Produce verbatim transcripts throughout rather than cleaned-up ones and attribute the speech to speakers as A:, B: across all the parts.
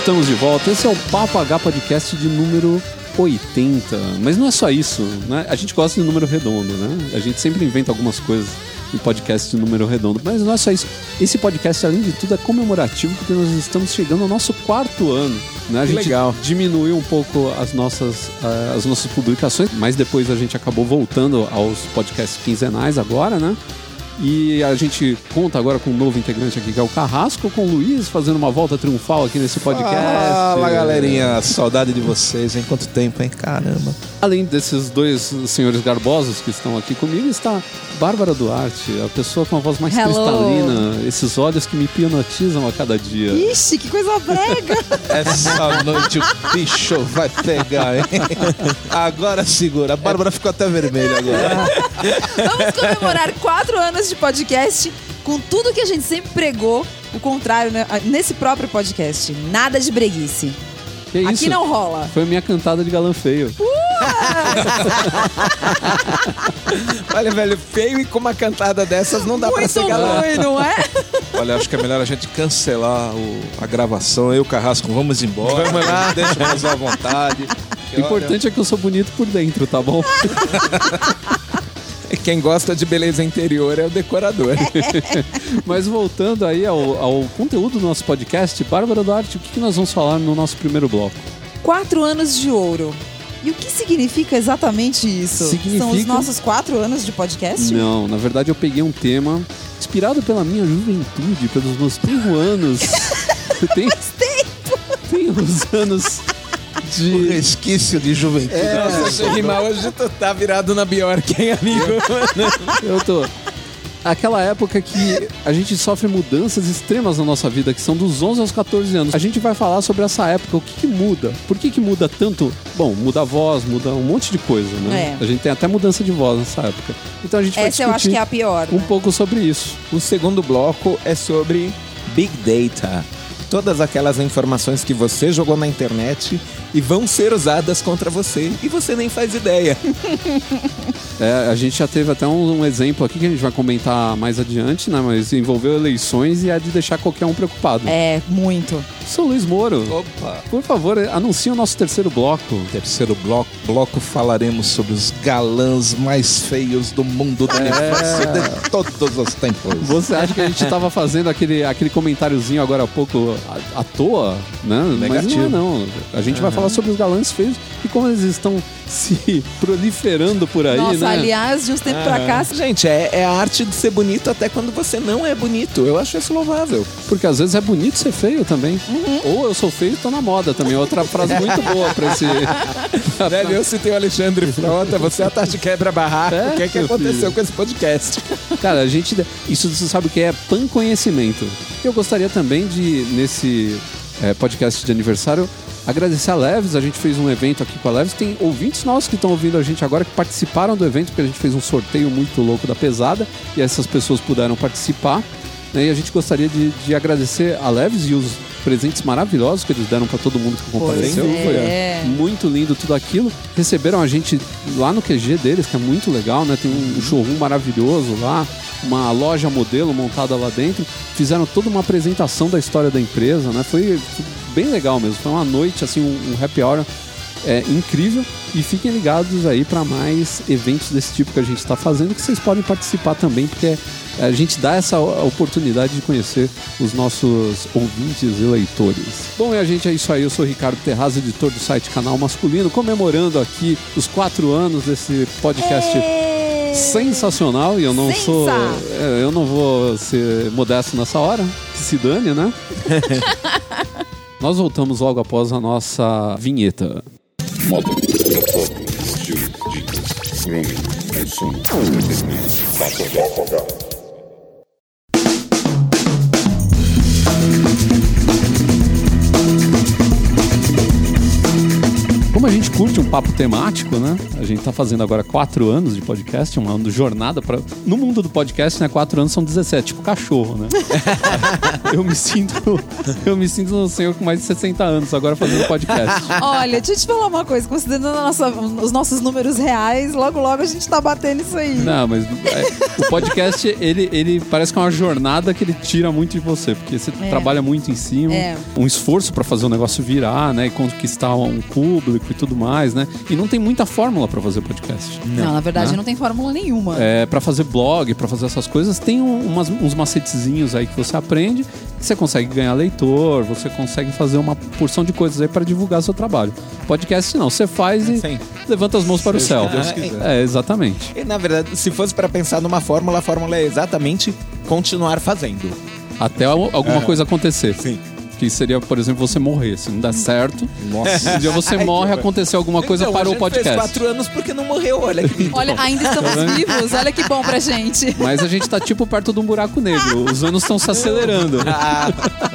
A: Estamos de volta. Esse é o Papo H Podcast de número oitenta. Mas não é só isso, né? A gente gosta de número redondo, né? A gente sempre inventa algumas coisas em podcast de número redondo. Mas não é só isso. Esse podcast, além de tudo, é comemorativo porque nós estamos chegando ao nosso quarto ano, né? A
B: que
A: gente
B: legal.
A: Diminuiu um pouco as nossas, uh, as nossas publicações, mas depois a gente acabou voltando aos podcasts quinzenais agora, né? E a gente conta agora com um novo integrante aqui, que é o Carrasco, com o Luiz, fazendo uma volta triunfal aqui nesse podcast.
B: Fala, galerinha. Saudade de vocês, hein? Quanto tempo, hein? Caramba.
A: Além desses dois senhores garbosos que estão aqui comigo, está Bárbara Duarte, a pessoa com a voz mais
C: Hello.
A: cristalina, esses olhos que me hipnotizam a cada dia.
C: Ixi, que coisa brega!
B: Essa noite o bicho vai pegar, hein? Agora segura. A Bárbara ficou até vermelha agora.
C: Vamos comemorar quatro anos de podcast com tudo que a gente sempre pregou, o contrário, né? Nesse próprio podcast. Nada de breguice.
A: Que isso?
C: Aqui não rola.
A: Foi a minha cantada de galã feio.
D: Olha, velho, feio e com uma cantada dessas não dá
C: Muito
D: pra ser galã.
C: ruim, não é?
B: Olha, acho que é melhor a gente cancelar o, a gravação. Eu e o Carrasco, vamos embora.
D: Vamos lá.
B: Deixa eu fazer à vontade.
A: O importante é que eu sou bonito por dentro, tá bom?
D: Quem gosta de beleza interior é o decorador.
A: Mas voltando aí ao, ao conteúdo do nosso podcast, Bárbara Duarte, o que, que nós vamos falar no nosso primeiro bloco?
C: Quatro anos de ouro. E o que significa exatamente isso?
A: Significa...
C: São os nossos quatro anos de podcast?
A: Não, na verdade eu peguei um tema inspirado pela minha juventude, pelos meus tenro anos. Tem,
C: tempo!
A: tem uns anos de...
B: O resquício de juventude.
D: É, Nossa, Rimar, hoje tu tá virado na Bjork, hein, amigo?
A: Eu tô... Aquela época que a gente sofre mudanças extremas na nossa vida, que são dos onze aos catorze anos. A gente vai falar sobre essa época, o que, que muda? Por que, que muda tanto? Bom, muda a voz, muda um monte de coisa, né?
C: É.
A: A gente tem até mudança de voz nessa época. Então a gente vai
C: Essa eu acho que é a pior.
A: um
C: né?
A: pouco sobre isso.
D: O segundo bloco é sobre Big Data. Todas aquelas informações que você jogou na internet e vão ser usadas contra você. E você nem faz ideia.
A: É, a gente já teve até um, um exemplo aqui que a gente vai comentar mais adiante, né? Mas envolveu eleições e é de deixar qualquer um preocupado.
C: É, muito.
A: Sou Luiz Moro.
B: Opa!
A: Por favor, anuncie o nosso terceiro bloco.
B: Terceiro bloco, bloco falaremos sobre os galãs mais feios do mundo do universo de todos os tempos.
A: Você acha que a gente estava fazendo aquele, aquele comentáriozinho agora há pouco à, à toa, né?
B: Negativo.
A: Mas não é não. A gente
D: Uhum.
A: vai falar sobre os galãs feios e como eles estão se proliferando por aí,
C: Nossa,
A: né?
C: aliás, de uns tempos pra cá...
D: Gente, é, é a arte de ser bonito até quando você não é bonito. Eu acho isso louvável.
A: Porque às vezes é bonito ser feio também.
C: Uhum.
A: Ou eu sou feio e tô na moda também. Outra frase muito boa pra esse...
D: Velho, eu citei o Alexandre Frota, você é a Tati Quebra-Barraco.
A: É,
D: o que é que
A: meu
D: aconteceu
A: filho.
D: com esse podcast?
A: Cara, a gente... Isso você sabe o que é pan-conhecimento. Eu gostaria também de, nesse é, podcast de aniversário, agradecer a Leves. A gente fez um evento aqui com a Leves. Tem ouvintes nossos que estão ouvindo a gente agora que participaram do evento, porque a gente fez um sorteio muito louco da pesada e essas pessoas puderam participar, né? E a gente gostaria de, de agradecer a Leves e os presentes maravilhosos que eles deram para todo mundo que compareceu.
C: Pois
A: Foi
C: é.
A: muito lindo tudo aquilo. Receberam a gente lá no Q G deles, que é muito legal, né? Tem um showroom maravilhoso lá, uma loja modelo montada lá dentro. Fizeram toda uma apresentação da história da empresa, né? Foi bem legal mesmo. Foi uma noite, assim, um, um happy hour é, incrível. E fiquem ligados aí para mais eventos desse tipo que a gente está fazendo, que vocês podem participar também, porque a gente dá essa oportunidade de conhecer os nossos ouvintes e leitores. Bom, e a gente é isso aí. Eu sou o Ricardo Terraz, editor do site Canal Masculino, comemorando aqui os quatro anos desse podcast
C: É...
A: sensacional. E eu não
C: Sensa.
A: sou... é, Eu não vou ser modesto nessa hora, que se dane, né? Nós voltamos logo após a nossa vinheta.
E: Moda, foto, estilo, dicas, grooming, consumo, entretenimento, Papo H.
A: Como a gente curte um papo temático, né? A gente tá fazendo agora quatro anos de podcast, uma jornada para no mundo do podcast, né? Quatro anos são dezessete, tipo cachorro, né? eu me sinto, eu me sinto um senhor com mais de sessenta anos agora fazendo podcast.
C: Olha, deixa eu te falar uma coisa. Considerando a nossa, os nossos números reais, logo, logo a gente tá batendo isso aí.
A: Não, mas é, o podcast, ele, ele parece que é uma jornada que ele tira muito de você, porque você
C: É.
A: trabalha muito em cima,
C: É.
A: um esforço para fazer o negócio virar, né? E conquistar um público e tudo mais, né? E não tem muita fórmula para fazer podcast.
C: Não, na verdade
A: Né?
C: não tem fórmula nenhuma.
A: É, para fazer blog, para fazer essas coisas, tem um- umas- uns macetezinhos aí que você aprende, que você consegue ganhar leitor, você consegue fazer uma porção de coisas aí para divulgar seu trabalho. Podcast não, você faz e
D: Sim.
A: levanta as mãos para o
B: Seja
A: céu.
B: o que Deus
D: Ah,
B: quiser.
A: É, exatamente.
D: E na verdade, se fosse pra pensar numa fórmula, a fórmula é exatamente continuar fazendo.
A: Até al- alguma coisa acontecer.
D: Sim.
A: Que seria, por exemplo, você morrer. Se não der certo,
B: Nossa.
A: um dia você
D: Ai,
A: morre,
D: que horror.
A: aconteceu alguma coisa,
D: Então,
A: parou
D: a
A: o
D: gente fez
A: podcast.
D: quatro anos porque não morreu, olha que lindo.
C: Olha, ainda estamos vivos. Olha que bom pra gente.
A: Mas a gente tá tipo perto de um buraco negro. Os anos estão se acelerando.
D: Ah,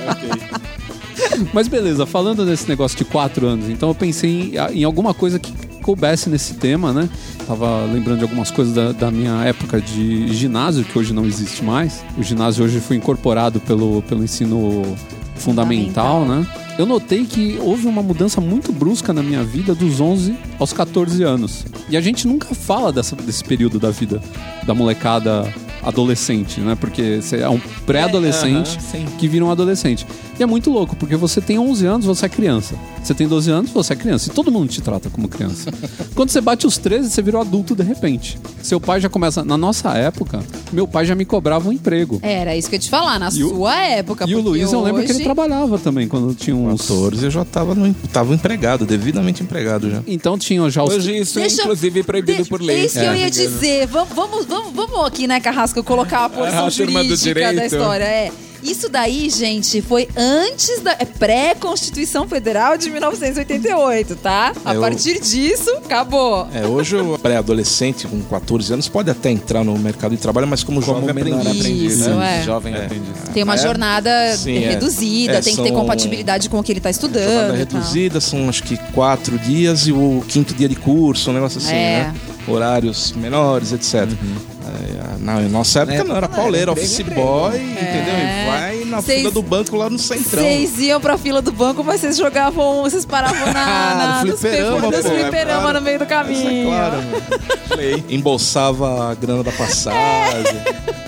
A: Mas beleza, falando desse negócio de quatro anos, então eu pensei em, em alguma coisa que coubesse nesse tema, né? Tava lembrando de algumas coisas da, da minha época de ginásio, que hoje não existe mais. O ginásio hoje foi incorporado pelo, pelo ensino fundamental,
C: Fundamental.
A: né? Eu notei que houve uma mudança muito brusca na minha vida dos onze aos catorze anos. E a gente nunca fala dessa, desse período da vida da molecada adolescente, né? Porque você é um pré-adolescente
D: É, aham, sim.
A: que vira um adolescente. E é muito louco, porque você tem onze anos, você é criança. Você tem doze anos, você é criança. E todo mundo te trata como criança. Quando você bate os treze, você virou adulto de repente. Seu pai já começa... Na nossa época, meu pai já me cobrava um emprego.
C: Era isso que eu ia te falar, na
A: E o-
C: sua época.
A: E o
C: porque
A: Luiz, eu lembro que ele
C: hoje-
A: trabalhava também, quando tinha uns...
B: quatorze eu já tava, no, tava empregado, devidamente empregado já.
A: Então tinha já os...
D: hoje isso
C: Deixa-
D: é inclusive proibido
C: de-
D: por lei.
C: É isso que eu ia dizer. Vamos, vamos, vamos, vamos aqui, né, Carrasco, colocar a porção
D: A turma do
C: jurídica da
D: direito.
C: história. É. Isso daí, gente, foi antes da. É pré-Constituição Federal de mil novecentos e oitenta e oito, tá? A
B: É, o-
C: partir disso, acabou.
B: É, hoje o pré-adolescente com quatorze anos pode até entrar no mercado de trabalho, mas como,
D: Como
B: jovem
D: menor
B: aprendiz.
D: aprendiz,
C: Isso,
D: né?
C: é.
D: Jovem
B: É.
D: aprendiz.
C: Tem uma
B: É.
C: jornada
B: Sim, é.
C: reduzida,
B: É,
C: tem que ter
B: são-
C: compatibilidade com o que ele tá estudando.
B: Jornada
C: e tal.
B: reduzida, são acho que quatro dias e o quinto dia de curso, um negócio assim,
C: É.
B: né? Horários menores, etcétera. É, na nossa época
D: É,
B: não, era
D: não,
B: pauleiro,
D: era
B: office
D: emprego,
B: boy, entendeu?
C: É.
B: E vai na
C: Vocês-
B: fila do banco lá no centrão.
C: Vocês iam pra fila do banco, mas vocês jogavam, vocês paravam na, na,
B: No
C: nos
B: fliperama,
C: nos
B: pô, é
C: fliperama
B: claro.
C: no meio do caminho.
B: Isso é claro, mano. Embolsava a grana da passagem.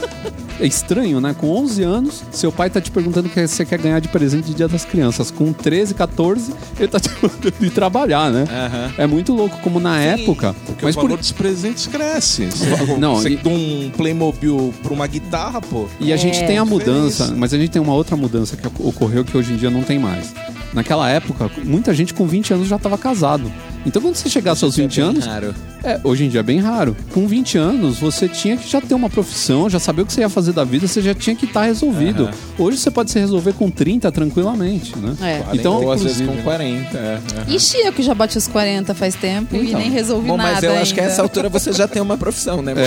A: É estranho, né? Com onze anos, seu pai tá te perguntando o que você quer ganhar de presente de Dia das Crianças. Com treze, catorze, ele tá te mandando ir trabalhar, né?
D: Aham.
A: É muito louco, como na época.
B: Porque
A: Mas
B: o
A: por...
B: valor dos presentes cresce. Você,
A: Não,
B: você
A: e-
B: dá um Playmobil pra uma guitarra, pô.
A: E a gente
C: É,
A: tem a mudança,
B: diferença.
A: mas a gente tem uma outra mudança que ocorreu que hoje em dia não tem mais. Naquela época, muita gente com vinte anos já estava casado. Então quando você chegasse aos vinte
D: É bem
A: anos,
D: raro.
A: é, hoje em dia é bem raro. Com vinte anos, você tinha que já ter uma profissão, já saber o que você ia fazer da vida, você já tinha que estar resolvido.
D: Aham.
A: Hoje você pode se resolver com trinta tranquilamente, né?
C: É.
A: Então,
D: Ou às vezes
A: inclusive,
D: com quarenta. é, é.
C: Ixi, eu que já bati os quarenta faz tempo e
A: Então.
C: nem resolvi
D: Bom,
C: nada
D: mas eu acho que a
C: ainda.
D: essa altura você já tem uma profissão, né?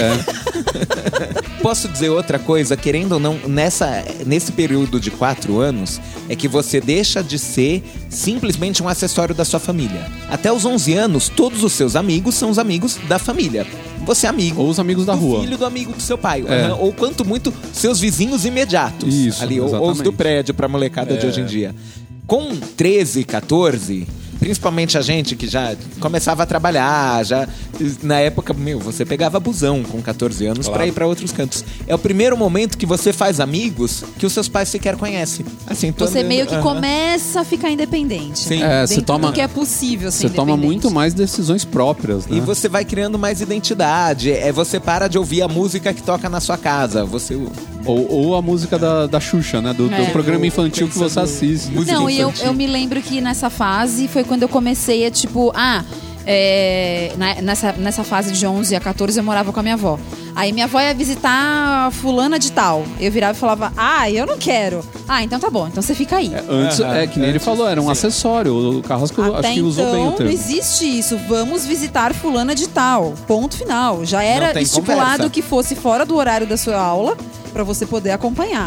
A: É.
D: Posso dizer outra coisa, querendo ou não, nessa, nesse período de quatro anos, é que você deixa de ser simplesmente um acessório da sua família. Até os onze anos, todos os seus amigos são os amigos da família. Você é amigo
A: Ou os amigos da
D: do
A: rua.
D: filho do amigo do seu pai.
A: É.
D: Aham. Ou quanto muito, seus vizinhos imediatos.
A: Isso,
D: ali, ou, ou os
A: exatamente.
D: do prédio pra molecada de hoje em dia. Com treze, catorze, principalmente a gente que já começava a trabalhar, já na época, meu, você pegava busão com catorze anos pra ir pra outros cantos. É o primeiro momento que você faz amigos que os seus pais sequer conhecem. Assim, tô
C: Você
D: andando-
C: meio que
D: Aham.
C: começa a ficar independente.
D: Sim.
A: É,
C: Dentro
A: você toma,
C: do que é possível ser
A: você toma
C: independente.
A: muito mais decisões próprias, né?
D: E você vai criando mais identidade. É, você para de ouvir a música que toca na sua casa. Você
A: Ou, ou a música da, da Xuxa, né? Do, do
C: É.
A: programa infantil que você assiste.
D: Música
C: Não, e eu,
D: infantil.
C: eu me lembro que nessa fase foi quando eu comecei a, tipo, ah, é, na- nessa, nessa fase de onze a catorze eu morava com a minha avó. Aí minha avó ia visitar a fulana de tal. Eu virava e falava, ah, eu não quero. Ah, então tá bom, então você fica aí.
A: Antes,
D: Aham,
A: é que nem ele
D: antes,
A: falou, era um
D: sim.
A: acessório. O Carrasco
C: Até
A: acho que
C: então,
A: usou bem o
C: não
A: termo.
C: existe isso. Vamos visitar fulana de tal. Ponto final. Já era
D: tem
C: estipulado
D: conversa.
C: que fosse fora do horário da sua aula pra você poder acompanhar.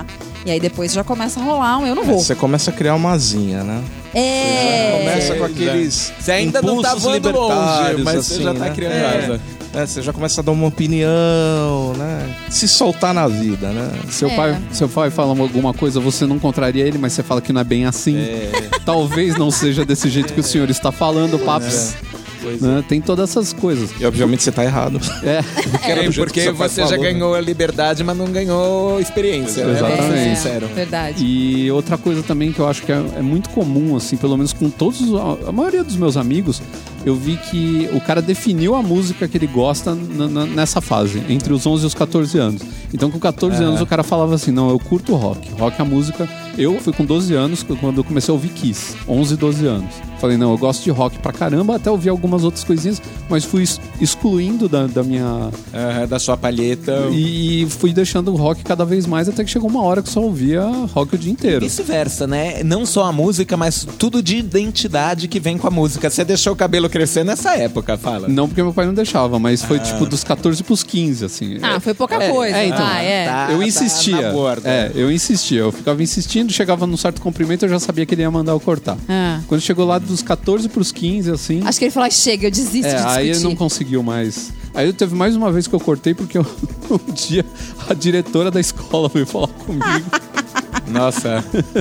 C: E aí depois já começa a rolar um eu não vou.
B: Você começa a criar uma asinha, né?
C: É.
B: Começa com aqueles
D: Você ainda não tá
B: impulsos
D: voando longe,
B: libertários,
D: mas
B: assim,
D: você já tá
B: né?
D: criando
B: É.
D: asa.
B: É, você já começa a dar uma opinião, né? Se soltar na vida, né?
A: Seu,
C: É.
A: pai, seu pai fala alguma coisa, você não contraria ele, mas você fala que não é bem assim. Talvez não seja desse jeito que o senhor está falando, Paps.
B: Pois
A: Né? Tem todas essas coisas.
B: E obviamente você tá errado.
A: É,
B: Era do
D: É,
B: jeito
D: porque
B: que seu pai
D: você já
B: falou, né?
D: ganhou a liberdade, mas não ganhou experiência, né? Vamos ser
A: Exatamente.
D: sinceros.
C: Verdade.
A: e outra coisa também que eu acho que é, é muito comum, assim, pelo menos com todos, os- a maioria dos meus amigos, eu vi que o cara definiu a música que ele gosta na- na- nessa fase, entre os onze e os catorze anos. Então com catorze anos o cara falava assim, não, eu curto rock. Rock é a música... Eu fui com doze anos quando eu comecei a ouvir Kiss, onze, doze anos. Falei, não, eu gosto de rock pra caramba, até ouvi algumas outras coisinhas, mas fui ex- excluindo da, da minha...
D: Aham, da sua palheta.
A: E fui deixando o rock cada vez mais, até que chegou uma hora que só ouvia rock o dia inteiro.
D: Vice-versa, né? Não só a música, mas tudo de identidade que vem com a música. Você deixou o cabelo crescer nessa época, fala.
A: Não porque meu pai não deixava, mas foi tipo dos catorze pros quinze, assim.
C: Ah, foi pouca
A: É,
C: coisa.
A: é, então.
C: Ah, é.
D: Tá.
A: Eu
D: tá
A: insistia.
D: na borda.
A: É, eu insistia. Eu ficava insistindo, chegava num certo comprimento, eu já sabia que ele ia mandar eu cortar.
C: Ah.
A: Quando chegou lá dos catorze pros quinze, assim.
C: Acho que ele falou, ah, chega, eu desisto
A: É,
C: de discutir.
A: aí ele não conseguiu mais. Aí teve mais uma vez que eu cortei, porque eu- um dia a diretora da escola veio falar comigo.
D: Nossa.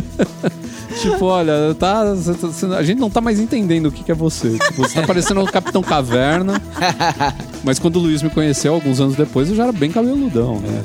A: Tipo, olha, tá, cê tá- a gente não tá mais entendendo o que, que é você. Tipo, você tá parecendo o Capitão Caverna. Mas quando o Luiz me conheceu, alguns anos depois, eu já era bem cabeludão, né?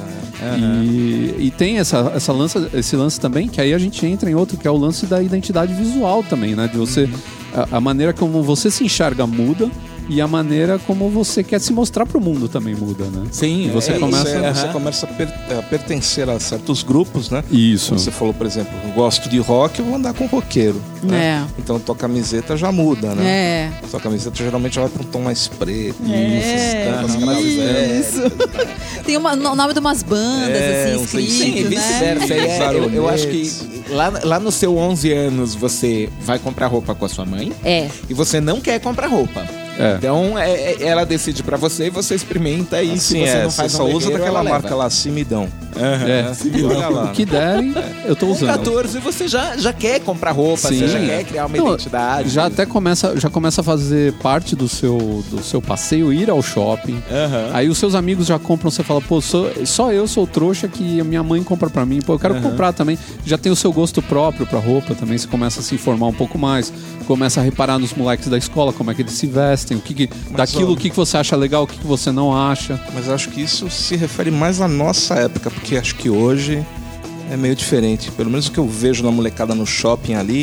A: E, e tem essa, essa lança, esse lance também, que aí a gente entra em outro, que é o lance da identidade visual também, né? De você. A, a maneira como você se enxerga muda. E a maneira como você quer se mostrar pro mundo também muda, né?
D: Sim,
A: E você
B: É,
A: começa...
B: Você,
D: Aham.
B: você começa a, per- a pertencer a certos grupos, né?
A: Isso.
B: Você falou, por exemplo, eu gosto de rock, eu vou andar com roqueiro. Né?
C: É.
B: Então tua camiseta já muda, né?
C: É.
B: Sua camiseta geralmente já vai para um tom mais preto.
C: É,
B: estampas
C: isso.
B: calaveras.
C: Tem uma- o nome de umas bandas,
B: É,
C: assim,
B: uns
C: escrito,
D: Sim, e
C: né?
D: vice-versa. E é, eu, eu acho que
B: Zaronetes.
D: lá, lá no seu onze anos você vai comprar roupa com a sua mãe
C: É.
D: e você não quer comprar roupa.
A: É.
D: Então é, é- ela decide pra você e você experimenta e
B: Assim,
D: se você
B: é,
D: não faz
B: você só
D: um
B: usa
D: legueiro,
B: daquela
D: ela
B: marca
D: leva.
B: lá, Simidão.
A: É,
B: Olha lá.
A: o que derem, eu tô
D: Com
A: usando.
D: catorze você já, já quer comprar roupa,
A: Sim.
D: você já quer criar uma
A: Não,
D: identidade.
A: Já até começa, já começa a fazer parte do seu, do seu passeio, ir ao shopping.
D: Aham.
A: Aí os seus amigos já compram, você fala, pô, sou- só eu sou trouxa que a minha mãe compra pra mim. Pô, eu quero comprar também. Já tem o seu gosto próprio pra roupa também. Você começa a se informar um pouco mais. Começa a reparar nos moleques da escola, como é que eles se vestem, o que, que daquilo,
B: ó,
A: o que, que você acha legal, o que, que você não acha.
B: Mas eu acho que isso se refere mais à nossa época, porque acho que hoje é meio diferente. Pelo menos o que eu vejo na molecada no shopping ali,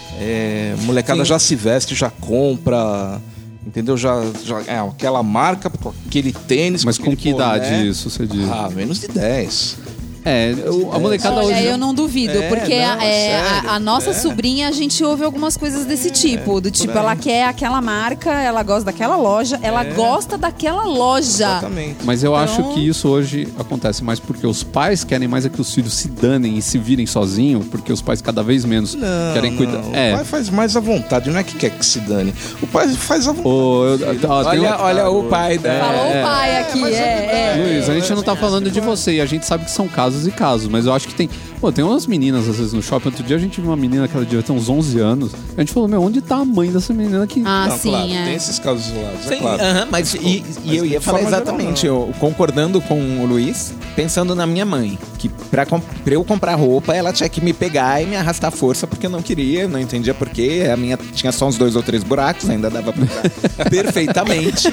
B: é, molecada
D: Sim.
B: já se veste, já compra, entendeu? Já, já é aquela marca, com aquele tênis.
A: Mas com
B: aquele
A: que idade
B: boné.
A: isso você diz?
B: Ah, menos de dez.
A: É, o- a molecada
C: Olha,
A: hoje...
C: eu não duvido,
B: É,
C: porque
B: não,
C: a- é, a,
B: sério,
C: a nossa
B: é.
C: sobrinha, a gente ouve algumas coisas desse tipo. Do tipo,
B: aí.
C: ela quer aquela marca, ela gosta daquela loja, ela gosta daquela loja.
B: Exatamente.
A: Mas eu
C: Então-
A: acho que isso hoje acontece mais porque os pais querem mais é que os filhos se danem e se virem sozinhos, porque os pais cada vez menos
B: Não,
A: querem cuidar.
B: não.
A: É.
B: O pai faz mais à vontade, não é que quer que se dane. O pai faz à vontade.
A: Ô, eu- ó, tem
D: Olha,
A: um-
D: olha o pai da.
C: Falou o pai aqui, é, é.
A: Luiz, a gente não tá falando de você e a gente sabe que são casos e casos, mas eu acho que tem. Pô, tem umas meninas às vezes no shopping. Outro dia a gente viu uma menina que ela devia ter uns onze anos. A gente falou, meu, onde tá a mãe dessa menina que.
C: Ah,
B: Não,
C: sim,
B: claro,
C: é.
B: tem esses casos isolados,
D: Sim,
B: é claro.
D: aham, mas, e, e
B: mas
D: eu
B: de
D: ia falar
B: forma geral,
D: exatamente,
B: não.
D: eu concordando com o Luiz, pensando na minha mãe, que pra, com- pra eu comprar roupa, ela tinha que me pegar e me arrastar à força, porque eu não queria, não entendia porquê, a minha tinha só uns dois ou três buracos, ainda dava pra usar perfeitamente.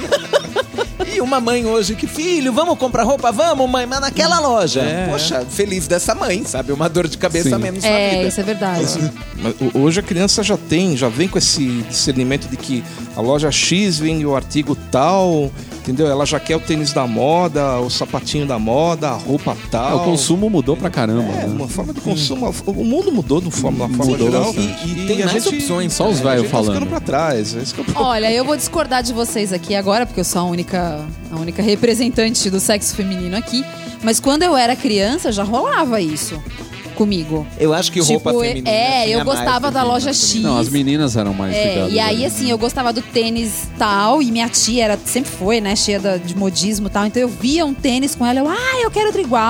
D: E uma mãe hoje que, filho, vamos comprar roupa? Vamos, mãe, mas naquela loja. Poxa, feliz dessa mãe, sabe? Uma dor de cabeça
A: Sim.
D: a menos na
C: É,
D: vida.
C: isso é verdade.
B: Mas o- hoje a criança já tem, já vem com esse discernimento de que a loja X vende o artigo tal, entendeu? Ela já quer o tênis da moda, o sapatinho da moda, a roupa
A: É,
B: tal.
A: o consumo mudou pra caramba.
B: É,
A: né?
B: uma forma de consumo. O mundo mudou de uma forma, de uma forma
A: Mudou
B: geral.
A: bastante.
D: E tem
B: a
D: mais
B: gente-
D: opções,
A: Só os
B: a
A: velhos
B: gente tá
A: falando.
B: ficando pra trás. É isso que eu tô...
C: Olha, eu vou discordar de vocês aqui agora, porque eu sou a única, a única representante do sexo feminino aqui. Mas quando eu era criança, já rolava isso comigo.
D: Eu acho que roupa
C: Tipo,
D: feminina
C: é,
D: tinha
C: eu gostava
D: mais
C: da
D: do que
C: loja
D: masculina.
C: X.
A: Não, as meninas eram mais
C: É,
A: ligadas.
C: e aí
A: né?
C: assim, eu gostava do tênis tal, e minha tia era, sempre foi, né, cheia da- de modismo e tal, então eu via um tênis com ela, eu, ah, eu quero outro igual.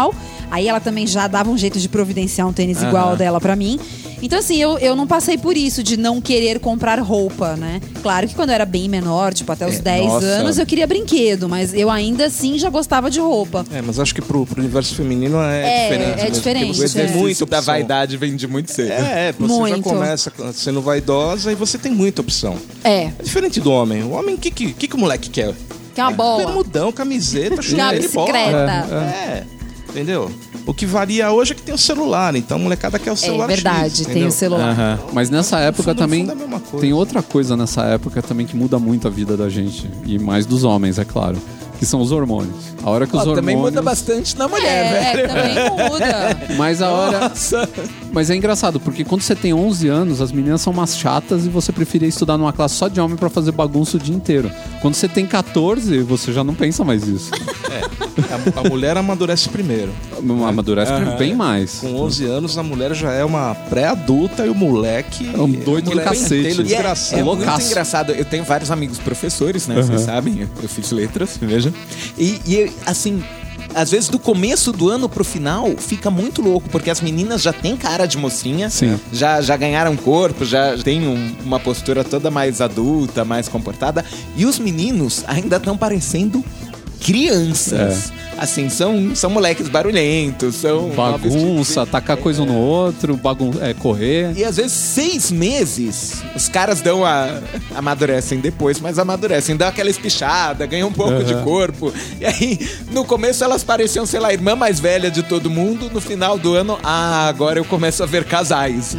C: Aí ela também já dava um jeito de providenciar um tênis
D: Aham.
C: igual ao dela pra mim. Então, assim, eu, eu não passei por isso de não querer comprar roupa, né? Claro que quando eu era bem menor, tipo, até os
D: É,
C: dez
D: nossa.
C: anos, eu queria brinquedo, mas eu ainda assim já gostava de roupa.
B: É, mas acho que pro, pro universo feminino é,
C: É,
B: diferente.
C: é
B: mesmo,
C: diferente,
B: porque
D: O
B: você tem
C: é.
D: exercício
B: muita
D: da
B: opção.
D: vaidade vem de muito cedo.
B: É, você
C: Muito.
B: já começa sendo vaidosa e você tem muita opção.
C: É,
B: É diferente do homem. O homem, o que, que, que, que o moleque quer?
C: que é uma bola.
B: Bermudão, camiseta,
C: Que é uma
B: chuteira e bola.
C: bicicleta.
B: É, entendeu? O que varia hoje é que tem o celular, então a molecada quer o
C: É
B: celular
C: verdade,
B: X,
C: tem
B: entendeu?
C: o celular.
D: Aham.
A: Mas nessa época
B: fundo, no
A: também
B: fundo é a mesma coisa.
A: tem outra coisa nessa época também que muda muito a vida da gente. E mais dos homens, é claro. Que são os hormônios. A hora que os
D: Ó,
A: hormônios...
D: também muda bastante na mulher,
C: É,
D: velho.
C: também muda.
A: Mas a hora...
D: Nossa.
A: Mas é engraçado, porque quando você tem onze anos, as meninas são umas chatas e você preferia estudar numa classe só de homem pra fazer bagunça o dia inteiro. Quando você tem catorze, você já não pensa mais isso.
B: A, a mulher amadurece primeiro.
A: Amadurece bem mais.
B: Com onze anos, a mulher já é uma pré-adulta e o moleque...
A: É um doido
B: o
A: do
B: moleque
A: cacete.
B: pentelho
D: E é,
B: desgraçado.
D: é muito
A: Loucaço.
D: engraçado. Eu tenho vários amigos professores, né? Vocês sabem, eu, eu fiz letras, veja. E, e, assim, às vezes do começo do ano pro final fica muito louco, porque as meninas já têm cara de mocinha,
A: Sim.
D: já, já ganharam corpo, já tem um- uma postura toda mais adulta, mais comportada. E os meninos ainda estão parecendo crianças. Assim, são, são moleques barulhentos, são...
A: Bagunça, tacar coisa um no outro, bagun é, correr.
D: E às vezes seis meses, os caras dão a. amadurecem depois, mas amadurecem, dão aquela espichada, ganham um pouco de corpo. E aí, no começo elas pareciam, sei lá, a irmã mais velha de todo mundo. No final do ano, ah, agora eu começo a ver casais.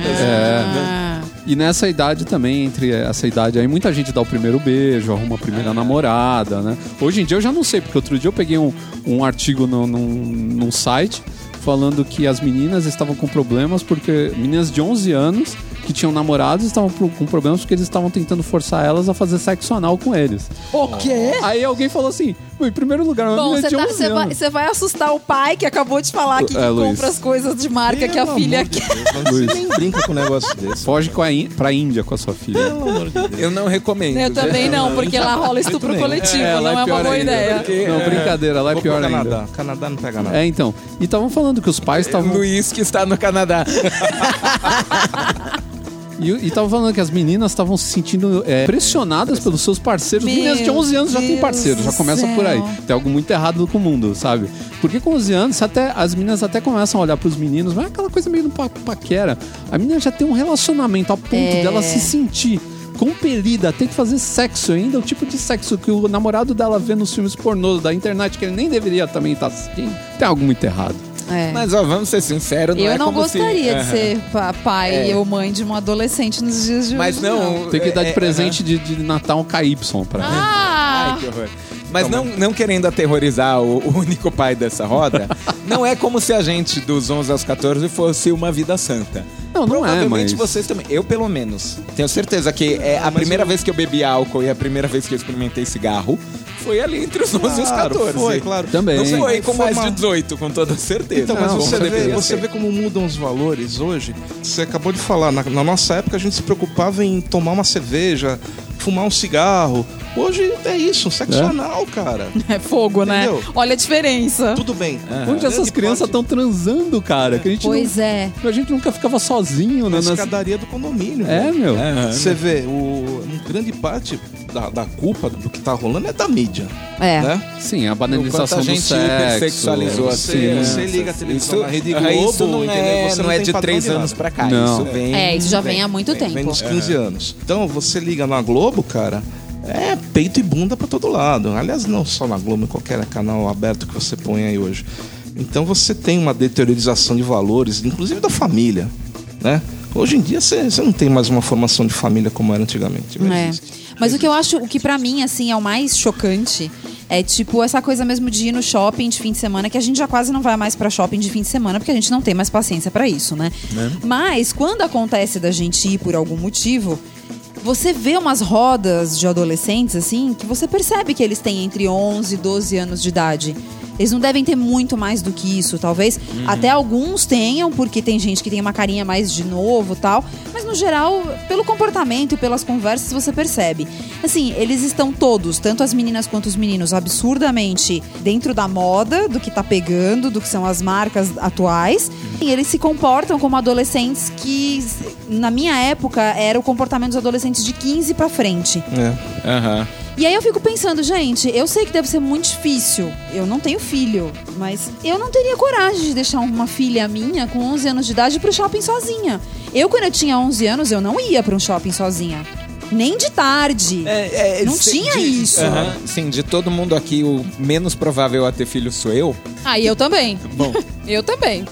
C: Ah.
A: E nessa idade também, entre essa idade aí, muita gente dá o primeiro beijo, arruma a primeira namorada, né? Hoje em dia eu já não sei, porque outro dia eu peguei um, um artigo no, num, num site falando que as meninas estavam com problemas porque meninas de onze anos que tinham namorados estavam pro- com problemas porque eles estavam tentando forçar elas a fazer sexo anal com eles.
C: O quê?
A: Aí alguém falou assim, "Pô, em primeiro lugar, uma
C: Bom,
A: menina
C: você
A: de
C: tá-
A: onze
C: você vai,
A: anos."
C: você vai assustar o pai que acabou de falar que, que
A: É, Luiz.
C: compra as coisas de marca que a
B: Pelo
C: filha
B: amor de
C: quer.
B: Deus, mas
A: Luiz.
B: Você nem brinca com um negócio desse.
A: Foge com a in- pra Índia com a sua filha.
B: Pelo amor de Deus.
D: Eu não recomendo.
C: Eu também não, porque lá rola estupro
B: Muito bem.
C: coletivo,
A: É, lá
C: não
A: é
C: é uma
A: pior
C: boa
A: ainda,
C: ideia.
D: porque-
A: Não, brincadeira, lá é
B: Vou
A: pior
B: pro
A: ainda.
B: Canadá. Canadá não pega nada.
A: É, então. E estavam falando que os pais estavam...
D: Luiz que está no Canadá.
A: E e estavam falando que as meninas estavam se sentindo é, pressionadas pelos seus parceiros.
C: Meu
A: Meninas de onze anos já têm
C: Deus
A: parceiro, já
C: do
A: começa
C: céu.
A: por aí. Tem algo muito errado com o mundo, sabe? Porque com onze anos, você até, as meninas até começam a olhar pros meninos, mas é aquela coisa meio no pa- paquera. A menina já tem um relacionamento a ponto
C: É.
A: dela se sentir compelida a ter que fazer sexo ainda, o tipo de sexo que o namorado dela vê nos filmes pornôs da internet, que ele nem deveria também estar assistindo. Tem algo muito errado.
C: É.
D: Mas, ó, vamos ser sinceros, não
C: Eu
D: é
C: não
D: como
C: gostaria
D: se...
C: de ser pa- pai
D: É.
C: ou mãe de um adolescente nos dias de
D: Mas
C: hoje.
D: não...
A: Tem que dar de
D: é-
A: presente de, de Natal um K Y pra ela.
C: Ah!
D: Ai, que horror. Mas não, não querendo aterrorizar o, o único pai dessa roda, não é como se a gente, dos onze aos catorze, fosse uma vida santa.
A: Não, não é,
D: Provavelmente
A: mas...
D: vocês também. Eu, pelo menos, tenho certeza que é a primeira vez que eu bebi álcool e a primeira vez que eu experimentei cigarro foi ali entre os onze e os
B: Claro,
D: catorze.
B: foi, claro.
A: Também.
D: Não foi
B: Sim.
D: com mais
B: Foi
D: de
B: uma-
D: dezoito, com toda certeza.
B: Então, mas
D: Não,
B: você,
D: como
B: vê,
D: deveria
B: você
D: ser.
B: vê como mudam os valores hoje. Você acabou de falar, na, na nossa época a gente se preocupava em tomar uma cerveja, fumar um cigarro. Hoje é isso, sexo
A: É?
B: anal, cara.
C: É fogo, né?
B: Entendeu?
C: Olha a diferença.
B: Tudo bem.
A: Onde essas
B: Grande
A: crianças
B: parte-
A: estão transando, cara? Que a gente
C: Pois
A: não,
C: é.
A: A gente nunca ficava sozinho, né?
B: Na
A: nas-
B: escadaria do condomínio.
A: É,
B: velho.
A: meu.
D: Aham.
B: Você vê, o, uma grande parte da, da culpa do que tá rolando é da mídia.
C: É.
B: Né?
A: Sim, a
D: O quanto
A: banalização
D: a
A: do
D: gente
A: sexo.
D: hipersexualizou a
B: Você,
D: criança.
B: você liga a televisão
D: Isso-
B: na Rede
D: ah,
B: Globo,
D: isso não
B: entendeu?
D: é,
B: Você
D: não
B: não
D: é
B: tem
D: de
B: padrão
D: três
B: de
D: anos
B: nada.
D: pra cá.
A: Não.
D: Isso vem.
C: É, isso já vem há muito
B: Vem,
C: tempo.
B: vem uns quinze anos. Então, você liga na Globo, cara, é peito e bunda pra todo lado. Aliás, não só na Globo, em qualquer canal aberto que você põe aí hoje. Então, você tem uma deteriorização de valores, inclusive da família, né? Hoje em dia, você, você não tem mais uma formação de família como era antigamente. Não
C: É.
B: existe.
C: Mas o que eu acho, o que pra mim, assim, é o mais chocante é, tipo, essa coisa mesmo de ir no shopping de fim de semana, que a gente já quase não vai mais pra shopping de fim de semana, porque a gente não tem mais paciência pra isso, né? Mas, quando acontece da gente ir por algum motivo, você vê umas rodas de adolescentes, assim, que você percebe que eles têm entre onze e doze anos de idade. Eles não devem ter muito mais do que isso, talvez. Uhum. Até alguns tenham, porque tem gente que tem uma carinha mais de novo e tal. Mas, no geral, pelo comportamento e pelas conversas, você percebe. Assim, eles estão todos, tanto as meninas quanto os meninos, absurdamente dentro da moda, do que tá pegando, do que são as marcas atuais. E eles se comportam como adolescentes que, na minha época, era o comportamento dos adolescentes de quinze pra frente.
B: É.
D: Aham. Uhum.
C: E aí eu fico pensando, gente, eu sei que deve ser muito difícil. Eu não tenho filho, mas eu não teria coragem de deixar uma filha minha com onze anos de idade pro shopping sozinha. Eu, quando eu tinha onze anos, eu não ia pra um shopping sozinha. Nem de tarde.
D: É, é,
C: não
D: se,
C: tinha
D: de,
C: isso.
D: Uh-huh. Sim, de todo mundo aqui, o menos provável a ter filho sou eu.
C: Ah, e eu também.
D: Bom.
C: Eu também.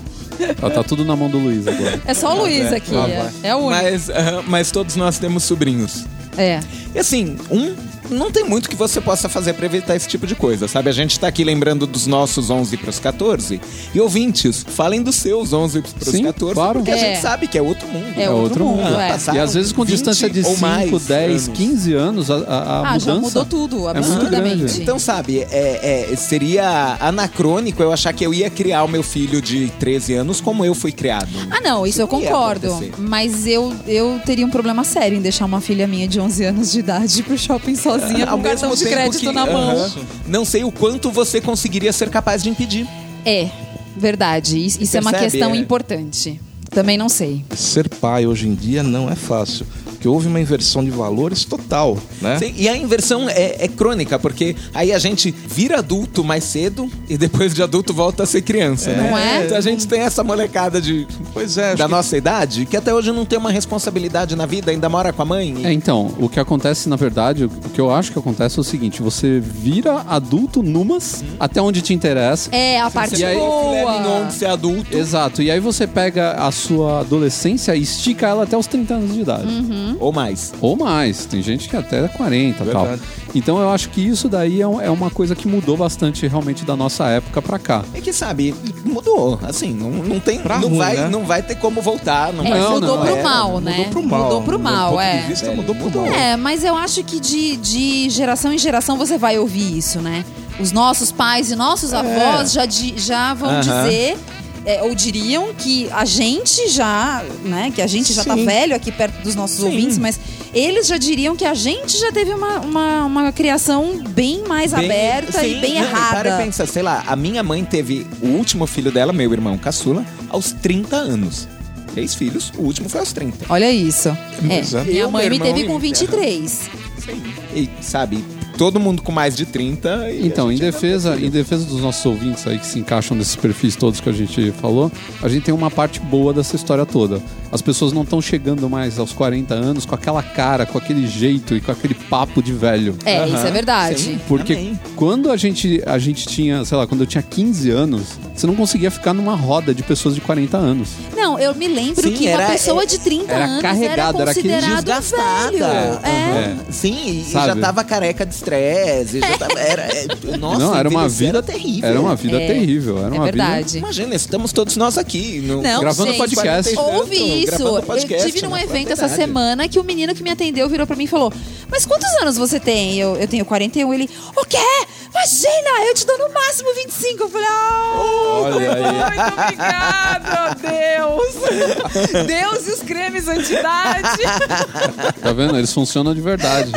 A: Ela tá tudo na mão do Luiz agora.
C: É só o Luiz aqui.
D: Ah,
C: é, é o único.
D: Mas, uh, mas todos nós temos sobrinhos.
C: É.
D: E assim, um, não tem muito que você possa fazer pra evitar esse tipo de coisa, sabe? A gente tá aqui lembrando dos nossos onze pros catorze. E ouvintes, falem dos seus onze pros
A: Sim,
D: catorze,
A: claro.
D: porque
C: É.
D: a gente sabe que é outro mundo.
C: É outro mundo, é.
D: Passaram
A: E às vezes com
D: vinte
A: distância de
D: ou mais
A: cinco, dez,
D: anos.
A: quinze anos, a, a, a
C: Ah,
A: mudança
C: já mudou tudo,
A: é muito
C: absurdamente.
A: grande.
D: Então, sabe, é, é, seria anacrônico eu achar que eu ia criar o meu filho de treze anos como eu fui criado.
C: Ah, não, isso eu
D: não ia
C: concordo.
D: acontecer.
C: Mas eu, eu teria um problema sério em deixar uma filha minha de onze anos de idade pro shopping sozinha com
D: Ao
C: um cartão
D: mesmo
C: de
D: tempo
C: crédito
D: que,
C: na mão.
D: aham, não sei o quanto você conseguiria ser capaz de impedir.
C: É, verdade. Isso, isso é uma
D: Percebe?
C: questão
D: É.
C: importante. Também não sei.
B: Ser pai hoje em dia não é fácil. Porque houve uma inversão de valores total, né?
D: Sim, e a inversão é, é crônica, porque aí a gente vira adulto mais cedo e depois de adulto volta a ser criança, né?
C: Não é?
D: Então a gente tem essa molecada de,
B: Pois é, acho
D: da
B: que-
D: nossa idade que até hoje não tem uma responsabilidade na vida, ainda mora com a mãe. e-
A: É, então, o que acontece, na verdade, o que eu acho que acontece é o seguinte: você vira adulto numas até onde te interessa.
C: É, a parte
A: E aí,
D: filé mignon
C: boa.
D: de ser adulto.
A: Exato. E aí você pega a sua adolescência e estica ela até os trinta anos de idade.
D: Ou mais.
A: Ou mais. Tem gente que até quarenta e tal.
B: Verdade.
A: Então eu acho que isso daí é um- é uma coisa que mudou bastante realmente da nossa época pra cá.
D: É que, sabe, mudou. Assim, não, não tem.
B: Pra
D: não,
B: ruim,
D: vai,
B: né?
D: não vai ter como voltar. Não
C: É,
D: vai
A: Não,
C: mudou
A: não,
C: pro
A: é,
C: mal, né?
B: Mudou pro mal.
C: Mudou pro
B: Do
C: mal,
B: ponto
C: é.
B: de vista,
D: É,
B: mudou pro
D: mudou.
B: mal.
C: É, mas eu acho que de, de geração em geração você vai ouvir isso, né? Os nossos pais e nossos avós já, di- já vão
D: Aham.
C: dizer, é, ou diriam que a gente já, né? Que a gente já tá
B: Sim.
C: velho aqui perto dos nossos
D: Sim.
C: ouvintes, mas eles já diriam que a gente já teve uma, uma, uma criação bem mais aberta
D: sim,
C: e bem
D: não,
C: errada.
D: Para e pensa, sei lá, a minha mãe teve o último filho dela, meu irmão caçula, aos trinta anos. Três filhos, o último foi aos trinta.
C: Olha isso.
B: Pois
C: É,
B: é.
C: minha
D: Eu,
C: mãe
D: meu
C: me
D: irmão
C: teve
D: e-
C: com vinte e três.
D: E, sabe, todo mundo com mais de trinta. E
A: Então,
D: a
A: em
D: gente
A: defesa,
D: ainda
A: em defesa dos nossos ouvintes aí que se encaixam nesses perfis todos que a gente falou, a gente tem uma parte boa dessa história toda. As pessoas não estão chegando mais aos quarenta anos com aquela cara, com aquele jeito e com aquele papo de velho.
C: É,
D: Aham,
C: isso é verdade.
D: sim.
A: Porque
D: Amém.
A: quando a gente, a gente tinha, sei lá, quando eu tinha quinze anos, você não conseguia ficar numa roda de pessoas de quarenta anos.
C: Não, eu me lembro
D: Sim,
C: que
D: era-
C: uma pessoa
D: é-
C: de trinta
A: era
C: anos
A: carregada, era
C: era
A: aquele
C: considerado
D: desgastada.
C: velho. É.
A: É.
D: Sim, e
A: Sabe?
D: já tava careca de estresse. Já tava, era, é, nossa,
A: não, era uma
D: envelhecer
A: vida
D: era terrível.
A: Era uma vida
C: É,
A: terrível. Era
C: é
A: uma
C: verdade.
D: Imagina, estamos todos nós aqui. No,
C: Não,
A: Gravando
C: gente,
A: podcast.
C: Ouve isso.
D: Gravando podcast,
C: eu tive num
D: né?
C: evento
D: É
C: essa
D: verdade.
C: semana que o menino que me atendeu virou pra mim e falou: mas quantos anos você tem? Eu, eu tenho quarenta e um. Ele, o quê? Imagina, eu te dou no máximo vinte e cinco. Eu falei, oh,
A: Olha aí.
C: muito obrigada, Deus. Deus e os cremes anti-idade.
A: Tá vendo? Eles funcionam de verdade.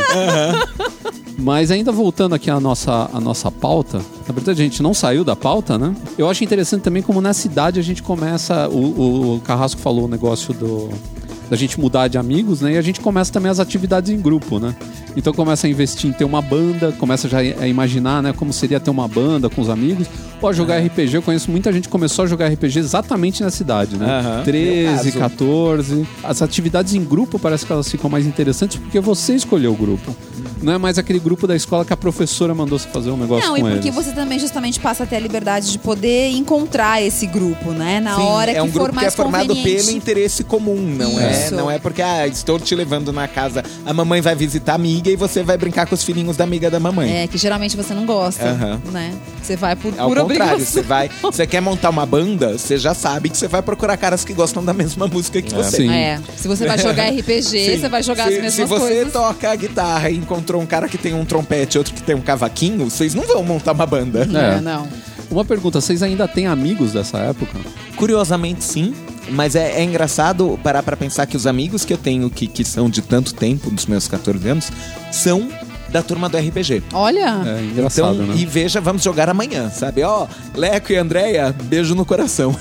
A: Mas ainda voltando aqui à nossa, à nossa pauta, na verdade a gente não saiu da pauta, né? Eu acho interessante também como nessa idade a gente começa, o, o Carrasco falou o negócio do, da gente mudar de amigos, né? E a gente começa também as atividades em grupo, né? Então começa a investir em ter uma banda, começa já a imaginar, né, como seria ter uma banda com os amigos, ou a jogar R P G. Eu conheço muita gente que começou a jogar R P G exatamente nessa idade, né?
D: Aham.
A: treze,
D: Meu caso.
A: catorze. As atividades em grupo parece que elas ficam mais interessantes porque você escolheu o grupo. Não é mais aquele grupo da escola que a professora mandou você fazer um negócio
C: Não,
A: com
C: e porque
A: eles.
C: você também justamente passa a ter a liberdade de poder encontrar esse grupo, né? Na
D: Sim,
C: hora
D: é
C: que
D: um
C: for
D: grupo que é
C: mais
D: formado
C: conveniente.
D: pelo interesse comum, não é?
C: Isso.
D: Não é porque, ah, estou te levando na casa, a mamãe vai visitar a minha amiga e você vai brincar com os filhinhos da amiga da mamãe.
C: É, que geralmente você não gosta,
D: Aham.
C: né? Você vai por
D: Ao
C: pura
D: contrário,
C: obrigação.
D: você vai, você quer montar uma banda, você já sabe que você vai procurar caras que gostam da mesma música que você.
A: Sim.
C: É, se você vai jogar R P G,
D: Sim.
C: você vai jogar
D: se,
C: as mesmas
D: se você
C: coisas.
D: toca a guitarra e encontrou um cara que tem um trompete e outro que tem um cavaquinho, vocês não vão montar uma banda.
C: É,
A: É.
C: não.
A: Uma pergunta, vocês ainda têm amigos dessa época?
D: Curiosamente, sim. Mas é, é engraçado parar pra pensar que os amigos que eu tenho, que, que são de tanto tempo, dos meus catorze anos, são da turma do R P G.
C: Olha,
A: É engraçado,
D: Então,
A: né?
D: e veja, vamos jogar amanhã, sabe? Ó, Leco e Andréia, beijo no coração.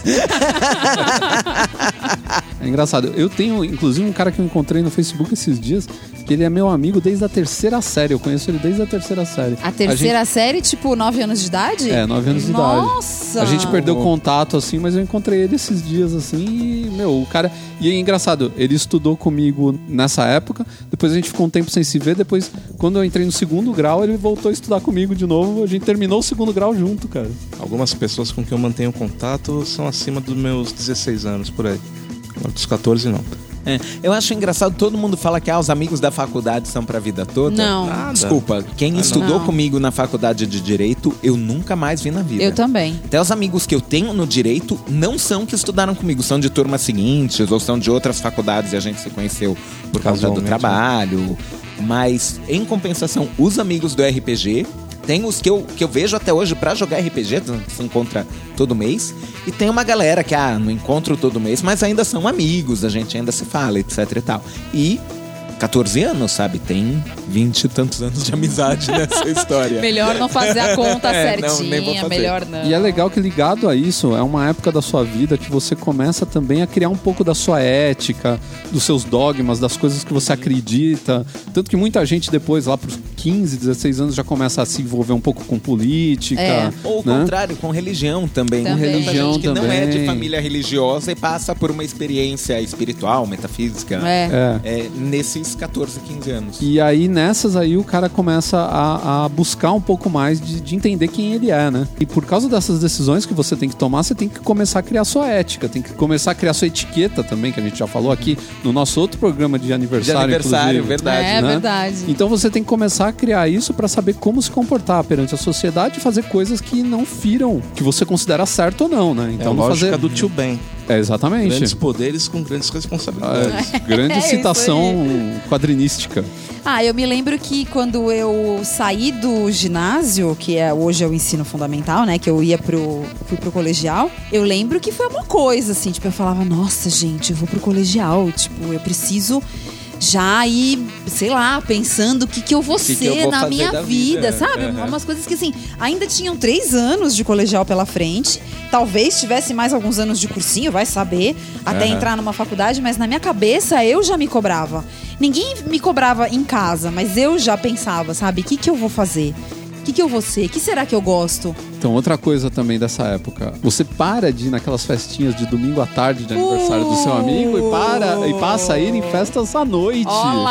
A: É engraçado. Eu tenho, inclusive, um cara que eu encontrei no Facebook esses dias, que ele é meu amigo desde a terceira série. Eu conheço ele desde a terceira série.
C: a terceira série, tipo, nove anos de idade?
A: gente- É, nove anos de
C: Nossa!
A: idade. A gente perdeu contato, assim, mas eu encontrei ele esses dias, assim, e, meu, o cara... E é engraçado, ele estudou comigo nessa época, depois a gente ficou um tempo sem se ver, depois, quando eu entrei no segundo grau, ele voltou a estudar comigo de novo, a gente terminou o segundo grau junto, cara.
B: Algumas pessoas com quem eu mantenho contato são acima dos meus dezesseis anos, por aí. Agora dos catorze, não.
D: É, eu acho engraçado, todo mundo fala que ah, os amigos da faculdade são pra vida toda.
C: Não.
B: Nada.
D: Desculpa, quem
B: Ah,
D: estudou
C: não.
D: comigo na faculdade de Direito, eu nunca mais vi na vida.
C: Eu também.
D: Até os amigos que eu tenho no Direito não são que estudaram comigo, são de turmas seguintes ou são de outras faculdades e a gente se conheceu por causa do
B: Casualmente,
D: trabalho. Mas, em compensação, os amigos do R P G... Tem os que eu, que eu vejo até hoje pra jogar R P G, se encontra todo mês. E tem uma galera que, ah, não encontro todo mês, mas ainda são amigos, a gente ainda se fala, etc e tal. E catorze anos, sabe? Tem vinte e tantos anos de amizade nessa história.
C: Melhor não fazer a conta
D: É, não,
C: certinha,
D: nem vou fazer.
C: melhor não.
A: E é legal que ligado a isso, é uma época da sua vida que você começa também a criar um pouco da sua ética, dos seus dogmas, das coisas que você acredita. Tanto que muita gente depois, lá pros quinze, dezesseis anos, já começa a se envolver um pouco com política.
C: É.
D: Ou o
A: né?
D: contrário, com religião também.
C: Também.
D: Tem muita
A: Religião
D: gente que não é de
A: também.
D: família religiosa e passa por uma experiência espiritual, metafísica.
C: É.
A: É.
D: É, nesses catorze, quinze anos.
A: E aí, nessas aí, o cara começa a, a buscar um pouco mais de, de entender quem ele é, né? E por causa dessas decisões que você tem que tomar, você tem que começar a criar sua ética, tem que começar a criar sua etiqueta também, que a gente já falou aqui no nosso outro programa de
D: De
A: aniversário,
D: aniversário,
A: inclusive.
D: verdade.
C: É
A: né?
C: verdade.
A: Então você tem que começar a criar isso pra saber como se comportar perante a sociedade e fazer coisas que não firam, que você considera certo ou não, né?
B: É a
A: Então não
B: lógica
A: fazer...
B: do tio Ben.
A: É, exatamente.
B: Grandes poderes com grandes responsabilidades.
A: É, grande
C: É isso
A: citação quadrinística.
C: Ah, eu me lembro que quando eu saí do ginásio, que é hoje é o ensino fundamental, né? Que eu ia pro, fui pro colegial, eu lembro que foi uma coisa, assim, tipo, eu falava, nossa, gente, eu vou pro colegial, tipo, eu preciso já ir, sei lá, pensando o que, que eu vou
D: que
C: ser
D: eu vou
C: na
D: fazer
C: minha
D: da
C: vida,
D: vida.
C: sabe?
D: Uhum.
C: Umas coisas que, assim, ainda tinham três anos de colegial pela frente, talvez tivesse mais alguns anos de cursinho, vai saber, até
D: Uhum.
C: entrar numa faculdade, mas na minha cabeça eu já me cobrava. Ninguém me cobrava em casa, mas eu já pensava, sabe? O que, que eu vou fazer? O que, que eu vou ser? O que será que eu gosto?
A: Então, outra coisa também dessa época. Você para de ir naquelas festinhas de domingo à tarde de aniversário do seu amigo e para e passa a ir em festas à noite.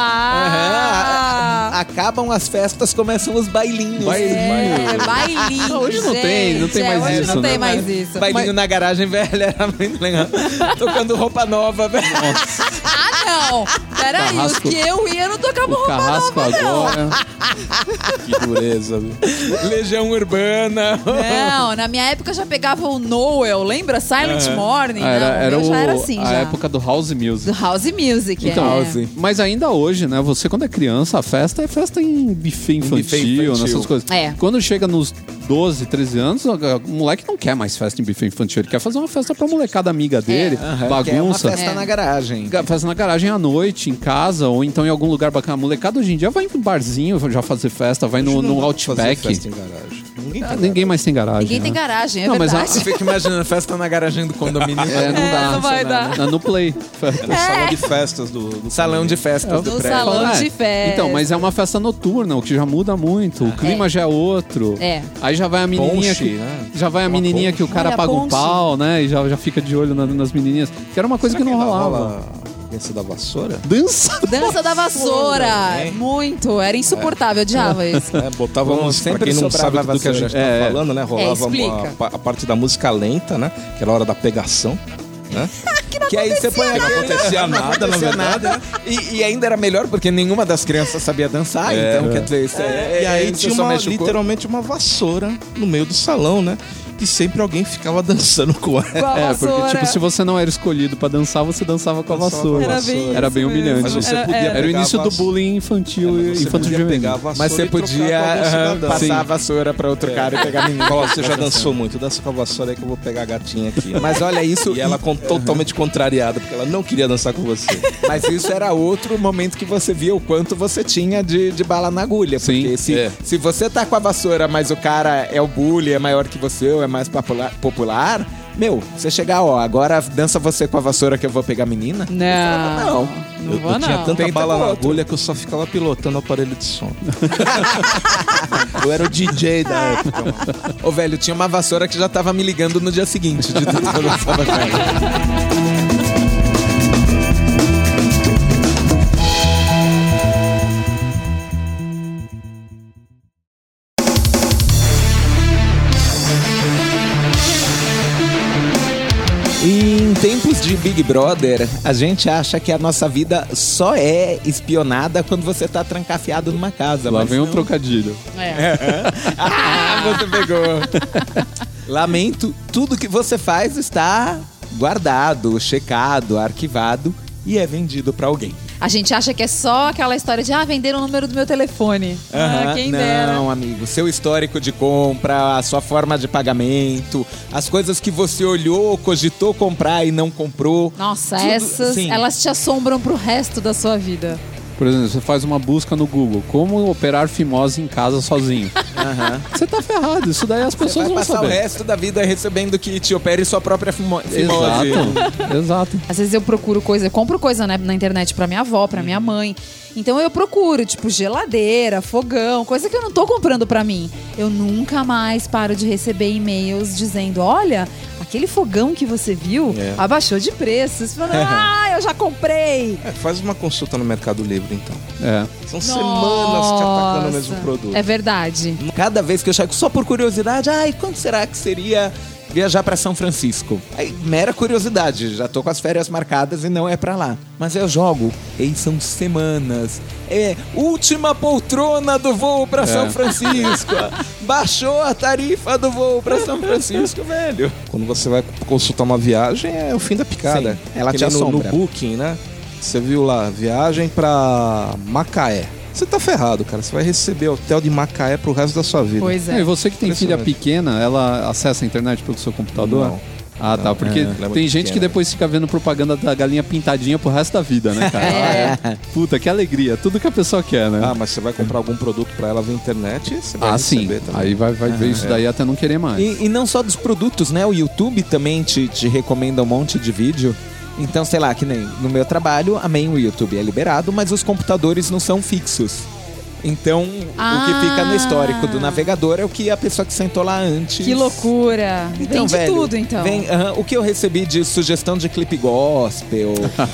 C: Olá!
D: Aham, a- acabam as festas, começam os bailinhos.
A: Bailinho.
C: É, bailinho,
A: Não, hoje não tem, não tem
C: gente.
A: mais
C: É, hoje
A: isso,
C: não tem
A: né?
C: mais isso.
D: Bailinho na garagem velha, era muito legal. Tocando roupa nova, velho.
C: Ah, não! Peraí, os
A: Carrasco.
C: que eu ia não tocavam
A: O
C: roupa
A: carrasco
C: nova, não.
A: agora.
B: Que dureza, viu?
D: Legião Urbana.
C: Não, na minha época já pegava o Noel, lembra? Silent Morning.
A: Ah, Era,
C: não,
A: era,
C: o meu
A: o,
C: já era assim,
A: a
C: já.
A: época do house music.
C: Do House Music,
A: Então,
C: é.
D: House.
A: Mas ainda hoje, né? Você quando é criança, a festa é festa em buffet infantil,
D: buffet infantil.
A: nessas coisas.
C: É.
A: Quando chega nos doze, treze anos, o moleque não quer mais festa em buffet infantil. Ele quer fazer uma festa pra molecada amiga dele,
D: Aham,
A: bagunça.
D: que é uma festa
C: É.
D: na garagem.
A: Ga- Faz na garagem à noite, em casa, ou então em algum lugar bacana. A molecada hoje em dia vai em barzinho já fazer festa, vai no,
B: Hoje não
A: no
B: dá pra fazer
A: Outback.
B: festa em garagem. Ninguém
A: Ah,
B: tem
A: ninguém mais tem garagem.
C: Ninguém tem
A: né?
C: garagem, é
A: Não, mas a-
C: verdade.
D: Eu fico imaginando festa na garagem do condomínio.
A: É, não
C: É,
A: dá.
C: não vai dar.
A: Na- No Play.
B: No salão de festas do, do
D: Salão de festas
A: É,
D: do
C: No
D: prédio.
C: salão
A: É.
C: de festa.
A: Então, mas é uma festa noturna, o que já muda muito. O clima já é outro.
C: É.
A: Aí já vai a menininha
B: Ponche,
A: que
B: né?
A: já vai a
B: Uma
A: menininha
B: ponche.
A: que o cara
C: Olha,
A: paga um
C: ponche.
A: pau, né? E já, já fica de olho na- nas menininhas. Que era uma coisa
B: Será
A: que não
B: ainda
A: rolava.
B: rola Dança da vassoura?
A: Dança.
C: Dança da vassoura.
B: hein?
C: Muito. Era insuportável, eu odiava isso.
B: É, botávamos,
D: Bom, sempre
B: pra quem não
D: sobrava
B: sabe do que a gente
A: vassoura.
B: tá
A: É.
B: falando, né? Rolava
C: explica.
B: a, a parte da música lenta, né? Que era a hora da pegação, né?
D: Que aí você põe aquele...
B: Não acontecia nada,
D: não acontecia
B: na verdade.
D: nada. E, e ainda era melhor porque nenhuma das crianças sabia dançar, então quer dizer, isso é,
B: E aí
D: isso
B: tinha
D: só
B: uma,
D: mexe o corpo.
B: literalmente uma vassoura no meio do salão, né? E sempre alguém ficava dançando com ela.
C: Com a
A: É, porque,
C: vassoura.
A: tipo, se você não era escolhido pra dançar, você dançava com a
B: Dançava
A: vassoura.
B: com a
C: Era bem
B: vassoura.
A: Era
C: isso
A: bem
C: mesmo.
A: humilhante.
B: Mas você
C: Era-
B: podia
C: era.
A: Era o
B: pegar
A: início
B: a
A: do
B: vass-
A: bullying infantil e
B: Você
A: infanto
B: podia
A: juvenil.
B: pegar a vassoura
D: Mas você
B: e trocar
D: podia
B: com algum
D: aham,
B: cidadão.
D: passar
A: Sim.
D: a vassoura pra outro cara e pegar a menina.
B: Fala, você já dançou muito, dança com a vassoura aí que eu vou pegar a gatinha aqui.
D: Mas olha isso.
B: E ela com, totalmente contrariada, porque ela não queria dançar com você.
D: Mas isso era outro momento que você via o quanto você tinha de, de bala na agulha.
A: Sim,
D: Porque se,
B: é.
D: se você tá com a vassoura, mas o cara é o bully, é maior que você ou é mais popular, popular meu, você chegar, ó, agora dança você com a vassoura que eu vou pegar a menina?
C: Não,
D: Não.
C: não
B: Eu,
C: vou
B: eu tinha
C: não.
B: tanta
D: Tenta
B: bala
D: com
B: na
D: outro.
B: agulha que eu só ficava pilotando o aparelho de som. Eu era o D J da época, mano.
D: Ô, velho, tinha uma vassoura que já tava me ligando no dia seguinte de tudo que eu dançava com ela. E em tempos de Big Brother, a gente acha que a nossa vida só é espionada quando você tá trancafiado numa casa.
A: Lá
D: mas
A: vem um
D: não.
A: trocadilho.
C: É.
D: Ah, você pegou. Lamento, tudo que você faz está guardado, checado, arquivado e é vendido pra alguém.
C: A gente acha que é só aquela história de, ah, venderam o número do meu telefone. Ah,
D: Aham.
C: quem
D: Não,
C: dera.
D: amigo. Seu histórico de compra, a sua forma de pagamento, as coisas que você olhou, cogitou comprar e não comprou.
C: Nossa,
D: Tudo-
C: essas,
D: sim.
C: elas te assombram pro resto da sua vida.
A: Por exemplo, você faz uma busca no Google, como operar fimose em casa sozinho.
D: Aham.
A: Você tá ferrado, isso daí as
D: Você
A: pessoas
D: vai
A: vão
D: passar
A: saber.
D: o resto da vida recebendo que te opere sua própria fimo- fimose.
A: Exato, exato.
C: Às vezes eu procuro coisa, eu compro coisa, né, na internet pra minha avó, pra minha mãe. Então eu procuro, tipo, geladeira, fogão, coisa que eu não tô comprando pra mim. Eu nunca mais paro de receber e-mails dizendo, olha, aquele fogão que você viu
B: É.
C: abaixou de preço. Você fala, ah, eu já comprei.
B: É, faz uma consulta no Mercado Livre, então.
A: É.
B: São semanas te atacando o mesmo
C: Nossa,
B: produto.
C: É verdade.
D: Cada vez que eu chego, só por curiosidade, ai, quanto será que seria viajar pra São Francisco? Aí, mera curiosidade, já tô com as férias marcadas e não é pra lá. Mas eu jogo, e são semanas. É, última poltrona do voo pra São Francisco. Baixou a tarifa do voo pra São Francisco, velho.
B: Quando você vai consultar uma viagem, é o fim da picada.
D: Sim, ela
B: Que
D: te
B: nem no, no
D: assombra.
B: Booking, né? Você viu lá, viagem pra Macaé. Você tá ferrado, cara. Você vai receber hotel de Macaé pro resto da sua vida.
C: Pois
A: E
C: é.
A: você que tem filha
B: Impressionante.
A: pequena, ela acessa a internet pelo seu computador?
B: Não.
A: Ah, tá. Porque
B: é, ela é muito
A: tem gente
B: pequena.
A: que depois fica vendo propaganda da galinha pintadinha pro resto da vida, né, cara?
C: É.
A: Puta, que alegria. Tudo que a pessoa quer, né?
B: Ah, mas você vai comprar algum produto pra ela via internet, você vai
A: Ah, sim.
B: receber também.
A: Aí vai, vai ver isso daí até não querer mais.
D: E, e não só dos produtos, né? O YouTube também te, te recomenda um monte de vídeo. Então, sei lá, que nem no meu trabalho, amém, o YouTube é liberado, mas os computadores não são fixos. Então, o que fica no histórico do navegador é o que a pessoa que sentou lá antes.
C: Que loucura.
D: Então,
C: Vem de
D: velho,
C: tudo, então.
D: vem, aham, o que eu recebi de sugestão de clipe gospel.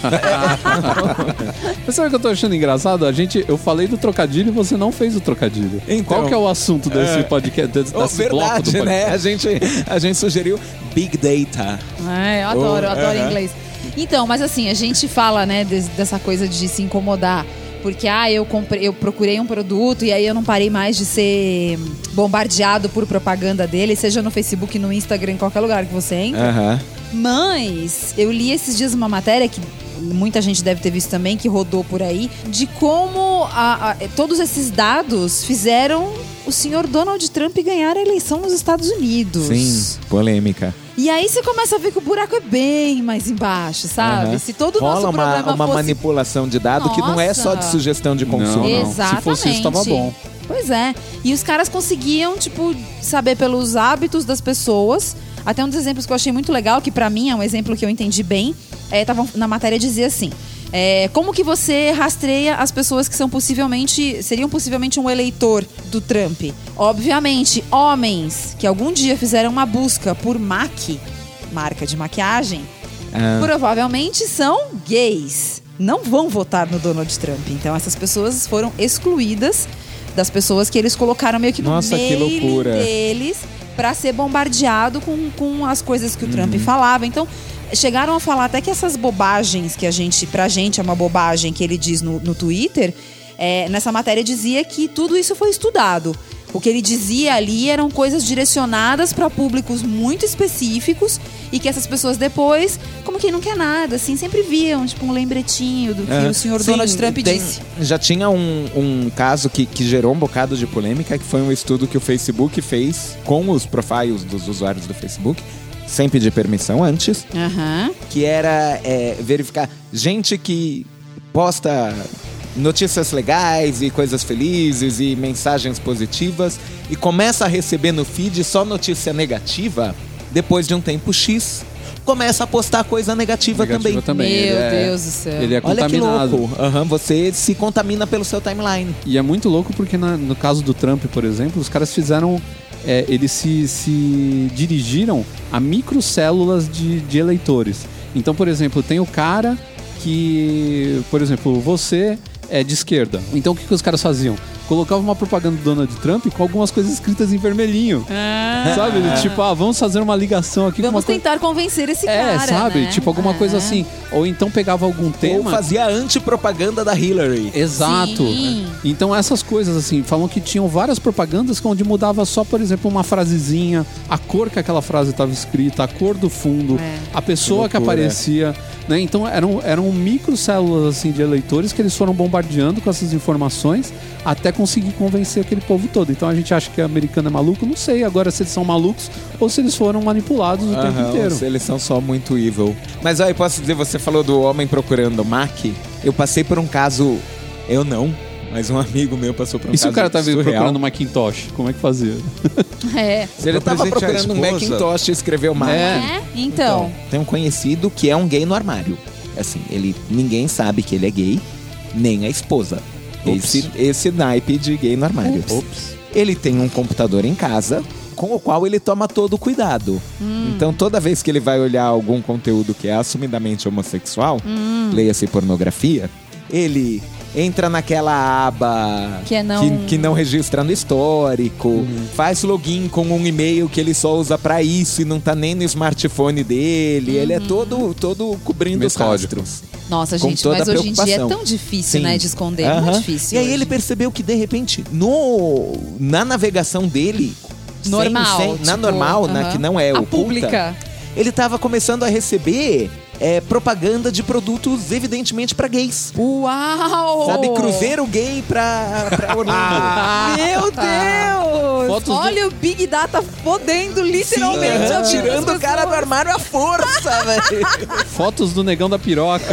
A: Mas sabe o que eu tô achando engraçado? A gente, eu falei do trocadilho e você não fez o trocadilho.
D: Então,
A: Qual que é o assunto desse podcast, desse,
D: Oh,
A: desse bloco do
D: verdade,
A: podcast?
D: né? A gente, a gente sugeriu Big Data.
C: É, eu adoro, eu
D: Oh,
C: adoro
D: aham.
C: inglês. Então, mas assim, a gente fala, né, des- dessa coisa de se incomodar. Porque, ah, eu, comprei, eu procurei um produto e aí eu não parei mais de ser bombardeado por propaganda dele, seja no Facebook, no Instagram, em qualquer lugar que você entra.
D: Aham.
C: Mas eu li esses dias uma matéria que muita gente deve ter visto também, que rodou por aí, de como a- a- todos esses dados fizeram o senhor Donald Trump ganhar a eleição nos Estados Unidos.
D: Sim, polêmica.
C: E aí você começa a ver que o buraco é bem mais embaixo, sabe?
D: Aham.
C: Se todo o
D: Rola
C: nosso
D: uma,
C: problema
D: uma
C: fosse...
D: manipulação de dado que não é só de
C: Nossa.
D: sugestão de consumo.
A: Não, não.
C: Exatamente.
A: Se fosse isso, tava bom.
C: Pois é. E os caras conseguiam, tipo, saber pelos hábitos das pessoas. Até um dos exemplos que eu achei muito legal, que pra mim é um exemplo que eu entendi bem, é, tava na matéria dizia assim: é, como que você rastreia as pessoas que são possivelmente, seriam possivelmente um eleitor do Trump? Obviamente, homens que algum dia fizeram uma busca por M A C, marca de maquiagem,
D: Ah.
C: provavelmente são gays. Não vão votar no Donald Trump. Então essas pessoas foram excluídas das pessoas que eles colocaram meio que no
D: Nossa, que
C: mailing
D: loucura.
C: deles pra ser bombardeado com, com as coisas que o
D: Uhum.
C: Trump falava. Então, chegaram a falar até que essas bobagens que a gente, pra gente é uma bobagem que ele diz no, no Twitter, é, nessa matéria dizia que tudo isso foi estudado. O que ele dizia ali eram coisas direcionadas para públicos muito específicos e que essas pessoas depois, como quem não quer nada, assim, sempre viam, tipo, um lembretinho do que
D: É.
C: o senhor
D: Sim,
C: Donald Trump
D: tem-
C: disse.
D: Já tinha um, um caso que, que gerou um bocado de polêmica, que foi um estudo que o Facebook fez com os profiles dos usuários do Facebook, sem pedir permissão antes,
C: Aham.
D: que era é, verificar gente que posta notícias legais e coisas felizes e mensagens positivas e começa a receber no feed só notícia negativa, depois de um tempo X, começa a postar coisa negativa,
A: Negativa
D: também.
A: também.
C: Meu
A: Ele é-
C: Deus do céu.
A: Ele é
D: Olha que
A: contaminado.
D: louco. Aham, você se contamina pelo seu timeline.
A: E é muito louco porque na- no caso do Trump, por exemplo, os caras fizeram... é, eles se, se dirigiram a microcélulas de, de eleitores. Então, por exemplo, tem o cara que... Por exemplo, você é de esquerda. Então, o que, que os caras faziam? Colocavam uma propaganda do Donald Trump com algumas coisas escritas em vermelhinho. Sabe? Tipo, ah, vamos fazer uma ligação aqui com uma
C: Vamos
A: coisa...
C: tentar convencer esse
A: É,
C: cara,
A: sabe?
C: né?
A: Tipo, alguma coisa
C: Ah.
A: assim. Ou então pegava algum
D: Ou
A: tema...
D: fazia antipropaganda da Hillary.
A: Exato.
C: Sim.
A: Então essas coisas assim, falam que tinham várias propagandas onde mudava só, por exemplo, uma frasezinha, a cor que aquela frase estava escrita, a cor do fundo,
C: É.
A: a pessoa
D: Que
A: que,
D: loucura.
A: aparecia, né? Então eram, eram microcélulas assim de eleitores que eles foram bombardeando com essas informações até conseguir convencer aquele povo todo. Então a gente acha que o americano é maluco, não sei agora se eles são malucos ou se eles foram manipulados o tempo
D: Aham,
A: inteiro.
D: Eles são só muito evil. Mas aí, posso dizer, você falou do homem procurando Mac. Eu passei por um caso... Eu não, mas um amigo meu passou por um
A: E se
D: caso
A: o cara tá
D: surreal.
A: procurando Macintosh, como é que fazia?
C: É.
D: Se ele
B: Eu
D: tava
B: presentei a
D: procurando um
B: esposa.
D: Macintosh e escreveu Mac.
A: É.
C: É? Então.
D: Tem um conhecido que é um gay no armário. Assim, ele ninguém sabe que ele é gay, nem a esposa.
A: Ops.
D: Esse, esse naipe de gay no armário.
A: Ops.
D: Ele tem um computador em casa com o qual ele toma todo o cuidado. Então, toda vez que ele vai olhar algum conteúdo que é assumidamente homossexual, leia-se pornografia, ele entra naquela aba
C: Que é não-
D: que, que não registra no histórico, faz login com um e-mail que ele só usa pra isso e não tá nem no smartphone dele. Ele é todo, todo cobrindo os
A: Metódico.
D: rastros.
C: Nossa,
D: Com
C: gente,
D: toda
C: mas
D: a
C: hoje em dia é
D: preocupação.
C: tão difícil,
D: Sim.
C: né, de esconder. É
D: Aham.
C: muito difícil.
D: E aí
C: hoje.
D: ele percebeu que, de repente, no, na navegação dele... sem-
C: Normal.
D: sem- na
C: tipo,
D: normal, na
C: aham.
D: que não é
C: A
D: oculta,
C: pública.
D: ele tava começando a receber é, propaganda de produtos evidentemente pra gays.
C: Uau!
D: Sabe, cruzeiro gay pra, pra Orlando. Meu Deus!
A: Fotos do-
C: Olha o Big Data fodendo literalmente
D: Sim,
C: a
D: aham,
C: vida
D: tirando
C: das
D: o cara do
C: pessoas.
D: armário à força, velho.
A: Fotos do negão da piroca.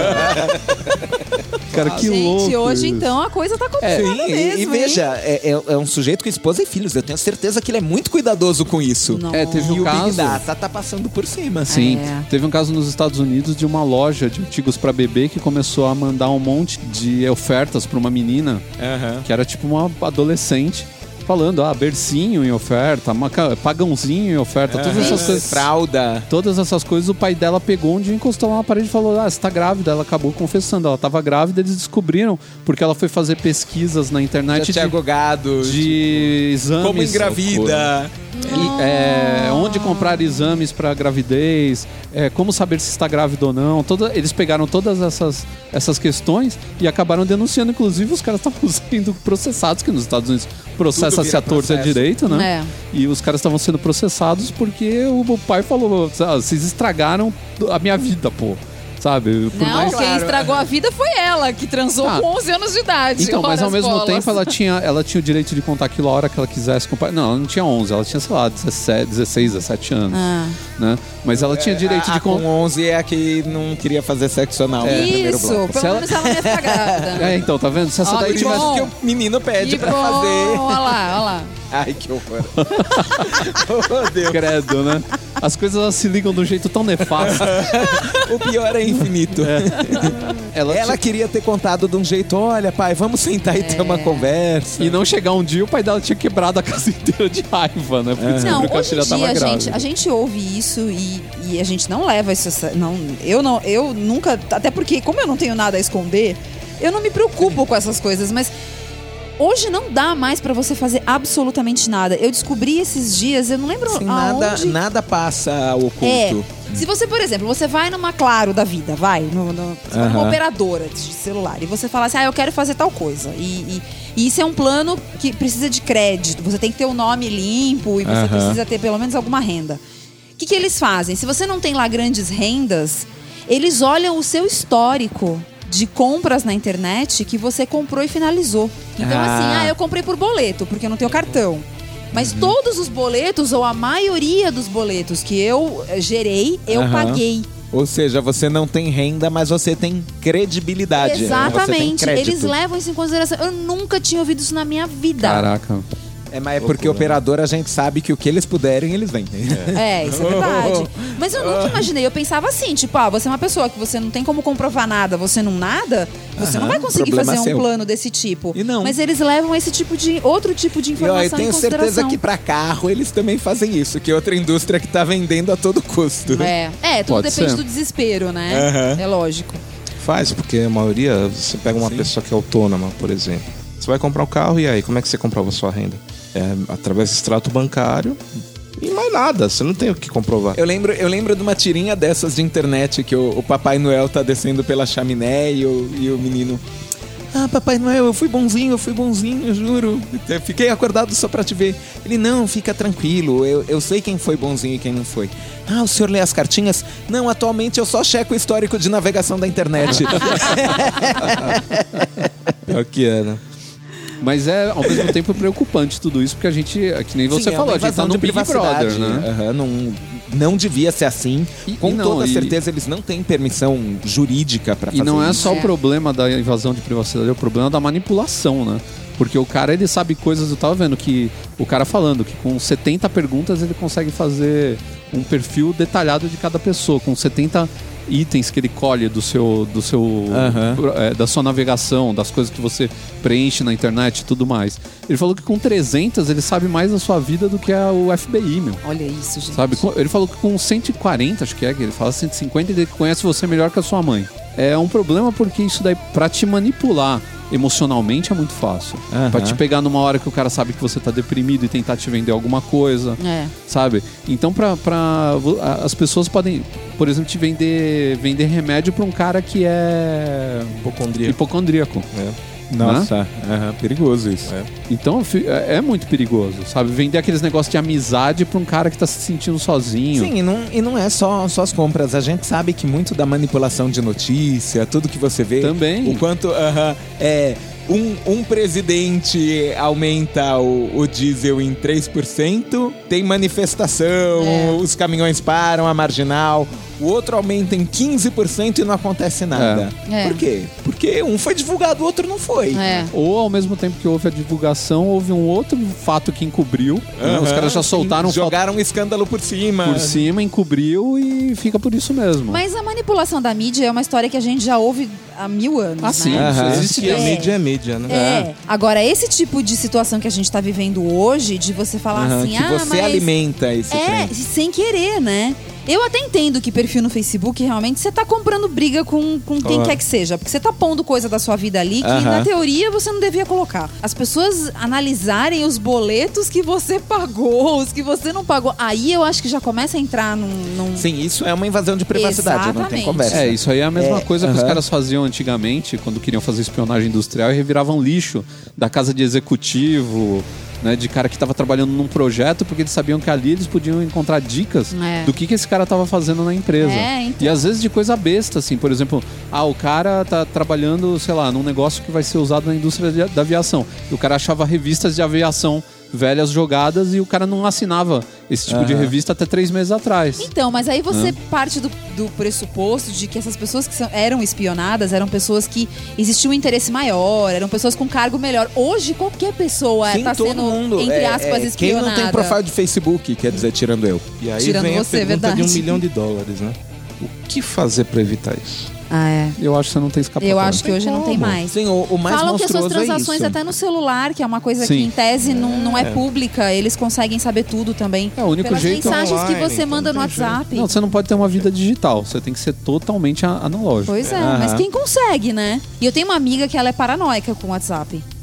A: Cara, que
C: Gente,
A: louco.
C: hoje
A: isso.
C: então a coisa tá complicada
D: Sim, e-
C: mesmo,
D: e,
C: hein?
D: veja, é, é- é um sujeito com esposa e filhos. Eu tenho certeza que ele é muito cuidadoso com isso.
C: Não.
A: É, teve
D: E
A: um
D: o Big
A: caso.
D: Data tá passando por cima.
A: Sim,
C: É.
A: teve um caso nos Estados Unidos de uma loja de artigos pra bebê que começou a mandar um monte de ofertas pra uma menina
D: Aham.
A: que era tipo uma adolescente. Falando, ah, bercinho em oferta, maca- pagãozinho em oferta, todas essas coisas.
D: Fralda.
A: Todas essas coisas, o pai dela pegou um dia, encostou lá na parede e falou: Ah, você tá grávida. Ela acabou confessando, ela tava grávida, eles descobriram, porque ela foi fazer pesquisas na
D: Já
A: internet
D: tinha
A: de,
D: gogado.
A: de exames.
D: Como engravida.
A: E, é, onde comprar exames para gravidez, é, como saber se está grávida ou não. Toda, eles pegaram todas essas, essas questões e acabaram denunciando. Inclusive, os caras estavam sendo processados, que nos Estados Unidos processa-se
D: vira
A: a torta
D: processo.
A: direito, né?
C: É.
A: E os caras estavam sendo processados porque o, o pai falou: "Ah, vocês estragaram a minha vida, pô. Sabe? Por
C: Não,
A: mais-
C: quem
D: Claro,
C: estragou a vida foi ela, que transou
A: Ah.
C: com onze anos de idade.
A: Então, mas
C: Ora
A: ao
C: as
A: mesmo
C: bolas.
A: tempo ela tinha, ela tinha o direito de contar aquilo a hora que ela quisesse compartilhar. Não, ela não tinha onze, ela tinha, sei lá, dezessete, dezesseis, dezessete anos.
C: Ah.
A: Né? Mas ela tinha direito
D: a,
A: de
D: a com
A: contar.
D: onze é a que não queria fazer sexo anal no primeiro
C: Isso,
D: bloco.
C: pelo
A: Se ela-
C: menos ela não ia ficar grávida.
A: É, então, tá vendo? Se essa
C: Ó,
A: daí
C: que
A: tivesse.
C: bom.
D: Que o menino pede
C: Que
D: pra
C: bom,
D: fazer.
C: olha lá, olha lá.
D: Ai, que horror. oh, Deus.
A: Credo, né? As coisas elas se ligam de um jeito tão nefasto.
D: O pior é infinito.
A: Ela
D: Ela queria ter contado de um jeito, olha, pai, vamos sentar e ter uma conversa.
A: E não chegar um dia, o pai dela tinha quebrado a casa inteira de raiva, né? Porque
C: Não,
A: descobriu que a
C: hoje em
A: filha tava
C: dia a
A: grávida.
C: gente, a gente ouve isso e, e a gente não leva isso. a- Não, eu não, eu nunca. Até porque, como eu não tenho nada a esconder, eu não me preocupo com essas coisas. Mas Hoje não dá mais pra você fazer absolutamente nada. Eu descobri esses dias, eu não lembro
D: Assim,
C: aonde...
D: nada, nada passa oculto.
C: É, se você, por exemplo, você vai numa Claro da vida, vai, no, no, você vai numa
D: Aham.
C: operadora de celular, e você fala assim, ah, eu quero fazer tal coisa. E, e, e isso é um plano que precisa de crédito, você tem que ter o nome limpo e você
D: Aham.
C: precisa ter pelo menos alguma renda. O que, que eles fazem? Se você não tem lá grandes rendas, eles olham o seu histórico de compras na internet que você comprou e finalizou. Então,
D: Ah.
C: assim, ah, eu comprei por boleto, porque eu não tenho cartão. Mas todos os boletos, ou a maioria dos boletos que eu eh, gerei, eu
D: Aham.
C: paguei.
D: Ou seja, você não tem renda, mas você tem credibilidade. Você tem
C: Exatamente.
D: crédito.
C: Eles levam isso em consideração. Eu nunca tinha ouvido isso na minha vida.
A: Caraca.
D: É, mas é porque operadora a gente sabe que o que eles puderem, eles vendem.
C: É, isso é verdade. Mas eu nunca imaginei. Eu pensava assim, tipo, ah, você é uma pessoa que você não tem como comprovar nada, você não nada, você não
D: Aham,
C: vai conseguir
D: problema
C: fazer um
D: seu.
C: plano desse tipo.
D: E não.
C: Mas eles levam esse tipo de, outro tipo de
D: E ó,
C: informação
D: eu tenho
C: em consideração.
D: certeza que pra carro eles também fazem isso, que é outra indústria que tá vendendo a todo custo.
C: É, é tudo
A: Pode
C: depende
A: ser.
C: do desespero, né?
D: Aham.
C: É lógico.
B: Faz, porque a maioria, você pega uma
D: Sim.
B: pessoa que é autônoma, por exemplo. Você vai comprar um carro e aí, como é que você comprova a sua renda? É através do extrato bancário e mais nada, você não tem o que comprovar.
D: Eu lembro, eu lembro de uma tirinha dessas de internet que o, o Papai Noel tá descendo pela chaminé e o, e o menino... Ah, Papai Noel, eu fui bonzinho, eu fui bonzinho, eu juro. Eu fiquei acordado só pra te ver. Ele, não, fica tranquilo, eu, eu sei quem foi bonzinho e quem não foi. Ah, o senhor lê as cartinhas? Não, atualmente eu só checo o histórico de navegação da internet.
B: Pior que é, né?
A: Mas é, ao mesmo tempo, preocupante tudo isso, porque a gente, é que nem você
D: Sim,
A: falou,
D: é
A: a
D: uma
A: gente tá
D: invasão
A: no
D: de
A: Big Brother,
D: privacidade.
A: né?
D: Aham, não, não devia ser assim.
A: E-
D: Com
A: e não,
D: toda
A: e-
D: certeza, eles não têm permissão jurídica pra fazer
A: E não é
D: isso.
A: só
C: É.
A: o problema da invasão de privacidade, é o problema da manipulação, né? Porque o cara, ele sabe coisas, eu tava vendo que o cara falando que com setenta perguntas ele consegue fazer um perfil detalhado de cada pessoa, com setenta itens que ele colhe do seu, do seu
D: Aham.
A: é, da sua navegação, das coisas que você preenche na internet e tudo mais. Ele falou que com trezentas ele sabe mais da sua vida do que a- o F B I, meu.
C: Olha isso, gente.
A: Sabe? Com- Ele falou que com cento e quarenta, acho que é, que ele fala cento e cinquenta, ele conhece você melhor que a sua mãe. É um problema porque isso daí, pra te manipular emocionalmente, é muito fácil.
D: Aham.
A: Pra te pegar numa hora que o cara sabe que você tá deprimido e tentar te vender alguma coisa,
C: É.
A: sabe? Então, pra, pra, vo- a- as pessoas podem, por exemplo, te vender, vender remédio pra um cara que é
B: Hipocondríaco.
A: hipocondríaco.
B: É.
D: Nossa, aham, perigoso isso.
B: É.
A: Então, fi- é é muito perigoso, sabe? Vender aqueles negócios de amizade pra um cara que tá se sentindo sozinho.
D: Sim, e não, e não é só, só as compras. A gente sabe que muito da manipulação de notícia, tudo que você vê.
A: Também.
D: O quanto aham, é. Um, um presidente aumenta o, o diesel em três por cento, tem manifestação,
C: É.
D: os caminhões param, a marginal. O outro aumenta em quinze por cento e não acontece nada.
C: É.
D: Por quê? Porque um foi divulgado, o outro não foi.
C: É.
A: Ou ao mesmo tempo que houve a divulgação, houve um outro fato que encobriu. né? Os
D: Aham,
A: caras já soltaram foto
D: jogaram um escândalo por cima.
A: por cima, encobriu e fica por isso mesmo.
C: Mas a manipulação da mídia é uma história que a gente já ouve há mil anos,
A: Ah, sim,
C: né?
A: isso
D: Aham.
A: existe
B: Que a
C: É.
B: mídia é mídia, né?
C: É. Agora, esse tipo de situação que a gente tá vivendo hoje, de você falar
D: Aham,
C: assim,
D: que
C: ah,
D: você
C: mas...
D: alimenta esse
C: É,
D: trem.
C: sem querer, né? Eu até entendo que perfil no Facebook, realmente, você tá comprando briga com, com quem
B: Claro.
C: quer que seja. Porque você tá pondo coisa da sua vida ali que,
D: Aham.
C: na teoria, você não devia colocar. As pessoas analisarem os boletos que você pagou, os que você não pagou. Aí eu acho que já começa a entrar num... num...
D: Sim, isso é uma invasão de privacidade, não tem
C: Exatamente.
D: conversa.
A: É, isso aí é a mesma
D: É,
A: coisa que os
D: aham.
A: caras faziam antigamente, quando queriam fazer espionagem industrial e reviravam lixo da casa de executivo, né, de cara que estava trabalhando num projeto, porque eles sabiam que ali eles podiam encontrar dicas
C: É.
A: do que, que esse cara estava fazendo na empresa.
C: É, então.
A: E às vezes de coisa besta, assim, por exemplo, ah, o cara tá trabalhando, sei lá, num negócio que vai ser usado na indústria de- da aviação. E o cara achava revistas de aviação velhas jogadas e o cara não assinava esse tipo de
D: Aham.
A: revista até três meses atrás.
C: Então, mas aí você parte do, do pressuposto de que essas pessoas que são- eram espionadas eram pessoas que existia um interesse maior, eram pessoas com cargo melhor. Hoje, qualquer pessoa
D: Sim,
C: está
D: todo
C: sendo,
D: mundo.
C: entre
D: É,
C: aspas,
D: é, Quem
C: espionada.
D: não tem profile de Facebook, quer dizer, tirando eu.
B: E aí
C: Tirando
B: vem a
C: você,
B: pergunta
C: verdade.
B: de um milhão de dólares, né? O que fazer pra evitar isso?
C: Ah, é.
A: Eu acho que você não tem escapatória.
C: Eu acho que hoje não tem mais.
D: Sim, o, o mais
C: Falam que as suas
D: monstruoso
C: transações
D: é isso.
C: até no celular, que é uma coisa
A: Sim.
C: que em tese não, não é pública, eles conseguem saber tudo também.
A: É, o único
C: Pelas
A: jeito-
C: mensagens que
B: Online,
C: você
B: então
C: manda no
B: não tem
C: WhatsApp.
A: Não, você não pode ter uma vida digital. Você tem que ser totalmente a- analógico.
C: Pois é,
D: Aham.
C: mas quem consegue, né? E eu tenho uma amiga que ela é paranoica com o WhatsApp.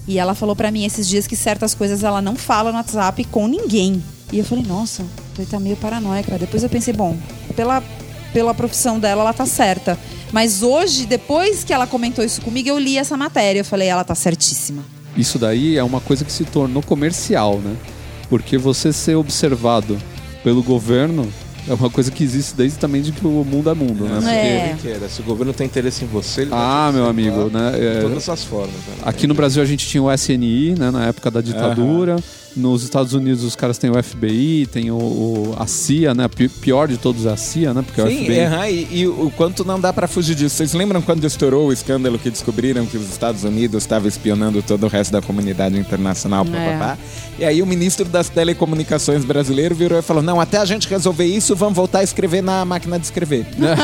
C: E ela falou pra mim esses dias que certas coisas ela não fala no WhatsApp com ninguém. E eu falei, nossa, ele tá meio paranoica. Depois eu pensei, bom, pela, pela profissão dela, ela tá certa. Mas hoje, depois que ela comentou isso comigo, eu li essa matéria. Eu falei, ela tá certíssima.
A: Isso daí é uma coisa que se tornou comercial, né? Porque você ser observado pelo governo é uma coisa que existe desde também de que o mundo é mundo, né?
C: É.
B: Porque, porque, se o governo tem interesse em você, ele vai
A: Ah,
B: te
A: meu
B: observar
A: amigo, né? É,
B: de todas as formas. Né?
A: Aqui no Brasil a gente tinha o S N I, né, na época da ditadura. Uhum. Nos Estados Unidos os caras têm o F B I, tem o, o, a C I A, né? Pi- pior de todos é a C I A, né? Porque
D: Sim,
A: o F B I...
D: uhum, e, e o quanto não dá pra fugir disso. Vocês lembram quando estourou o escândalo que descobriram que os Estados Unidos estavam espionando todo o resto da comunidade internacional?
C: É.
D: Papapá? E aí o ministro das telecomunicações brasileiro virou e falou, não, até a gente resolver isso, vamos voltar a escrever na máquina de escrever.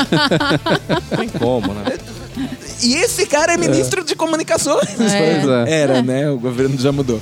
B: Não tem como, né?
D: E esse cara é ministro é. de comunicações.
C: É.
A: Pois é.
D: Era, né? O governo já mudou.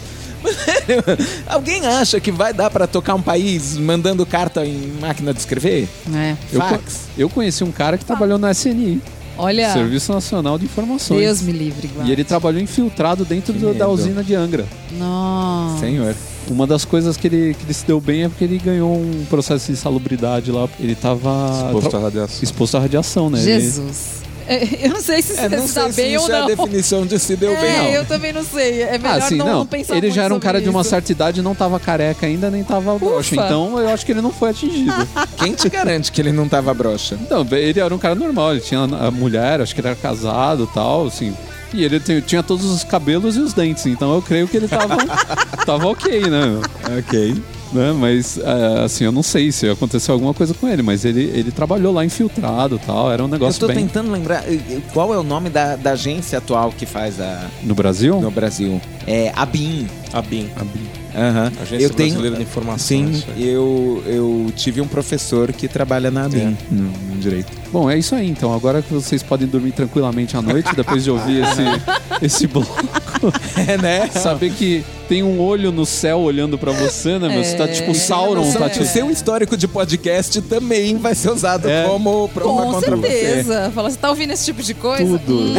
D: Alguém acha que vai dar pra tocar um país mandando carta em máquina de escrever?
C: É.
A: Eu,
D: Fax?
A: co- eu conheci um cara que trabalhou no S N I,
C: Olha,
A: Serviço Nacional de Informações.
C: Deus me livre, Guarda.
A: E ele trabalhou infiltrado dentro do- da
D: medo.
A: usina de Angra.
C: Nossa.
D: Senhor.
A: Uma das coisas que ele, que ele se deu bem é porque ele ganhou um processo de insalubridade lá. Ele tava
B: Exposto
A: tra-
B: à radiação.
A: exposto à radiação, né? Ele-
C: Jesus. É, eu não sei se
D: É,
C: você
D: não
C: se dá
D: sei se
C: bem
D: isso
C: ou
D: é a
C: não.
D: definição de se deu
C: É,
D: bem, não.
C: eu também não sei. É melhor
A: Ah, sim,
C: não,
A: não.
C: não pensar
A: Ele
C: muito
A: já era um
C: sobre
A: cara de uma
C: isso.
A: certa idade, não tava careca ainda, nem tava broxa. Então eu acho que ele não foi atingido.
D: Quem te garante que ele não tava broxa?
A: Não, ele era um cara normal, ele tinha a mulher, acho que ele era casado e tal, assim. E ele tem- tinha todos os cabelos e os dentes, então eu creio que ele tava, tava ok, né?
D: Ok.
A: Né? Mas, é, assim, eu não sei se aconteceu alguma coisa com ele, mas ele, ele trabalhou lá infiltrado e tal, era um
D: Eu
A: negócio
D: tô
A: bem...
D: tentando lembrar eh, eh, qual é o nome da, da agência atual que faz a
A: No Brasil?
D: no Brasil. É a BIM.
B: A BIM.
D: Aham.
B: Agência
D: Eu tenho
B: Brasileira de Informações.
D: Sim,
B: isso aí.
D: eu, eu tive um professor que trabalha na BIM no, no direito.
A: Bom, é isso aí então. Agora que vocês podem dormir tranquilamente à noite, depois de ouvir esse, esse bloco,
D: É, né?
A: saber que tem um olho no céu olhando pra você, né, meu? Você tá tipo Sauron, tá
D: O
A: tipo...
D: seu histórico de podcast também vai ser usado
A: É.
D: como prova
C: Com
D: contra você.
C: certeza. Fala, você tá ouvindo esse tipo de coisa?
A: Tudo.
C: Hum,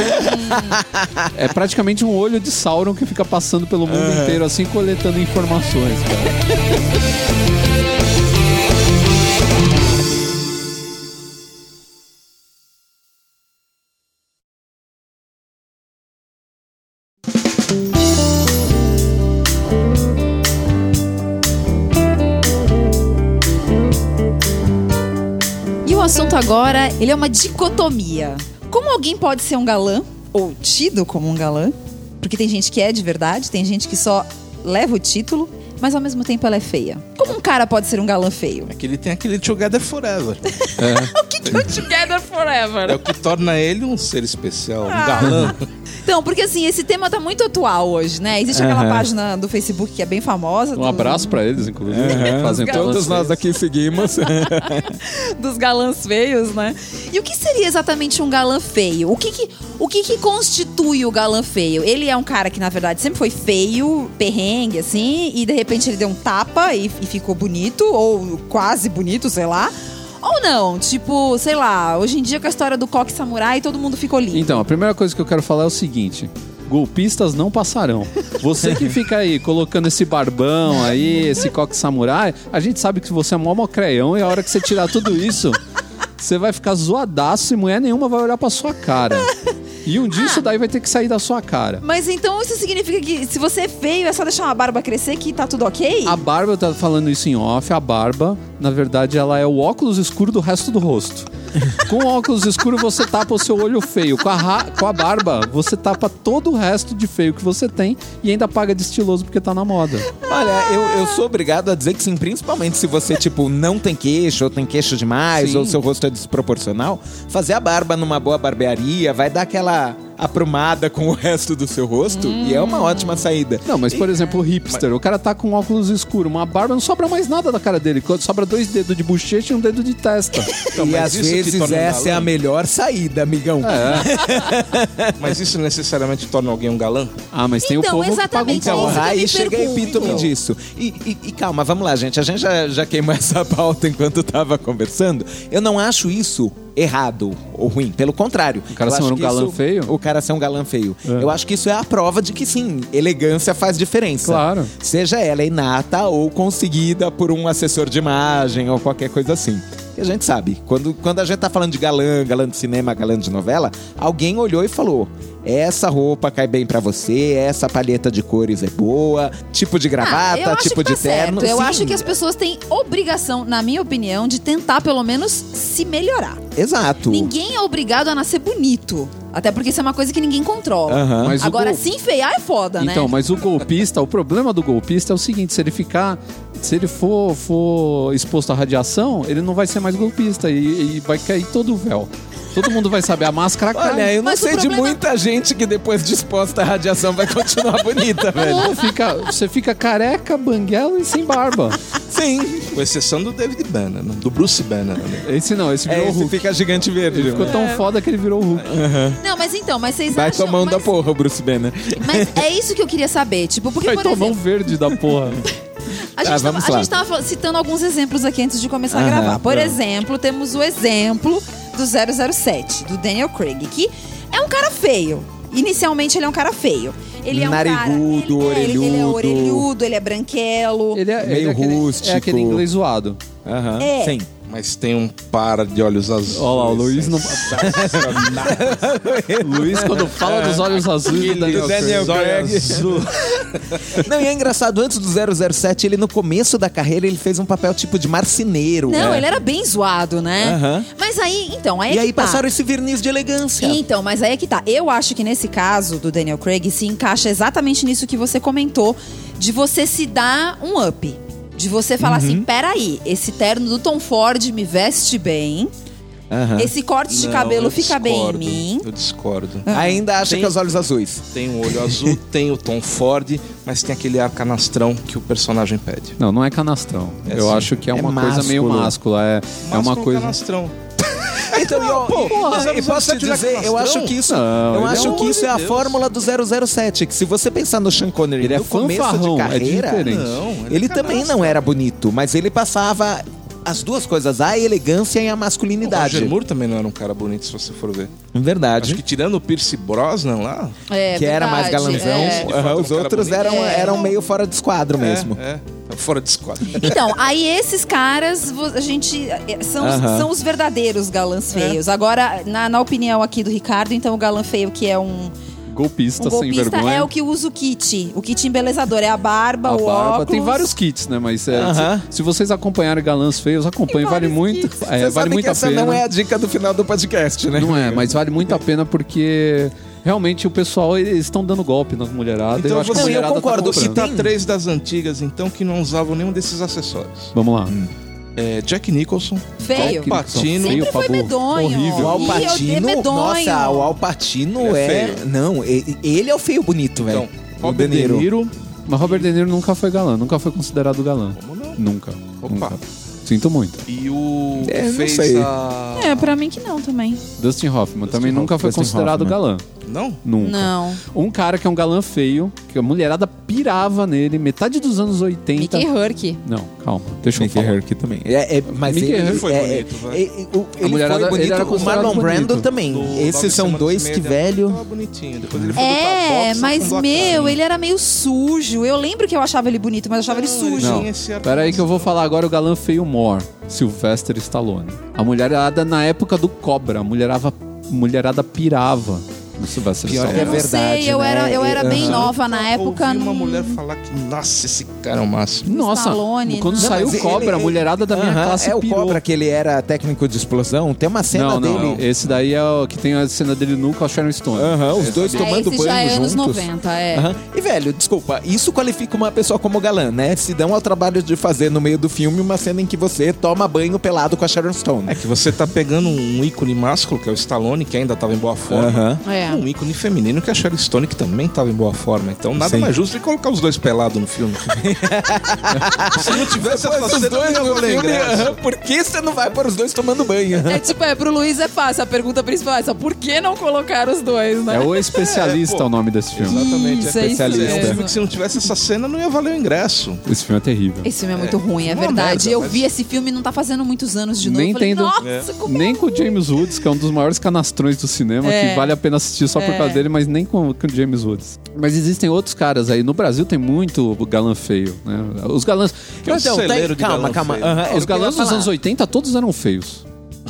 A: É praticamente um olho de Sauron que fica passando pelo mundo inteiro, assim, coletando informações, cara.
C: E o assunto agora, ele é uma dicotomia. Como alguém pode ser um galã, ou tido como um galã? Porque tem gente que é de verdade, tem gente que só leva o título, mas ao mesmo tempo ela é feia. Como um cara pode ser um galã feio?
B: É que ele tem aquele Together Forever.
C: O que, que é o Together Forever?
B: É o que torna ele um ser especial, um galã.
C: Então, porque assim, esse tema tá muito atual hoje, né? Existe aquela
D: Aham.
C: página do Facebook que é bem famosa.
A: Um
C: do-
A: abraço pra eles, inclusive.
D: Aham.
A: Fazem
D: Todos
A: todas
D: nós aqui seguimos.
C: dos galãs feios, né? E o que seria exatamente um galã feio? O que que, o que que constitui o galã feio? Ele é um cara que, na verdade, sempre foi feio, perrengue, assim, e de repente ele deu um tapa e, e ficou bonito, ou quase bonito, sei lá. Ou não, tipo, sei lá, hoje em dia com a história do coque samurai, todo mundo ficou lindo.
A: Então, a primeira coisa que eu quero falar é o seguinte: golpistas não passarão. Você que fica aí colocando esse barbão aí, esse coque samurai, a gente sabe que você é mó mocreião e a hora que você tirar tudo isso, você vai ficar zoadaço e mulher nenhuma vai olhar pra sua cara. E um dia isso daí vai ter que sair da sua cara.
C: Mas então isso significa que se você é feio, é só deixar uma barba crescer que tá tudo ok?
A: A barba, eu tava falando isso em off, a barba, na verdade, ela é o óculos escuro do resto do rosto. Com o óculos escuro, você tapa o seu olho feio. Com a, ra- com a barba, você tapa todo o resto de feio que você tem e ainda paga de estiloso porque tá na moda.
D: Olha, eu, eu sou obrigado a dizer que sim, principalmente se você, tipo, não tem queixo, ou tem queixo demais,
A: Sim.
D: ou seu rosto é desproporcional, fazer a barba numa boa barbearia vai dar aquela aprumada com o resto do seu rosto e é uma ótima saída.
A: Não, mas por exemplo, o hipster, o cara tá com óculos escuro, uma barba, não sobra mais nada da cara dele. Sobra dois dedos de bochecha e um dedo de testa.
B: Então,
D: e
B: mas
D: às
B: isso que
D: vezes
B: torna um
D: essa é
B: galã?
D: a melhor saída, amigão.
B: Mas isso necessariamente torna alguém um galã?
A: Ah, mas tem
C: Então,
A: o povo que paga um
C: exatamente,
A: pau.
C: é isso que eu
D: Aí
C: me
D: chega a
C: pergunto.
D: epítome disso. E, e- e calma, vamos lá, gente. A gente já, já queimou essa pauta enquanto tava conversando. Eu não acho isso errado ou ruim. Pelo contrário.
A: O cara
D: eu
A: ser
D: acho
A: um
D: que
A: galã
D: isso-
A: feio?
D: O cara ser um galã feio.
A: É.
D: Eu acho que isso é a prova de que sim, elegância faz diferença.
A: Claro.
D: Seja ela inata ou conseguida por um assessor de imagem ou qualquer coisa assim. E a gente sabe, quando, quando a gente tá falando de galã, galã de cinema, galã de novela, alguém olhou e falou: essa roupa cai bem pra você, essa palheta de cores é boa, tipo de
C: Ah,
D: gravata,
C: eu acho
D: tipo
C: que tá
D: de terno.
C: certo. Eu
D: Sim,
C: acho que as pessoas têm obrigação, na minha opinião, de tentar pelo menos se melhorar.
D: Exato.
C: Ninguém é obrigado a nascer bonito. Até porque isso é uma coisa que ninguém controla.
D: Aham.
A: Mas o
C: Agora,
A: gol-
C: se enfeiar é foda, né?
A: Então, mas o golpista, o problema do golpista é o seguinte: se ele ficar. Se ele for, for exposto à radiação, ele não vai ser mais golpista e, e vai cair todo o véu. Todo mundo vai saber, a máscara cai.
D: Olha, eu não
C: Mas o
D: sei de
C: problema-
D: muita gente que depois de exposta à radiação vai continuar bonita, velho.
A: Não, fica, você fica careca, banguela e sem barba.
D: Sim.
B: Com exceção do David Banner, né? Do Bruce Banner. Né?
A: Esse não, esse virou
D: É,
A: o
D: esse
A: Hulk.
D: fica gigante verde.
A: Ele ficou
D: né?
A: tão foda que ele virou o Hulk.
C: Não, mas então, mas vocês
D: Vai
C: acham...
D: tomando da
C: mas,
D: porra o Bruce Banner.
C: mas é isso que eu queria saber. Tipo, porque,
A: Vai
C: por
A: tomar um
C: exemplo,
A: verde da porra.
C: a gente,
D: Tá,
C: tava,
D: vamos
C: a
D: lá.
C: gente tava citando alguns exemplos aqui antes de começar a
D: Aham,
C: gravar. Por
D: vamos.
C: exemplo, temos o exemplo do zero zero sete, do Daniel Craig, que é um cara feio. Inicialmente ele é um cara feio. Ele é um
D: Narigudo,
C: cara, ele, ele, ele é
D: orelhudo.
C: orelhudo, ele é branquelo.
A: Ele é,
D: Meio
A: ele é aquele,
D: rústico.
A: É aquele inglês zoado.
D: Aham.
C: É.
D: Sim.
B: Mas tem um par de olhos azuis.
A: Olha lá, o Luiz não-
B: Sensacional.
A: Luiz, quando fala dos olhos azuis do Daniel,
D: Daniel
A: Craig.
D: Craig.
B: azul.
D: Não, e é engraçado, antes do zero zero sete, ele no começo da carreira, ele fez um papel tipo de marceneiro.
C: Não,
D: É.
C: ele era bem zoado, né?
D: Aham.
C: Mas aí, então, aí é
D: E
C: que
D: aí
C: tá.
D: passaram esse verniz de elegância.
C: Então, mas aí é que tá. Eu acho que nesse caso do Daniel Craig se encaixa exatamente nisso que você comentou, de você se dar um up. De você falar
D: Uhum.
C: assim, peraí, esse terno do Tom Ford me veste bem,
D: Aham.
C: esse corte de
B: Não,
C: cabelo
B: eu
C: fica bem em
B: discordo,
C: mim.
B: Eu discordo.
D: Ainda acha
B: Tem-
D: que é os olhos azuis.
B: Tem o olho azul, tem o Tom Ford, mas tem aquele ar canastrão que o personagem pede.
A: Não, não é canastrão.
B: É
A: Eu
B: sim.
A: acho que é
D: É
A: uma coisa meio
D: másculo.
A: máscula. É, é uma
B: Másculo
A: coisa.
B: canastrão.
D: Então, eu,
B: pô,
D: e-
B: mas
D: e
B: anos
D: posso te
B: sete já
D: dizer, eu
B: canastrão?
D: acho que isso,
A: Não,
D: eu
A: ele é
D: acho
A: um
D: que isso é a
B: amor de Deus.
D: fórmula do zero zero sete, que se você pensar no Sean Connery
A: Ele é
D: no começo
A: fanfarrão,
D: de
A: é
D: carreira,
A: diferente.
B: Não, ele
D: ele
B: é
D: também
B: canastra.
D: não era bonito, mas ele passava as duas coisas, a elegância e a
B: O
D: masculinidade.
B: Roger Moore também não era um cara bonito, se você for ver.
D: Verdade.
B: Acho que tirando o Pierce Brosnan lá...
C: É,
D: que era mais
C: verdade,
D: galanzão.
C: é.
B: de
D: Aham,
B: fato,
D: os
B: um cara
D: outros
B: bonito.
D: eram,
C: É.
D: eram meio fora de esquadro mesmo.
B: É, é. Fora de esquadro.
C: Então, aí esses caras, vo- a gente. é, São, os-
D: Aham.
C: são os verdadeiros galãs feios. Agora, na, na opinião aqui do Ricardo, então o galã feio, que é um,
A: Golpista,
C: um
A: sem
C: golpista,
A: vergonha.
C: é o que usa o kit. O kit embelezador. É a barba,
A: A
C: o
A: barba.
C: óculos.
A: Tem vários kits, né? Mas é,
D: Aham.
A: se, se vocês acompanharem galãs feios, acompanhem. Vale
C: vários
A: muito.
C: kits.
A: É,
D: Você
A: vale
D: sabe
A: muito
D: que
A: a
D: essa
A: pena.
D: não é a dica do final do podcast, né?
A: Não é, mas vale muito a pena porque realmente o pessoal, eles estão dando golpe nas mulheradas.
B: Então
A: eu acho que a
B: você-
D: Não, eu
A: mulherada
D: concordo,
A: tá
B: Vou
A: comprando.
B: citar três das antigas, então, que não usavam nenhum desses acessórios.
A: Vamos lá.
B: É, Jack Nicholson.
C: Feio.
B: Al Pacino.
A: Feio
C: Sempre
A: pra
C: foi
A: burro.
C: medonho.
A: Horrível.
D: O Al
C: Ih, eu-
D: Pacino,
C: é medonho.
D: nossa, o Al Pacino
B: Ele é
D: é...
B: feio.
D: Não, e- ele é o feio bonito, velho.
B: Então,
D: O
B: Robert
D: De
B: De
D: Niro.
B: Niro.
A: Mas Robert De Niro nunca foi galã, nunca foi considerado galã.
B: Como não?
A: Nunca.
B: Opa.
A: Nunca. Sinto muito.
B: E o
D: É,
B: que
D: não
B: fez
D: sei.
B: a...
C: É, pra mim que não também.
A: Dustin Hoffman também
D: Hoffman.
A: nunca foi
D: Dustin
A: considerado
D: Hoffman.
A: galã.
B: Não?
A: Nunca.
C: Não.
A: Um cara que é um galã feio, que a mulherada pirava nele, metade dos anos oitenta.
C: Mickey Herc.
A: Não, calma, deixa eu
D: Mickey
A: falar.
D: Herc também. É, é, mas
A: Mickey
D: ele
A: Herc
B: foi
D: é,
B: bonito, vai.
D: é, é, o- ele
A: mulherada-
D: foi bonito.
A: ele era
D: O
A: considerado
D: Marlon Brando
A: bonito.
D: também.
B: Do
D: Esses
B: Nove
D: são
B: Semanas
D: dois
B: e Meia
D: que,
B: dele,
D: velho...
B: tava bonitinho. Depois ele foi lutar
C: É,
B: boxe
C: mas,
B: com Black
C: meu,
B: Lives.
C: ele era meio sujo. Eu lembro que eu achava ele bonito, mas eu achava ele
B: Não,
C: sujo.
B: ele
A: Não,
B: tinha esse ar
A: pera aí que eu vou falar agora o galã feio More, Sylvester Stallone. A mulherada na época do Cobra, a mulherada, mulherada pirava no Sylvester
D: Pior que
A: Stallone.
D: é
C: Eu não
D: verdade,
C: sei, eu
D: né?
C: era, eu era
D: Eu-
C: bem
D: Aham.
C: nova na época.
B: Ouvi uma
C: não-
B: mulher falar que, nossa, esse cara é o máximo.
A: Nossa,
C: Stallone,
A: quando
C: não.
A: saiu
D: Mas
A: o Cobra,
D: ele-
A: a mulherada da minha
D: Aham,
A: classe
D: é o
A: pirou.
D: Cobra que ele era técnico de explosão. Tem uma cena
A: Não, não,
D: dele...
A: esse daí é o que tem a cena dele nu com a Sharon Stone.
D: Aham, os dois
C: É,
D: tomando
C: esse
D: banho
C: já é anos
D: juntos.
C: noventa, é.
D: Aham. E, velho, desculpa, isso qualifica uma pessoa como galã, né? Se dão ao trabalho de fazer no meio do filme uma cena em que você toma banho pelado com a Sharon Stone.
B: É que você tá pegando um ícone másculo, que é o Stallone, que ainda tava em boa forma.
D: Aham.
C: É. É.
B: um ícone feminino que é a Sharon Stone, que também estava em boa forma. Então nada
D: Sim.
B: mais justo de colocar os dois pelados no filme. Se não tivesse essa cena, não ia valer ingresso.
D: Por que você não vai para os dois tomando banho?
C: É tipo, é, pro Luiz é fácil. A pergunta principal é só, por que não colocar os dois, né?
A: É o Especialista
B: É, pô.
A: o nome desse filme.
B: Exatamente,
C: Isso,
B: é
C: é isso
B: especialista. É um
C: mesmo.
B: filme que se não tivesse essa cena, não ia valer o ingresso.
A: Esse filme é terrível.
C: Esse filme é muito ruim, é
B: uma
C: verdade.
B: merda,
C: eu
B: mas-
C: vi esse filme não tá fazendo muitos anos de novo.
A: Nem
C: Eu falei,
A: tendo-
C: nossa, como
A: Nem com o James Woods, que é um dos maiores canastrões do cinema,
C: É.
A: que vale a pena assistir só por
C: É.
A: causa dele, mas nem com, com o James Woods. Mas existem outros caras aí. No Brasil tem muito galã feio, né? Os galãs.
B: Que é um
D: Então,
B: celeiro de
D: calma,
B: galã
D: calma.
B: feio.
D: Aham, era o
A: Os
D: que eu ia
A: galãs dos
D: falar.
A: anos oitenta todos eram feios.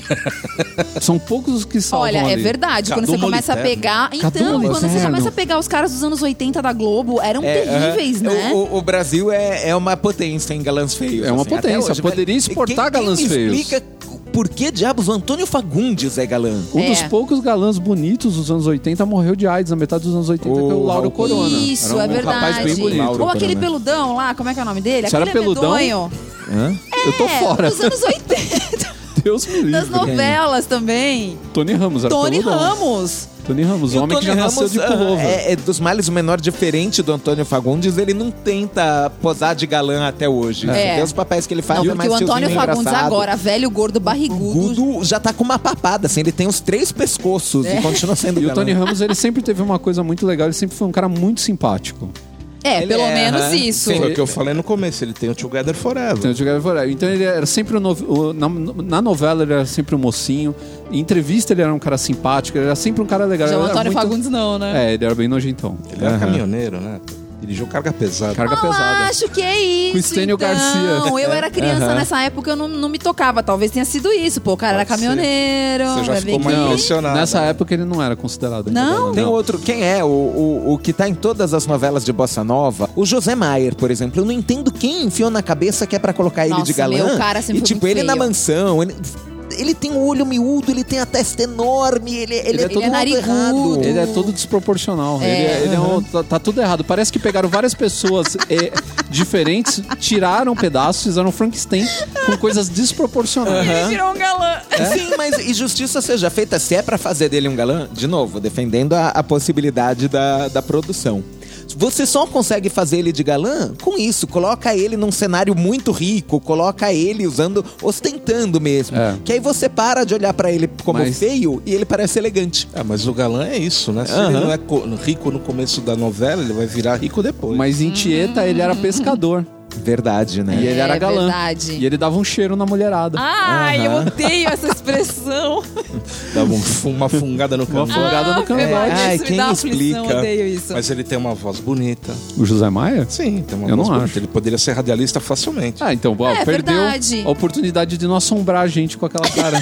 A: São poucos os que salvam
C: Olha, é
A: ali.
C: verdade.
B: Cadu
C: Quando você começa a
B: Moliterno.
C: pegar.
A: Cadu
C: Então, quando você
A: Moliterno.
C: começa a pegar os caras dos anos oitenta da Globo, eram
D: É,
C: terríveis,
D: aham.
C: né?
D: O, o- o Brasil é, é uma potência em galãs feios.
A: É uma
D: assim, até
A: potência,
D: hoje,
A: poderia
D: velho.
A: exportar
D: Quem-
A: galãs
D: quem me
A: feios.
D: explica por que diabos o Antônio Fagundes é galã?
A: Um
C: É.
A: dos poucos galãs bonitos dos anos oitenta morreu de AIDS na metade dos anos oitenta,
D: O
A: que é o Lauro
D: Raul
A: Corona.
C: Isso,
A: Era um
C: é verdade.
A: rapaz bem bonito.
D: Lauro
C: Ou aquele
D: Corona.
C: peludão lá, como é que é o nome dele?
A: Se era
C: Aquele é
A: peludão,
C: medonho.
D: Hã?
A: Eu tô
C: É,
A: fora.
C: dos anos oitenta.
A: Deus me livre.
C: Das novelas também.
A: Tony Ramos era
C: Tony
A: peludão.
C: Ramos.
A: Tony Ramos,
D: E
A: o homem que já
D: Tony
A: nasceu
D: Ramos,
A: de
D: ah,
A: pullover.
D: É, é dos males o menor, diferente do Antônio Fagundes, ele não tenta posar de galã até hoje.
C: É.
D: Tem os papéis que ele faz,
C: Não,
D: é
C: porque
D: mais
C: o Antônio
D: tiozinho
C: Fagundes
D: engraçado.
C: agora, velho, gordo, barrigudo.
D: Gudo já tá com uma papada, assim, ele tem os três pescoços
C: É.
D: e continua sendo
A: E o
D: galã.
A: Tony Ramos, ele sempre teve uma coisa muito legal, ele sempre foi um cara muito simpático.
C: É,
D: Ele
C: pelo
D: é,
C: menos
D: aham.
C: isso.
B: Foi o que eu falei no começo, ele tem o Together Forever.
A: Então, eu jogava fora. Então ele era sempre o no... o- na, na novela ele era sempre um mocinho. Em entrevista ele era um cara simpático, ele era sempre um cara legal.
C: Já o
A: Ele era
C: Antônio
A: muito-
C: Fagundes não, né?
A: É, ele era bem nojentão.
B: Ele era
D: Aham.
B: caminhoneiro, né? Dirigiu carga pesada.
A: Carga
C: Eu
A: pesada.
C: acho que é isso.
A: Com Estênio
C: então.
A: Garcia.
C: Eu era criança
D: Aham.
C: nessa época, eu não, não me tocava. Talvez tenha sido isso. Pô, o cara era
B: Pode ser.
C: caminhoneiro.
B: Você já
C: vai
B: ficou
C: ver
B: mais
C: que-
B: impressionado.
A: Nessa
B: né?
A: época ele não era considerado. ainda
C: Não?
A: galã,
D: Tem outro, quem é? O, o, o que tá em todas as novelas de Bossa Nova? O José Maier, por exemplo. Eu não entendo quem enfiou na cabeça que é pra colocar ele
C: Nossa,
D: de galã.
C: meu, o cara sempre
D: e
C: foi
D: tipo,
C: muito
D: ele na
C: feio.
D: mansão, ele, ele tem um olho miúdo, ele tem a testa enorme, ele, ele,
A: Ele é
D: é
A: todo
D: todo
C: narigudo.
D: errado.
A: Ele é todo desproporcional.
C: É.
A: Ele, é- ele é um- tá, tá tudo errado. Parece que pegaram várias pessoas é, diferentes, tiraram pedaços, fizeram um Frankenstein com coisas desproporcionais.
C: Ele virou um galã.
D: Sim, mas e justiça seja feita, se é pra fazer dele um galã, de novo, defendendo a, a possibilidade da, da produção. Você só consegue fazer ele de galã com isso. Coloca ele num cenário muito rico, coloca ele usando, ostentando mesmo.
A: É.
D: Que aí você para de olhar pra ele como
A: Mas-
D: feio e ele parece elegante.
B: É, mas o galã é isso, né? Se
D: Aham.
B: ele não é co- rico no começo da novela, ele vai virar rico depois.
A: Mas em Tieta ele era pescador.
D: Verdade, né?
A: E ele
C: É
A: era galã.
C: verdade.
A: E ele dava um cheiro na mulherada.
C: Ai, eu odeio essa expressão.
B: Dava um fu- uma fungada no
A: Uma
B: cangote.
A: fungada no cangote.
D: Ai,
C: Isso me
D: quem
C: dá aflição,
D: explica?
C: eu odeio isso.
B: Mas ele tem uma voz bonita.
A: O José Maia?
B: Sim, tem uma
A: Eu
B: voz
A: não
B: bonita.
A: acho.
B: Ele poderia ser radialista facilmente.
A: Ah, então, ó,
C: É,
A: perdeu
C: verdade.
A: a oportunidade de não assombrar a gente com aquela cara.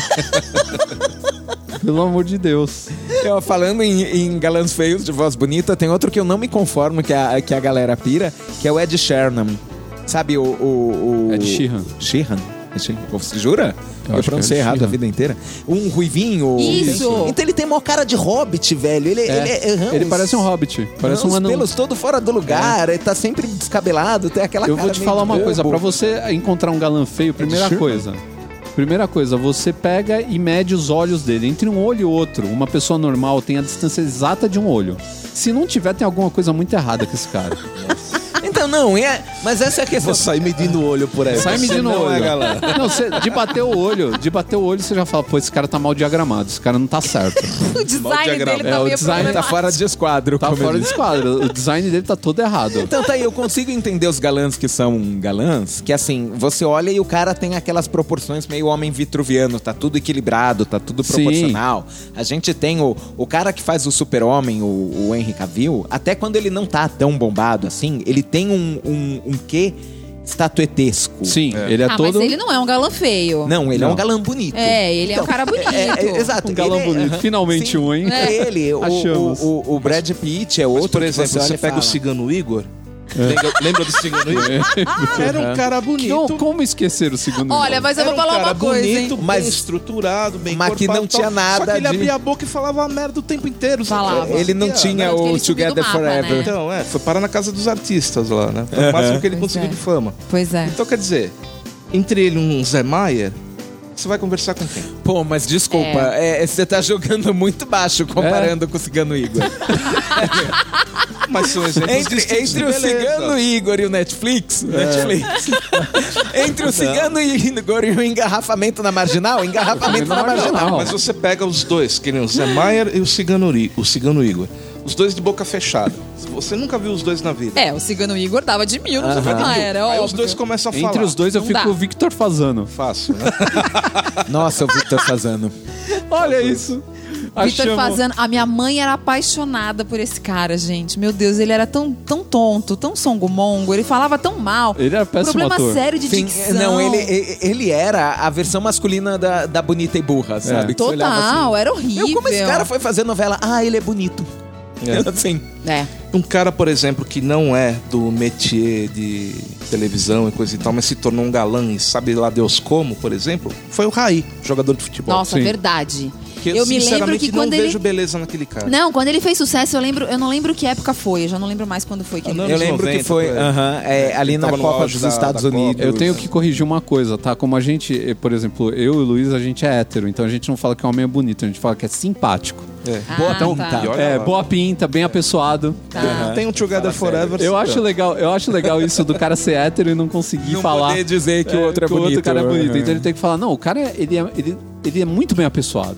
A: Pelo amor de Deus.
D: Eu, falando em, em galãs feios de voz bonita, tem outro que eu não me conformo que a, que a galera pira, que é o Ed Sheeran. Sabe o... o, o...
A: Ed Sheeran.
D: Sheeran? Você jura?
A: Eu
D: Eu,
A: acho que
D: pronunciei
A: é Ed
D: errado a
A: Sheeran.
D: vida inteira. Um ruivinho.
C: Isso.
D: Então ele tem uma cara de hobbit, velho. Ele,
A: É,
D: ele, é, aham,
A: ele
D: os-
A: parece um hobbit. Parece
D: aham,
A: um
D: os
A: anão.
D: pelos todo fora do lugar, ele tá sempre descabelado, tem aquela
A: Eu
D: cara
A: vou te
D: meio
A: falar
D: de
A: uma
D: bobo.
A: coisa. Pra você encontrar um galã feio, primeira
D: Sheeran.
A: coisa. Primeira coisa, você pega e mede os olhos dele. Entre um olho e outro, uma pessoa normal tem a distância exata de um olho. Se não tiver, tem alguma coisa muito errada com esse cara.
D: Então, não, é, mas essa é a questão.
B: Vou sair medindo o olho por aí.
A: Sai
B: Você
A: medindo o
B: não
A: olho.
B: é galã.
A: Não, você, de bater o olho, de bater o olho, você já fala, pô, esse cara tá mal diagramado, esse cara não tá certo.
C: O design
B: diagrama.
C: dele
A: É,
C: tá
A: o
C: meio
A: design tá
D: Tá
C: problemático.
D: fora de esquadro.
A: Tá
D: como
A: fora
D: eu
A: de
D: disse.
A: esquadro. O design dele tá todo errado.
D: Então tá aí, eu consigo entender os galãs que são galãs, que assim, você olha e o cara tem aquelas proporções meio homem vitruviano, tá tudo equilibrado, tá tudo
A: Sim.
D: proporcional. A gente tem o, o cara que faz o super-homem, o, o Henry Cavill, até quando ele não tá tão bombado assim, ele tem um, um, um quê estatuetesco.
A: Sim, ele é
C: Ah,
A: todo
C: mas ele não é um galã feio.
D: Não, ele
A: Não.
D: é um galã bonito.
C: É, ele é um cara bonito.
D: É, é, exato.
A: Um galã
D: ele é-
A: bonito.
D: aham.
A: Finalmente
D: Sim,
A: um, hein?
D: É ele. O,
A: Achamos.
D: o, o, o Brad Pitt é
B: Mas,
D: outro
B: por
D: que
B: exemplo,
D: você,
B: você,
D: olha e
B: pega o
D: fala.
B: cigano Igor. Lembra, lembra do cigano Igor? Ah, era um cara bonito.
A: Não, como esquecer o segundo
C: Olha,
A: nome?
C: mas eu
B: Era
C: vou
B: um
C: falar
B: cara
C: uma coisa,
B: bonito,
C: hein?
B: bem
D: Mas-
B: estruturado, bem
D: mas que
B: encorpado
D: não
B: e tal.
D: tinha nada
B: Só que ele
D: de-
B: abria a boca e falava merda o tempo inteiro. sabe?
C: Falava.
D: Ele não
B: Sabia,
D: tinha
B: né?
C: Tanto que
D: o
C: ele subiu do
D: Together
C: mapa,
D: Forever.
C: né?
B: Então, é, foi parar na casa dos artistas lá, né? Foi o máximo que ele
C: Pois
B: conseguiu
C: é.
B: de fama.
C: Pois é.
B: Então, quer dizer, entre ele e um Zé Maier, você vai conversar com quem?
D: Pô, mas desculpa, é, você tá jogando muito baixo comparando com o Cigano Igor.
B: Mas são exemplos
D: Entre,
B: distintos de
D: entre o
B: beleza.
D: Cigano Igor e o Netflix, Netflix. Entre o Cigano Igor e o engarrafamento na marginal, engarrafamento na marginal.
B: Mas você pega os dois, que nem o Zé Maier e o Cigano, Ri- o Cigano Igor. Os dois de boca fechada. Você nunca viu os dois na vida.
C: É, o Cigano Igor dava de mil, não sei ah, era
B: Aí
C: óbvio.
B: os dois começam a falar.
A: Entre os dois eu
C: Não
A: fico
C: dá.
A: o Victor Fazano.
B: Fácil, né?
D: Nossa, o Victor Fazano.
A: Olha isso.
C: Victor
A: Achamos-
C: Fazano, a minha mãe era apaixonada por esse cara, gente. Meu Deus, ele era tão, tão tonto, tão songo-mongo, ele falava tão mal.
A: Ele era péssimo
C: Problema
A: ator.
C: sério de
D: Sim,
C: dicção.
D: não, ele, ele- ele era a versão masculina da, da bonita e burra, sabe? Que você olhava
C: Total,
D: assim,
C: era horrível.
D: Meu, como esse cara foi fazer novela? Ah, ele é bonito.
B: É.
D: Assim.
C: É.
B: Um cara, por exemplo, que não é do métier de televisão e coisa e tal, mas se tornou um galã e sabe lá Deus como, por exemplo, foi o Raí, jogador de futebol.
C: Nossa,
A: Sim.
C: verdade.
B: Que
C: eu me lembro
B: sinceramente
C: que
B: não
C: quando
B: vejo
C: ele...
B: beleza naquele cara.
C: Não, quando ele fez sucesso, eu lembro, eu não lembro que época foi, eu já não lembro mais quando foi que
B: Ah,
C: ele
B: não,
D: Eu
B: Anos
D: lembro que
B: noventa,
D: foi
B: por aí.
D: aham, é, ali na
B: Tava no
D: Copa
B: auge
D: dos
B: da-
D: Estados
B: da Copa.
D: Unidos.
A: Eu tenho que corrigir uma coisa, tá? Como a gente, eh, por exemplo, eu e o Luiz, a gente é hétero, então a gente não fala que o homem é bonito, a gente fala que é simpático.
B: É.
C: Ah,
D: Boa
C: tá.
D: pinta.
B: E olha
A: É,
B: lá.
A: boa pinta, bem apessoado.
C: Tá.
B: Tem um Together Forever.
A: Eu acho legal, eu acho legal isso do cara ser hétero e não conseguir
D: Não
A: falar
D: poder dizer que o
A: é,
D: outro é
A: que
D: bonito.
A: o outro cara é bonito.
D: Uhum.
A: Então ele tem que falar, não, o cara é- ele é, ele, ele é muito bem apessoado.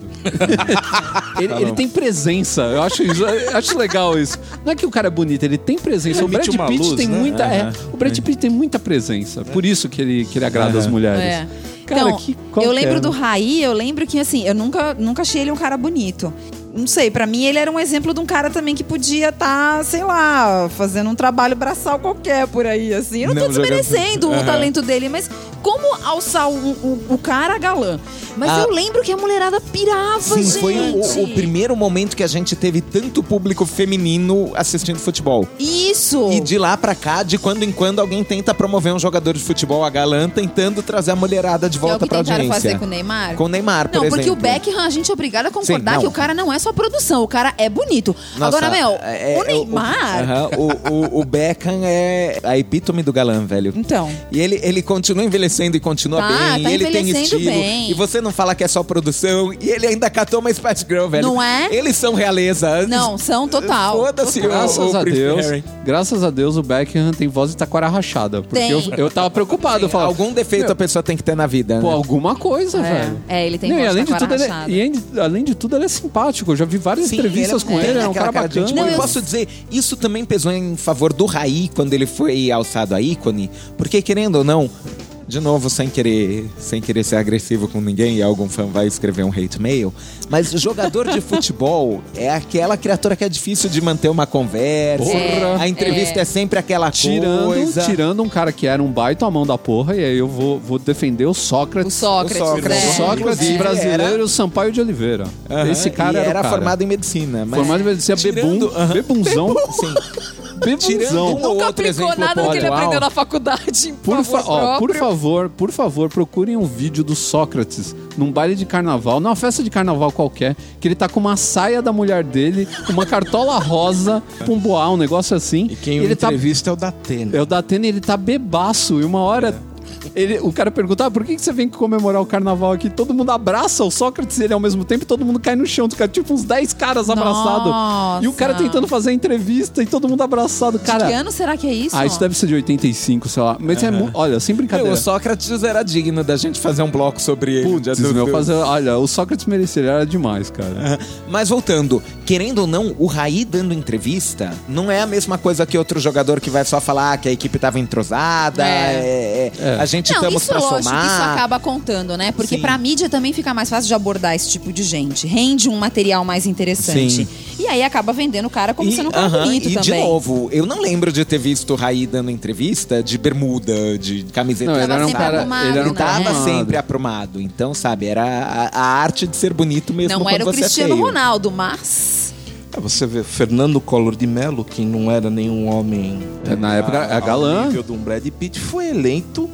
A: ele, ele tem presença. Eu acho, isso- eu acho legal isso. Não é que o cara é bonito, ele tem presença.
B: Ele
A: o Brad
B: emite uma
A: Pitt
B: luz,
A: tem
B: né?
A: muita, é,
D: Aham.
A: o Brad Pitt tem muita presença. Por isso que ele, que ele agrada as mulheres.
C: É.
A: Cara,
C: então,
A: que
C: eu
A: qualquer,
C: lembro
A: né?
C: do Raí, eu lembro que assim, eu nunca, nunca achei ele um cara bonito. Não sei, pra mim ele era um exemplo de um cara também que podia estar, sei lá, fazendo um trabalho braçal qualquer por aí, assim. Eu não, tô
D: Não, jogando-
C: desmerecendo o
D: Aham.
C: talento dele, mas como alçar o, o, o cara galã? Mas
D: Ah.
C: eu lembro que a mulherada pirava,
D: Sim,
C: gente.
D: foi o, o primeiro momento que a gente teve tanto público feminino assistindo futebol.
C: Isso!
D: E de lá pra cá, de quando em quando, alguém tenta promover um jogador de futebol a galã, tentando trazer a mulherada de
C: Que é o
D: volta
C: que
D: pra
C: tentaram
D: audiência.
C: fazer com o Neymar?
D: Com o Neymar, por
C: Não, porque
D: exemplo.
C: o Beckham, a gente é obrigado a concordar
D: Sim, não.
C: que o cara não é só produção, o cara é bonito.
D: Nossa,
C: Agora, meu,
D: é-
C: o
D: é-
C: Neymar...
D: aham, o, o, o Beckham é a epítome do galã, velho.
C: Então...
D: E ele, ele continua envelhecendo e continua
C: Tá,
D: bem.
C: tá
D: e ele tem
C: envelhecendo
D: estilo.
C: bem.
D: E você não fala que é só produção. E ele ainda catou uma Spice Girl, velho.
C: Não é?
D: Eles são realeza.
C: Não, são total.
D: Foda-se o,
A: Graças
D: o
A: a
D: Prince
A: Deus,
D: Harry.
A: graças a Deus o Beckham tem voz de taquara rachada. Porque
C: Tem.
A: eu, eu tava preocupado. Eu falava,
D: Algum defeito a pessoa tem que ter na vida.
A: pô,
D: né?
A: alguma coisa,
C: É.
A: velho.
C: É, ele tem
A: Não, e
C: voz
A: além
C: de
A: de tudo, ele,
C: taquara
A: e ele- além de tudo, ele é simpático. Eu já vi várias
D: Sim,
A: entrevistas
D: ele
A: com ele,
D: tem
A: é um
D: aquela
A: cara
D: de gente
A: bacana.
D: boa.
C: Não,
D: E
C: eu-
D: posso dizer, isso também pesou em favor do Raí quando ele foi alçado a ícone, porque querendo ou não, de novo, sem querer, sem querer ser agressivo com ninguém, e algum fã vai escrever um hate mail, mas jogador de futebol é aquela criatura que é difícil de manter uma conversa.
A: Porra.
D: A entrevista é,
C: É.
D: sempre aquela
A: Tirando,
D: coisa.
A: tirando um cara que era um baita à mão da porra, e aí eu vou, vou defender o
C: O
A: Sócrates.
C: Sócrates.
D: O Sócrates.
C: é.
A: O Sócrates
D: Inclusive,
A: brasileiro,
D: era-
A: o Sampaio de Oliveira.
D: Aham,
A: Esse cara
D: e
A: era,
D: era
A: o cara.
D: formado em medicina. Mas
A: Formado em medicina, bebum,
D: Tirando- aham.
A: bebunzão.
D: Sim.
A: Bebunzão.
D: Tirando um ou
C: Nunca
D: outro
C: aplicou
D: exemplo
C: nada do que ele
A: pontual.
C: aprendeu na faculdade.
A: Por, fa- ó, por
C: próprio.
A: favor, por favor, procurem um vídeo do Sócrates num baile de carnaval, numa festa de carnaval qualquer, que ele tá com uma saia da mulher dele, uma cartola rosa, um boá, um negócio assim.
B: E quem
A: ele tá
B: entrevista é o Datena.
A: É o Datena e ele tá bebaço. E uma hora. Ele, o cara pergunta: ah, por que, que você vem comemorar o carnaval aqui? Todo mundo abraça o Sócrates e ele ao mesmo tempo e todo mundo cai no chão. Fica tipo uns dez caras abraçados.
C: Nossa.
A: E o cara tentando fazer a entrevista e todo mundo abraçado. Cara,
C: Que ano será que é isso?
A: ah, isso deve ser de oitenta e cinco, sei lá. Mas é mu- olha, sem brincadeira.
D: Meu, o Sócrates era digno da gente fazer um bloco sobre ele. um dia
A: Putz,
D: do-
A: meu,
D: do-
A: fazer, olha, o Sócrates merecia, ele era demais, cara.
D: Mas voltando, querendo ou não, o Raí dando entrevista não é a mesma coisa que outro jogador que vai só falar que a equipe tava entrosada,
C: É.
D: é- é- a gente
C: Não,
D: estamos
C: isso
D: pra
C: lógico,
D: somar.
C: isso acaba contando, né? Porque
D: Sim.
C: pra mídia também fica mais fácil de abordar esse tipo de gente. Rende um material mais interessante.
D: Sim.
C: E aí acaba vendendo o cara como sendo um cara
D: aham,
C: bonito
D: e
C: também.
D: de novo, eu não lembro de ter visto o Raí dando entrevista de bermuda, de camiseta.
A: Não, ele
C: Tava
A: era um
C: sempre
A: cara.
C: arrumado,
A: Ele era um
C: né?
A: cara
D: Tava
A: arrumado.
D: sempre aprumado. Então, sabe, era a, a arte de ser bonito mesmo
C: Não
D: quando
C: era o
D: você
C: Cristiano
D: é feio.
C: Ronaldo, mas...
B: É, você vê Fernando Collor de Mello, que não era nenhum homem
A: É, na época, é
B: ao
A: galã.
B: nível de um Brad Pitt, foi eleito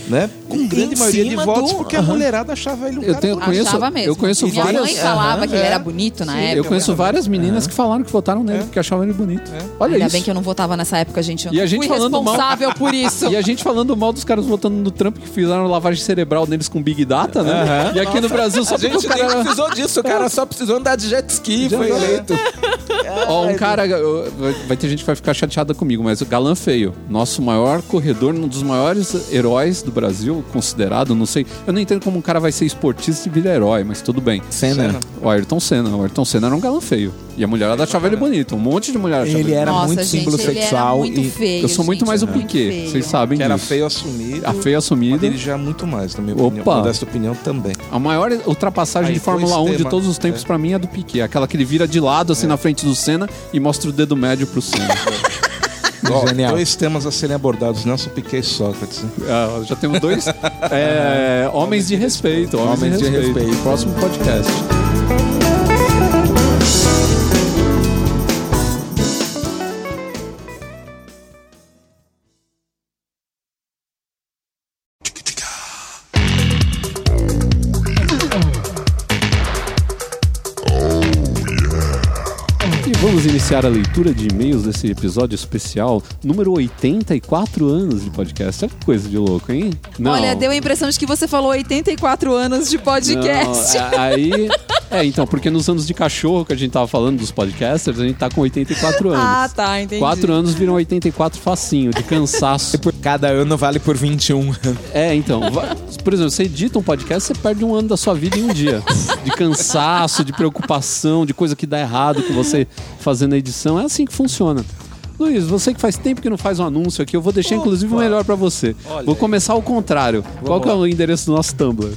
B: né? Com grande
D: Em
B: maioria de
D: cima
B: votos,
D: do-
B: porque a
D: Aham.
B: mulherada achava ele um
A: Eu
B: cara
A: tenho-
B: bonito.
A: conheço-
C: Achava mesmo.
A: eu conheço
C: Minha
A: várias-
C: mãe falava que ele
B: É.
C: era bonito na época.
A: Eu conheço várias meninas que falaram que votaram nele, porque achavam ele bonito. Olha
C: Ainda
A: isso.
C: bem que eu não votava nessa época, gente. Eu
A: E
C: não
A: a gente
C: fui
A: falando mal-
C: responsável por isso.
A: E a gente falando mal dos caras votando no Trump que fizeram lavagem cerebral neles com Big Data, né? E aqui no Brasil só
D: A
A: porque
D: gente
A: o cara
D: nem
A: era...
D: precisou disso, o cara só precisou andar de jet ski e
A: Já
D: foi
A: era.
D: eleito.
A: Ó, um cara... eu- Vai ter gente que vai ficar chateada comigo, mas o Galã Feio, nosso maior corredor, um dos maiores heróis do Brasil, considerado, não sei... Eu não entendo como um cara vai ser esportista e vira herói, mas tudo bem.
D: Senna.
A: O Ayrton Senna. O Ayrton Senna era um galã feio. E a mulherada achava ele bonito. Um monte de mulher achava
D: Ele era
C: Nossa,
D: muito
C: gente,
D: símbolo
C: ele
D: sexual
C: era muito
D: e-
C: feio,
A: Eu sou muito
C: gente,
A: mais o
C: muito
A: Piquet.
C: feio.
A: Vocês sabem
B: Que era
A: disso.
B: feio assumido.
A: A feio assumida.
B: Mas ele já é muito mais, na minha opinião.
A: Opa.
B: Modesta opinião também.
A: A maior ultrapassagem
B: Aí
A: de
B: foi
A: Fórmula um de
B: extrema.
A: todos os tempos
B: É.
A: pra mim é do Piquet. Aquela que ele vira de lado, assim, na frente do Senna e mostra o dedo médio pro Senna.
B: Ó,
D: Genial.
B: dois temas a serem abordados, Nelson Piquet e Sócrates. Né?
A: Ah, já temos dois é, homens de respeito. Homens,
D: Homens
A: de,
D: de
A: respeito.
D: respeito.
A: Próximo podcast. E vamos iniciar a leitura de e-mails desse episódio especial, número oitenta e quatro anos de podcast. Olha que coisa de louco, hein? Não.
C: Olha, deu a impressão de que você falou oitenta e quatro anos de podcast.
A: Não, a- aí. É, então, porque nos anos de cachorro que a gente tava falando dos podcasters, a gente tá com oitenta e quatro anos.
C: Ah, tá, entendi.
A: Quatro anos viram oitenta e quatro facinho, de cansaço.
D: Por cada ano vale por vinte e um.
A: É, então, va- por exemplo, você edita um podcast, você perde um ano da sua vida em um dia. De cansaço, de preocupação, de coisa que dá errado com você fazendo a edição. É assim que funciona. Luiz, você que faz tempo que não faz um anúncio aqui, eu vou deixar inclusive o melhor pra você.
B: Olha
A: Vou
B: aí.
A: começar ao contrário. Qual que é o endereço do nosso Tumblr?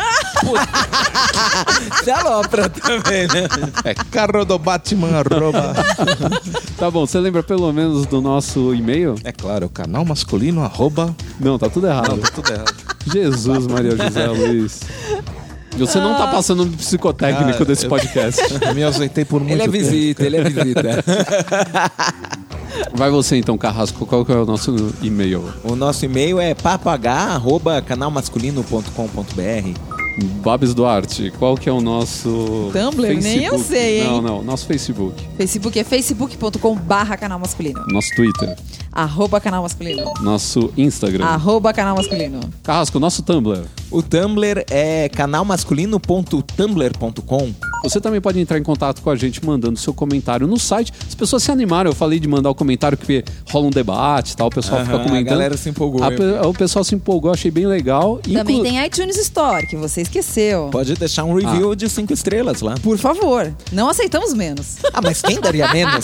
D: Se alopra também, né?
B: É carro do Batman, arroba.
A: Tá bom, você lembra pelo menos do nosso e-mail?
B: É claro, canal masculino, arroba.
A: Não, tá tudo errado.
B: Não, tá tudo errado.
A: Jesus, Maria José Luiz. Você não tá passando no psicotécnico
B: Cara,
A: desse
B: eu-
A: podcast.
B: Eu me ausentei por muito
D: Ele é
B: tempo.
D: visita, ele é visita.
A: Vai você então, Carrasco. Qual que é o nosso e-mail?
D: O nosso e-mail é papo h arroba canal masculino ponto com ponto b r.
A: Babs Duarte, qual que é o nosso
C: Tumblr? Nem eu
A: Facebook?
C: sei, hein?
A: Não, não, nosso Facebook.
C: Facebook é facebook ponto com barra canal masculino.
A: Nosso Twitter.
C: Arroba canal masculino.
A: Nosso Instagram.
C: Arroba canal masculino.
A: Carrasco, nosso Tumblr.
D: O Tumblr é canal masculino ponto tumblr ponto com.
A: Você também pode entrar em contato com a gente mandando seu comentário no site. As pessoas se animaram, eu falei de mandar o comentário porque rola um debate e tal, o pessoal fica
D: Aham,
A: comentando.
D: a galera se empolgou.
A: A pe- o pessoal se empolgou, achei bem legal.
C: Também
A: Inclu-
C: tem iTunes Store, que você esqueceu.
D: Pode deixar um review de cinco estrelas lá.
C: Por favor, não aceitamos menos.
D: Ah, mas quem daria menos?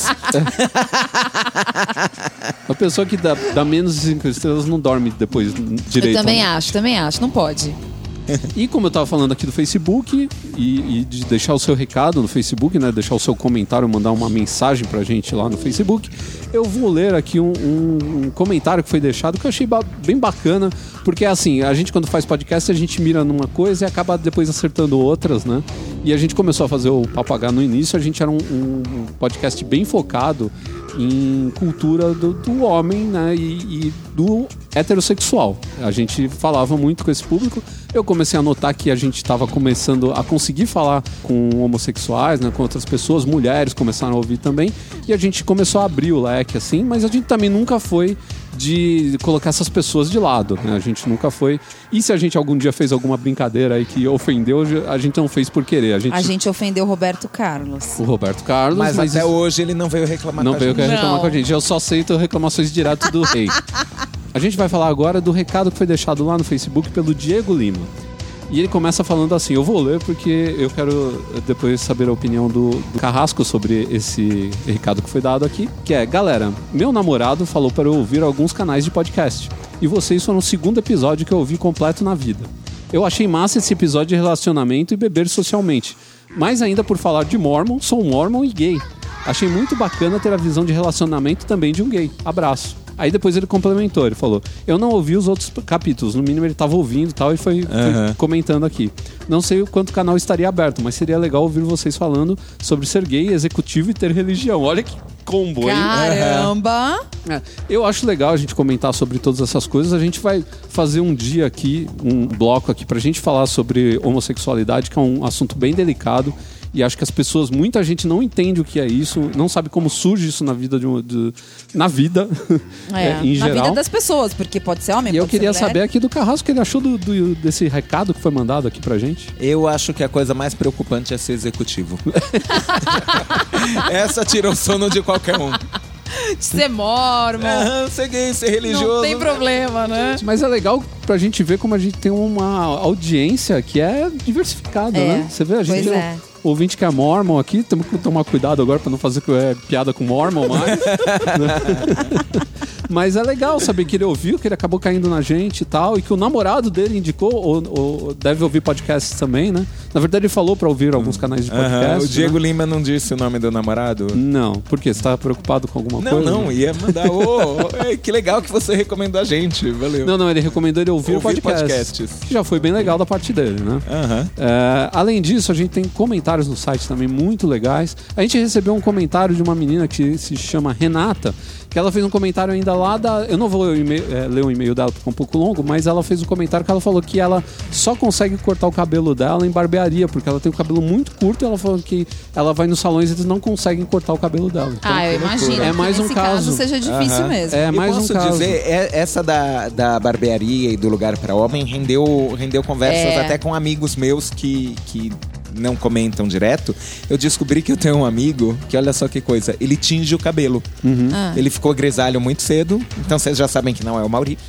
A: A pessoa que dá, dá menos de cinco estrelas não dorme depois direito.
C: Eu também
A: né?
C: acho, também acho. Não pode.
A: E como eu tava falando aqui do Facebook, e, e de deixar o seu recado no Facebook, né? Deixar o seu comentário, mandar uma mensagem pra gente lá no Facebook, eu vou ler aqui um, um- um comentário que foi deixado que eu achei ba- bem bacana, porque assim, a gente quando faz podcast, a gente mira numa coisa e acaba depois acertando outras, né? E a gente começou a fazer o Papagaio no início, a gente era um, um podcast bem focado em cultura do, do homem, né, e, e do heterossexual. A gente falava muito com esse público. Eu comecei a notar que a gente estava começando a conseguir falar com homossexuais, né, com outras pessoas, mulheres começaram a ouvir também, e a gente começou a abrir o leque, assim, mas a gente também nunca foi de colocar essas pessoas de lado, né? A gente nunca foi. E se a gente algum dia fez alguma brincadeira aí que ofendeu, a gente não fez por querer. A gente,
C: A gente ofendeu o Roberto Carlos.
A: o Roberto Carlos,
D: Mas,
A: mas
D: até
A: isso-
D: hoje ele não veio reclamar
A: não
D: com a
A: veio
D: gente.
A: reclamar
C: Não.
A: com a gente. Eu só aceito reclamações direto do rei. A gente vai falar agora do recado que foi deixado lá no Facebook pelo Diego Lima. E ele começa falando assim, eu vou ler porque eu quero depois saber a opinião do, do Carrasco sobre esse recado que foi dado aqui, que é, galera, meu namorado falou para eu ouvir alguns canais de podcast, e vocês foram o segundo episódio que eu ouvi completo na vida. Eu achei massa esse episódio de relacionamento e beber socialmente, mais ainda por falar de Mormon, sou Mormon e gay. Achei muito bacana ter a visão de relacionamento também de um gay. Abraço. Aí depois ele complementou, ele falou, eu não ouvi os outros capítulos, no mínimo ele estava ouvindo e tal, e foi, foi
D: Aham.
A: comentando aqui. Não sei o quanto o canal estaria aberto, mas seria legal ouvir vocês falando sobre ser gay, executivo e ter religião. Olha que combo, hein?
C: Caramba!
A: É, eu acho legal a gente comentar sobre todas essas coisas. A gente vai fazer um dia aqui, um bloco aqui, pra gente falar sobre homossexualidade, que é um assunto bem delicado. E acho que as pessoas, muita gente não entende o que é isso, não sabe como surge isso na vida de, um, de na vida,
C: É,
A: é, em
C: na
A: geral.
C: vida das pessoas, porque pode ser homem,
A: E eu
C: pode ser
A: queria
C: mulher.
A: saber aqui do Carrasco o que ele achou do, do- desse recado que foi mandado aqui pra gente.
D: Eu acho que a coisa mais preocupante é ser executivo. Essa tira o sono de qualquer um.
C: De ser mormon.
D: Aham, ser gay, ser religioso.
C: Não tem problema, né?
A: Mas é legal pra gente ver como a gente tem uma audiência que é diversificada,
C: É,
A: né? Você vê, a gente
C: pois
A: tem
C: é.
A: um ouvinte que é mormon aqui, temos que tomar cuidado agora pra não fazer é, piada com mormon mais. Mas é legal saber que ele ouviu, que ele acabou caindo na gente e tal, e que o namorado dele indicou, ou, ou deve ouvir podcasts também, né? Na verdade, ele falou pra ouvir alguns canais de podcast.
D: Aham, o Diego
A: né?
D: Lima não disse o nome do namorado?
A: Não, por quê? Você tá preocupado com alguma
D: Não,
A: coisa?
D: não, ia mandar. Ô, ô, é, que legal que você recomendou a gente, valeu.
A: Não, não, ele recomendou ele ouvir,
D: Ouvir
A: o podcast.
D: podcasts.
A: Que já foi bem legal da parte dele, né?
D: Aham.
A: É, além disso, a gente tem comentários no site também muito legais. A gente recebeu um comentário de uma menina que se chama Renata, que ela fez um comentário ainda lá da... Eu não vou ler o e-mail, é, ler o e-mail dela porque é um pouco longo, mas ela fez um comentário que ela falou que ela só consegue cortar o cabelo dela em barbearia, porque ela tem o cabelo muito curto e ela falou que ela vai nos salões e eles não conseguem cortar o cabelo dela. Então,
C: Ah, eu imagino.
A: É
C: que
A: mais um
C: nesse
A: caso.
C: seja difícil
D: Aham.
C: mesmo.
A: É
D: Eu
A: mais um
D: posso
A: caso.
D: dizer, é- essa da, da barbearia e do lugar para homem rendeu, rendeu conversas
C: É.
D: até com amigos meus que, que não comentam direto. Eu descobri que eu tenho um amigo que, olha só que coisa, ele tinge o cabelo.
C: Ah.
D: Ele ficou grisalho muito cedo, então vocês já sabem que não é o Mauri.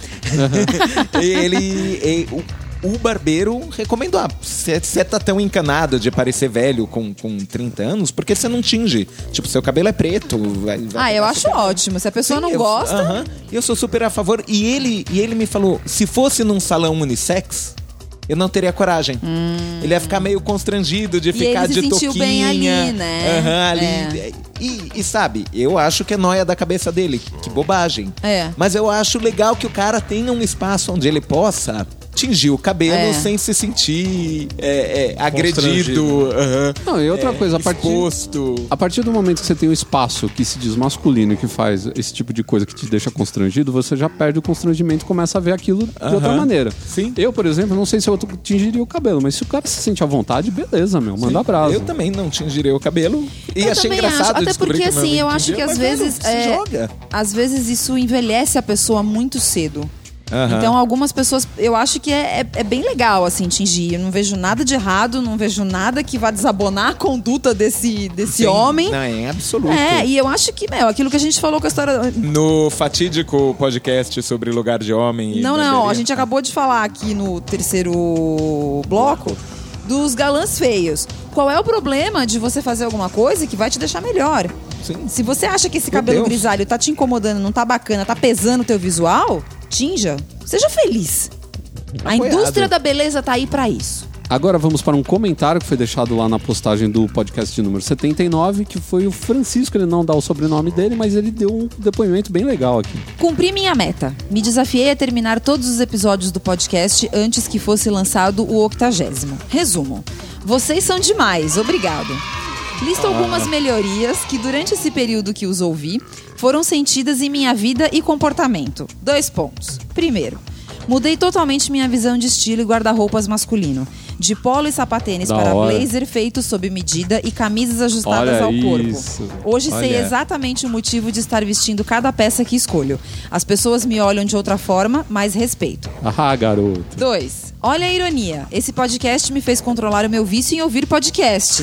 D: E ele... e o, o barbeiro recomendou, ah, você tá tão encanado de parecer velho com, com trinta anos, porque você não tinge. Tipo, seu cabelo é preto. Vai, vai
C: Ah, eu
D: pegar
C: acho
D: super-
C: ótimo. Se a pessoa
D: Sim,
C: não
D: eu-
C: gosta...
D: aham, eu sou super a favor. E ele, e ele me falou, se fosse num salão unissex, eu não teria coragem. Ele ia ficar meio constrangido de
C: E
D: ficar
C: ele se
D: de
C: sentiu
D: toquinha.
C: bem ali, né?
D: Aham, ali.
C: É.
D: E, e sabe, eu acho que é nóia da cabeça dele. Que bobagem.
C: É.
D: Mas eu acho legal que o cara tenha um espaço onde ele possa tingir o cabelo
C: É.
D: sem se sentir é, é, agredido.
B: Constrangido.
D: aham,
A: Não, e outra
D: é,
A: coisa, a partir,
D: exposto.
A: a partir do momento que você tem um espaço que se diz masculino e que faz esse tipo de coisa que te deixa constrangido, você já perde o constrangimento e começa a ver aquilo de outra
D: Aham.
A: maneira.
D: Sim.
A: Eu, por exemplo, não sei se eu tingiria o cabelo, mas se o cara se sente à vontade, beleza, meu, manda abraço.
D: Eu também não tingiria o cabelo. E
C: Eu
D: achei
C: também
D: engraçado
C: acho, até
D: descobrir
C: porque
D: que meu
C: assim, eu
D: amigo
C: acho que
D: tingia,
C: às
D: mas, velho,
C: vezes
D: se
C: é,
D: joga.
C: às vezes isso envelhece a pessoa muito cedo.
D: Aham.
C: Então algumas pessoas, eu acho que é, é, é bem legal assim tingir. Eu não vejo nada de errado, não vejo nada que vá desabonar a conduta desse, desse
D: Sim,
C: homem.
D: Não, é absoluto.
C: É, e eu acho que, meu, aquilo que a gente falou com a história.
D: No fatídico podcast sobre lugar de homem. e
C: Não, não,
D: barbearia.
C: a gente acabou de falar aqui no terceiro bloco dos galãs feios. Qual é o problema de você fazer alguma coisa que vai te deixar melhor?
D: Sim.
C: Se você acha que esse
D: Meu
C: cabelo
D: Deus.
C: grisalho tá te incomodando, não tá bacana, tá pesando o teu visual, tinja. Seja feliz. A
D: Apoiado.
C: indústria da beleza tá aí pra isso.
A: Agora vamos para um comentário que foi deixado lá na postagem do podcast de número setenta e nove, que foi o Francisco, ele não dá o sobrenome dele, mas ele deu um depoimento bem legal aqui.
C: Cumpri minha meta. Me desafiei a terminar todos os episódios do podcast antes que fosse lançado o octagésimo. Resumo. Vocês são demais. Obrigado. Listo algumas melhorias que durante esse período que os ouvi foram sentidas em minha vida e comportamento. Dois pontos. Primeiro, mudei totalmente minha visão de estilo e guarda-roupas masculino. De polo e sapatênis
A: Da
C: para
A: hora.
C: blazer feitos sob medida e camisas ajustadas
A: Olha
C: ao corpo.
A: isso.
C: Hoje sei
D: Olha.
C: exatamente o motivo de estar vestindo cada peça que escolho. As pessoas me olham de outra forma, mas respeito.
A: Ah, garoto.
C: Dois. Olha a ironia. Esse podcast me fez controlar o meu vício em ouvir podcasts.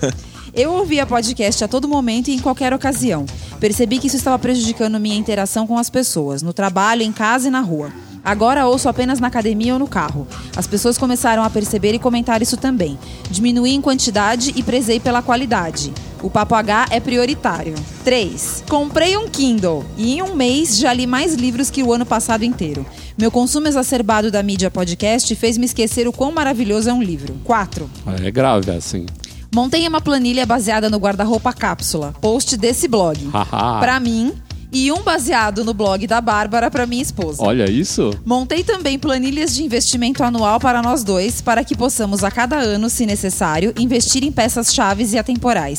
C: Eu ouvia podcast a todo momento e em qualquer ocasião. Percebi que isso estava prejudicando minha interação com as pessoas, no trabalho, em casa e na rua. Agora ouço apenas na academia ou no carro. As pessoas começaram a perceber e comentar isso também. Diminuí em quantidade e prezei pela qualidade. O Papo H é prioritário. três. Comprei um Kindle e em um mês já li mais livros que o ano passado inteiro. Meu consumo exacerbado da mídia podcast fez me esquecer o quão maravilhoso é um livro. quatro.
A: É grave assim.
C: Montei uma planilha baseada no guarda-roupa cápsula, post desse blog.
A: Haha.
C: Pra mim, e um baseado no blog da Bárbara pra minha esposa.
A: Olha isso.
C: Montei também planilhas de investimento anual para nós dois, para que possamos a cada ano, se necessário, investir em peças chaves e atemporais.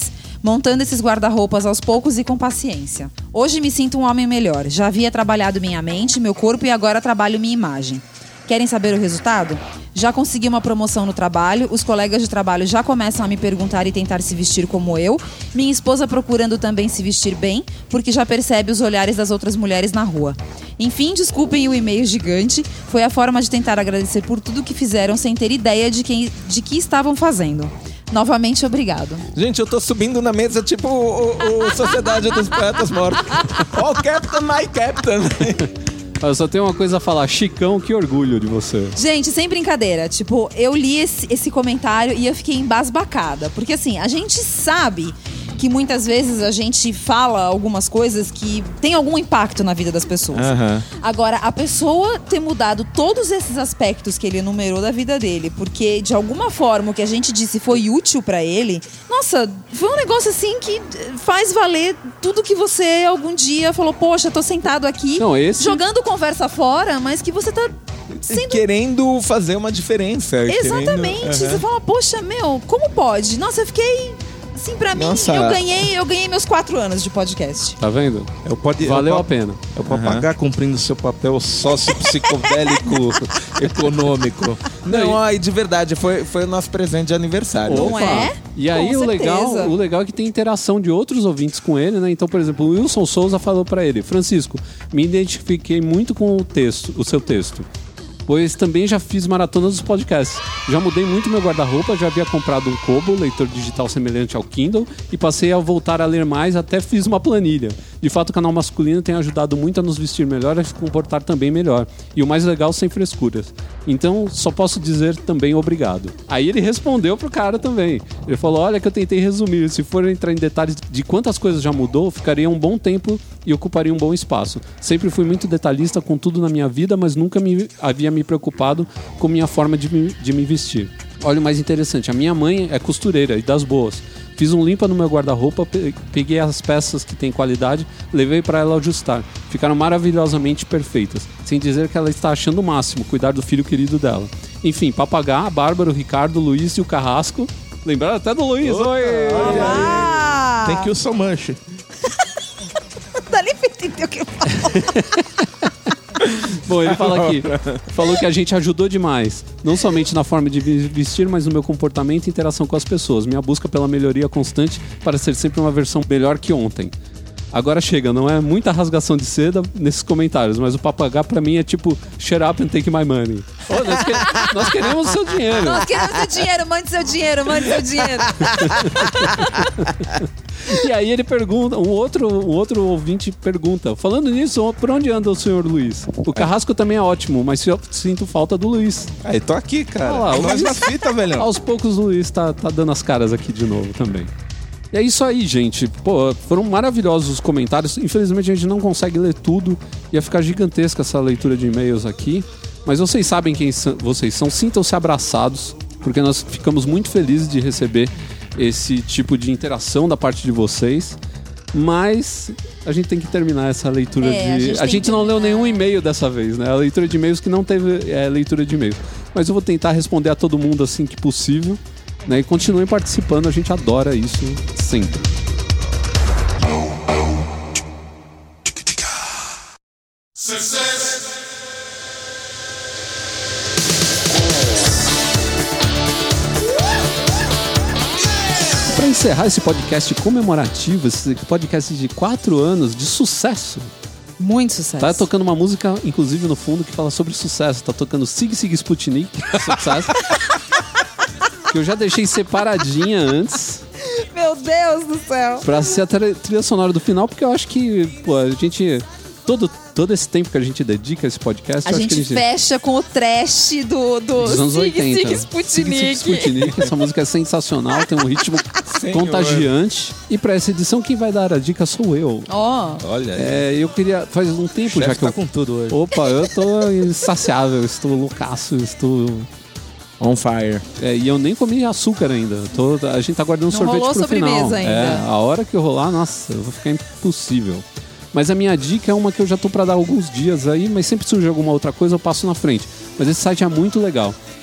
C: montando esses guarda-roupas aos poucos e com paciência. Hoje me sinto um homem melhor. Já havia trabalhado minha mente, meu corpo e agora trabalho minha imagem. Querem saber o resultado? Já consegui uma promoção no trabalho, os colegas de trabalho já começam a me perguntar e tentar se vestir como eu, minha esposa procurando também se vestir bem, porque já percebe os olhares das outras mulheres na rua. Enfim, desculpem o e-mail gigante, foi a forma de tentar agradecer por tudo que fizeram sem ter ideia de, quem, de que estavam fazendo. Novamente, obrigado.
D: Gente, eu tô subindo na mesa tipo o, o, o Sociedade dos Poetas Mortos. Oh, Captain, my Captain.
A: Eu só tenho uma coisa a falar, Chicão, que orgulho de você.
C: Gente, sem brincadeira, tipo, eu li esse, esse comentário e eu fiquei embasbacada. Porque assim, a gente sabe que muitas vezes a gente fala algumas coisas que tem algum impacto na vida das pessoas.
D: Uhum.
C: Agora, a pessoa ter mudado todos esses aspectos que ele enumerou da vida dele, porque de alguma forma o que a gente disse foi útil pra ele, nossa, foi um negócio assim que faz valer tudo que você algum dia falou, poxa, tô sentado aqui
A: Não, esse...
C: jogando conversa fora, mas que você tá sendo...
D: querendo fazer uma diferença.
C: Exatamente.
D: Querendo...
C: Você
D: Uhum.
C: fala, poxa, meu, como pode? Nossa, eu fiquei... Assim, pra mim,
D: Nossa.
C: eu ganhei, eu ganhei meus quatro anos de podcast.
A: Tá vendo?
B: Eu pode,
A: Valeu
B: eu,
A: a pena.
B: É o papagaio cumprindo seu papel sócio psicodélico econômico.
D: Não, ai, de verdade, foi, foi o nosso presente de aniversário.
C: Não é?
A: E aí
C: Com
A: o legal,
C: certeza.
A: o legal é que tem interação de outros ouvintes com ele, né? Então, por exemplo, o Wilson Souza falou pra ele: Francisco, me identifiquei muito com o texto, o seu texto, pois também já fiz maratona dos podcasts. Já mudei muito meu guarda-roupa, já havia comprado um Kobo, leitor digital semelhante ao Kindle, e passei a voltar a ler mais, até fiz uma planilha. De fato, o canal masculino tem ajudado muito a nos vestir melhor e a se comportar também melhor. E o mais legal, sem frescuras. Então, só posso dizer também obrigado. Aí ele respondeu pro cara também. Ele falou, olha que eu tentei resumir. Se for entrar em detalhes de quantas coisas já mudou, ficaria um bom tempo e ocuparia um bom espaço. Sempre fui muito detalhista com tudo na minha vida, mas nunca me havia me preocupado com minha forma de me, de me vestir. Olha o mais interessante, a minha mãe é costureira e das boas. Fiz um limpa no meu guarda-roupa, peguei as peças que têm qualidade, levei para ela ajustar. Ficaram maravilhosamente perfeitas. Sem dizer que ela está achando o máximo cuidar do filho querido dela. Enfim, Papagá, Bárbara, o Ricardo, o Luiz e o Carrasco. Lembraram até do Luiz.
B: Opa,
A: Oi!
C: Ah!
B: Tem que o so much.
C: Dá nem pra entender o que eu falo.
A: Bom, ele fala aqui, falou que a gente ajudou demais, não somente na forma de vestir, mas no meu comportamento e interação com as pessoas. Minha busca pela melhoria constante para ser sempre uma versão melhor que ontem. Agora chega, não é muita rasgação de seda nesses comentários, mas o Papagá pra mim é tipo, shut up and take my money. Ô, nós, que- nós queremos o seu dinheiro.
C: Nós queremos seu dinheiro, mande seu dinheiro, mande seu dinheiro.
A: E aí ele pergunta, um outro, um outro ouvinte pergunta, falando nisso, por onde anda o senhor Luiz? O Carrasco também é ótimo, mas eu sinto falta do Luiz.
B: Aí, tô aqui, cara.
A: Olha lá, o
B: Nós
A: Luiz-
B: na fita, velhão.
A: Aos poucos o Luiz tá, tá dando as caras aqui de novo também. E é isso aí, gente. Pô, foram maravilhosos os comentários. Infelizmente a gente não consegue ler tudo. Ia ficar gigantesca essa leitura de e-mails aqui. Mas vocês sabem quem são, vocês são. Sintam-se abraçados, porque nós ficamos muito felizes de receber esse tipo de interação da parte de vocês. Mas a gente tem que terminar essa leitura
C: É, a
A: de...
C: gente
A: A
C: tem
A: gente
C: que
A: não leu
C: terminar.
A: nenhum e-mail dessa vez, né? A leitura de e-mails que não teve é, leitura de e-mails. Mas eu vou tentar responder a todo mundo assim que possível. Né? E continuem participando, a gente adora isso sempre. Para encerrar esse podcast comemorativo, esse podcast de quatro anos de sucesso,
C: Muito sucesso.
A: tá tocando uma música, inclusive no fundo, que fala sobre sucesso. Tá tocando Sig Sig Sputnik, sucesso. Que eu já deixei separadinha antes
C: Meu Deus do céu.
A: pra ser a trilha trilha sonora do final, porque eu acho que, pô, a gente... Todo, todo esse tempo que a gente dedica a esse podcast,
C: A
A: eu
C: gente,
A: acho que a gente...
C: fecha com o trash do, do
A: Dos anos
C: Sig
A: oitenta.
C: Sig
A: Sig
C: Sputnik.
A: Sig Sputnik. Essa música é sensacional, tem um ritmo contagiante. E pra essa edição, quem vai dar a dica sou eu.
C: Ó,
B: Olha aí.
A: É, eu queria... Faz um
B: O
A: tempo já
B: chefe
A: que
B: tá
A: eu...
B: com tudo hoje.
A: Opa, eu tô insaciável, estou loucaço, estou...
D: On fire.
A: É, e eu nem comi açúcar ainda. Tô- a gente tá guardando
C: Não
A: sorvete
C: rolou
A: pro final.
C: sobremesa ainda.
A: É, a hora que eu rolar, nossa, eu vou ficar impossível. Mas a minha dica é uma que eu já tô pra dar alguns dias aí, mas sempre surge alguma outra coisa, eu passo na frente. Mas esse site é muito legal.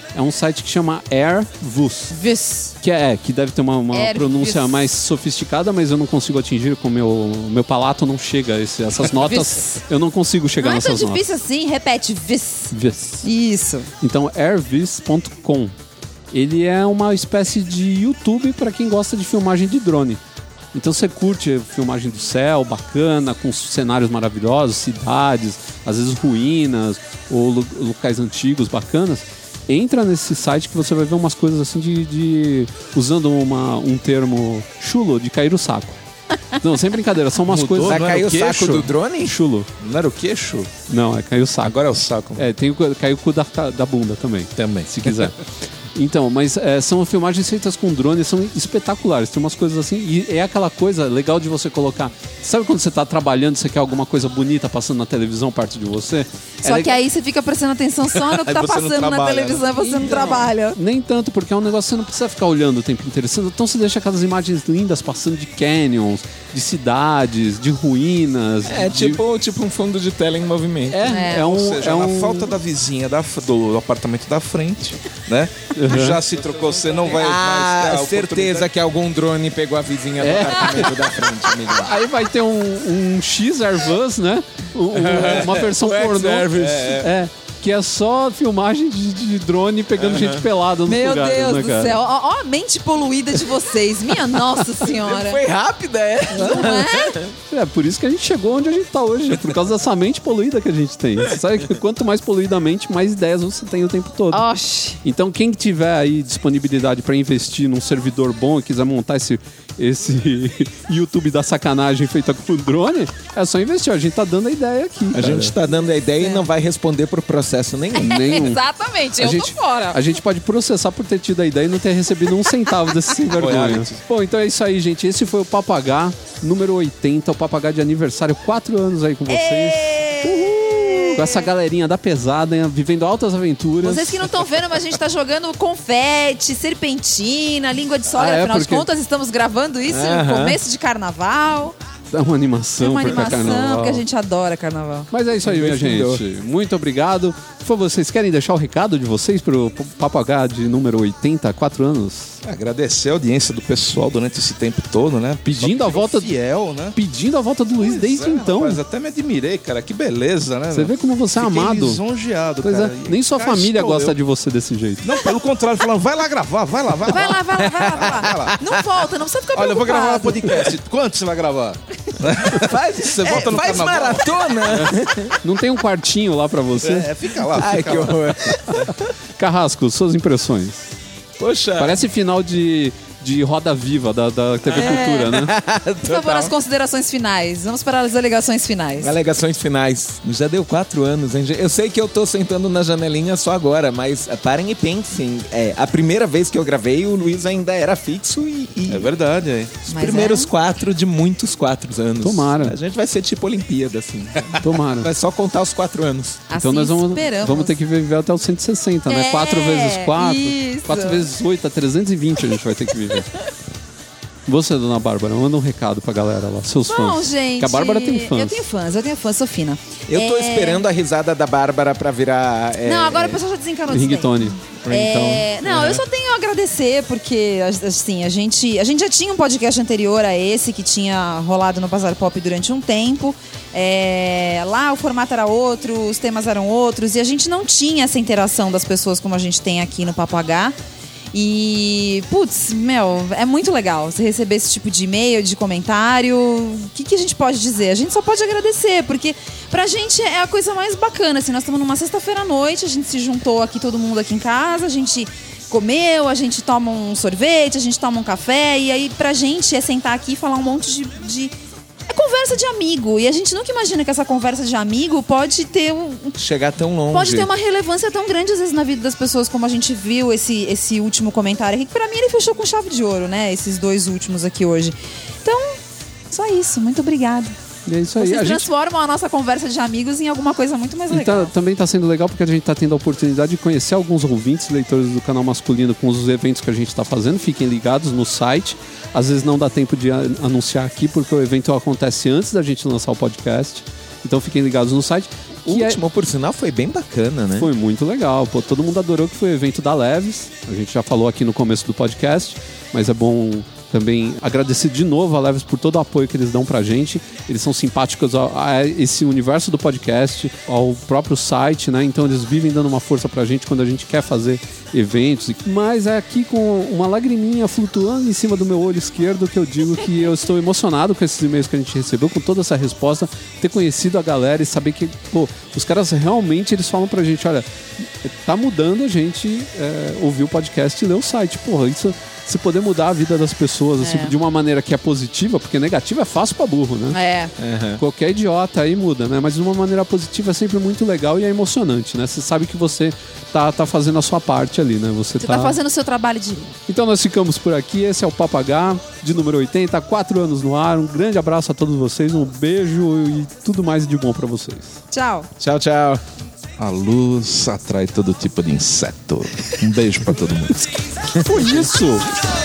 A: é um site que chama Airvus.
C: Vis.
A: Que é, que deve ter uma, uma
C: Airvus.
A: pronúncia mais sofisticada, mas eu não consigo atingir com o meu, meu palato não chega a esse, essas notas.
C: Vis.
A: Eu não consigo chegar
C: Não é tão
A: nessas
C: difícil assim, repete. Vis.
A: notas. Vis.
C: Isso.
A: Então, airvis ponto com. Ele é uma espécie de YouTube para quem gosta de filmagem de drone. Então você curte a filmagem do céu, bacana, com cenários maravilhosos, cidades, às vezes ruínas, ou lu- locais antigos bacanas. Entra nesse site que você vai ver umas coisas assim de... de- usando uma, um termo chulo, de cair o saco. Não, sem brincadeira, são umas
B: Mudou,
A: coisas...
D: Vai
B: não era
D: cair
B: o
D: o saco
B: queixo?
D: do drone?
A: Chulo.
B: Não era o queixo?
A: Não, é cair o saco.
B: Agora é o saco.
A: É, tem o, caiu o cu da, da bunda também.
B: Também.
A: Se quiser. Então, mas é, são filmagens feitas com drone, são espetaculares. Tem umas coisas assim, e é aquela coisa legal de você colocar. Sabe quando você tá trabalhando, você quer alguma coisa bonita passando na televisão perto de você? É
C: Só que
A: legal-
C: aí você fica prestando atenção só no que
B: Aí
C: tá
B: você não
C: passando na
B: trabalha,
C: televisão
B: né?
C: e você não
A: Então,
C: trabalha.
A: Nem tanto, porque é um negócio que você não precisa ficar olhando o tempo inteiro. Você- Então você deixa aquelas imagens lindas passando de canyons, de cidades, de ruínas.
D: É
A: de-
D: tipo, tipo um fundo de tela em movimento.
A: É,
C: É.
A: é um.
B: Ou seja,
A: é
B: na
A: um...
B: falta da vizinha da, do, do apartamento da frente, né? Já se trocou, você não vai mais ter
D: Ah,
B: a
D: certeza
B: oportunidade.
D: que algum drone pegou a vizinha do
A: É.
D: apartamento da frente, amigo.
A: Aí vai ter um, um X-Airvus, né? Um- um- uma versão
D: O
A: pornô.
D: X-Airvus.
A: É, que é só filmagem de, de drone pegando gente pelada nos
C: Meu
A: lugares,
C: Deus
A: né,
C: do
A: cara?
C: céu. Ó, ó a mente poluída de vocês. Minha Nossa Senhora.
D: Foi rápida, é?
C: Não é?
A: É por isso que a gente chegou onde a gente tá hoje, por causa dessa mente poluída que a gente tem. Você sabe que quanto mais poluída a mente, mais ideias você tem o tempo todo.
C: Oxi.
A: Então, quem tiver aí disponibilidade para investir num servidor bom e quiser montar esse, esse YouTube da sacanagem feita com drone, é só investir. A gente tá dando a ideia aqui.
D: A gente tá dando a ideia e não vai responder por processo nenhum.
A: Nenhum.
C: Exatamente,
A: A
C: eu
A: gente,
C: tô fora.
A: a gente pode processar por ter tido a ideia e não ter recebido um centavo desse sem vergonha.
B: Royalties.
A: Bom, então é isso aí, gente. Esse foi o Papo H, número oitenta, o Papo H de aniversário. Quatro anos aí com vocês. Uhul! Com essa galerinha da pesada, hein? Vivendo altas aventuras.
C: Vocês que não estão vendo, mas a gente tá jogando confete, serpentina, língua de sogra.
A: Ah, é?
C: Afinal
A: Porque-
C: de contas, estamos gravando isso no
D: Aham.
C: começo de carnaval.
A: Dá uma animação,
C: É uma
A: pra cá,
C: animação,
A: carnaval.
C: porque a gente adora carnaval.
A: Mas é isso aí, minha
D: Investidor.
A: gente. Muito obrigado. Por favor, vocês querem deixar o recado de vocês pro Papo H de número oitenta, quatro anos?
B: Agradecer a audiência do pessoal durante esse tempo todo, né?
A: Pedindo
B: Só
A: a volta-
B: fiel, né?
A: Pedindo a volta do Luiz
B: Pois
A: desde
B: é,
A: então.
B: Rapaz, até me admirei, cara. Que beleza, né?
A: Você vê como você é
B: Fiquei
A: amado.
B: lisonjeado,
A: Pois
B: cara.
A: é,
B: E
A: nem sua
B: cá
A: família
B: estou
A: gosta
B: eu.
A: de você desse jeito.
B: Não, pelo contrário, falando, vai lá gravar, vai lá, vai,
C: Vai
B: lá.
C: lá, vai lá, vai lá, vai lá. Não volta, não precisa ficar
B: Olha, eu vou gravar um
C: preocupado.
B: podcast. Quanto você vai gravar?
D: Faz,
B: Você volta no
D: faz
B: carnaval?
D: maratona.
A: Não tem um quartinho lá pra você?
B: É, fica lá.
D: Ai,
B: fica
D: que
B: lá.
D: horror.
A: Carrasco, suas impressões.
D: Poxa.
A: Parece final de, de Roda Viva da, da T V Cultura, né?
C: Por favor, as considerações finais. Vamos para as alegações finais.
D: Alegações finais. Já deu quatro anos, hein? Eu sei que eu tô sentando na janelinha só agora, mas eh, parem e pensem. É, a primeira vez que eu gravei, o Luiz ainda era fixo e, e
B: É verdade, hein?
D: os
C: Mas
D: primeiros
C: é.
D: quatro de muitos quatro anos.
A: Tomara.
D: A gente vai ser tipo Olimpíada, assim.
A: Tomara.
D: Vai só contar os quatro anos.
C: Assim
A: Então nós vamos,
C: esperamos.
A: vamos ter que viver até os cento e sessenta, né?
C: É,
A: quatro vezes quatro.
C: isso.
A: quatro vezes oito, a trezentos e vinte a gente vai ter que viver. Você, dona Bárbara, manda um recado pra galera lá, seus
C: Bom,
A: fãs.
C: gente.
A: Que a Bárbara tem fãs.
C: Eu tenho fãs, eu tenho fãs, sou fina.
D: Eu tô
C: É,
D: esperando a risada da Bárbara pra virar. é,
C: Não, agora o pessoal já desencanou disso daí.
A: Ringtone.
C: É,
A: Ringtone.
C: não, eu só tenho a agradecer, porque assim, a gente, a gente já tinha um podcast anterior a esse que tinha rolado no Bazar Pop durante um tempo. É, lá o formato era outro, os temas eram outros, e a gente não tinha essa interação das pessoas como a gente tem aqui no Papo H. E, putz, meu, é muito legal você receber esse tipo de e-mail, de comentário. O que, que a gente pode dizer? A gente só pode agradecer, porque pra gente é a coisa mais bacana, assim, nós estamos numa sexta-feira à noite, a gente se juntou aqui, todo mundo aqui em casa, a gente comeu, a gente toma um sorvete, a gente toma um café, e aí pra gente é sentar aqui e falar um monte de... de... É conversa de amigo, e a gente nunca imagina que essa conversa de amigo pode ter um,
D: Chegar tão longe.
C: pode ter uma relevância tão grande às vezes na vida das pessoas, como a gente viu esse, esse último comentário aqui, que pra mim ele fechou com chave de ouro, né? Esses dois últimos aqui hoje. Então, só isso. Muito obrigada.
A: E é isso aí.
C: Vocês
A: A gente
C: transformam a nossa conversa de amigos em alguma coisa muito mais
A: E
C: legal.
A: tá- também está sendo legal porque a gente está tendo a oportunidade de conhecer alguns ouvintes, leitores do canal masculino com os eventos que a gente está fazendo. Fiquem ligados no site. Às vezes não dá tempo de a- anunciar aqui porque o evento acontece antes da gente lançar o podcast. Então fiquem ligados no site.
D: O
A: Que é-
D: último, por sinal, foi bem bacana, né?
A: Foi muito legal. Pô, todo mundo adorou que foi o evento da Leves. A gente já falou aqui no começo do podcast, mas é bom também agradecer de novo a Leves por todo o apoio que eles dão pra gente. Eles são simpáticos a, a esse universo do podcast, ao próprio site, né? Então eles vivem dando uma força pra gente quando a gente quer fazer eventos. Mas é aqui com uma lagriminha flutuando em cima do meu olho esquerdo que eu digo que eu estou emocionado com esses e-mails que a gente recebeu, com toda essa resposta, ter conhecido a galera e saber que, pô, os caras realmente, eles falam pra gente, olha, tá mudando a gente é, ouvir o podcast e ler o site. Porra, isso... Se poder mudar a vida das pessoas assim,
C: É.
A: de uma maneira que é positiva, porque negativa é fácil pra burro, né?
C: É.
A: Qualquer idiota aí muda, né? Mas de uma maneira positiva é sempre muito legal e é emocionante, né? Você sabe que você tá, tá fazendo a sua parte ali, né? Você,
C: Você tá fazendo o seu trabalho de...
A: Então nós ficamos por aqui. Esse é o Papo H, de número oitenta, quatro anos no ar. Um grande abraço a todos vocês, um beijo e tudo mais de bom pra vocês.
C: Tchau.
D: Tchau, tchau.
B: A luz atrai todo tipo de inseto. Um beijo pra todo mundo.
A: Foi isso!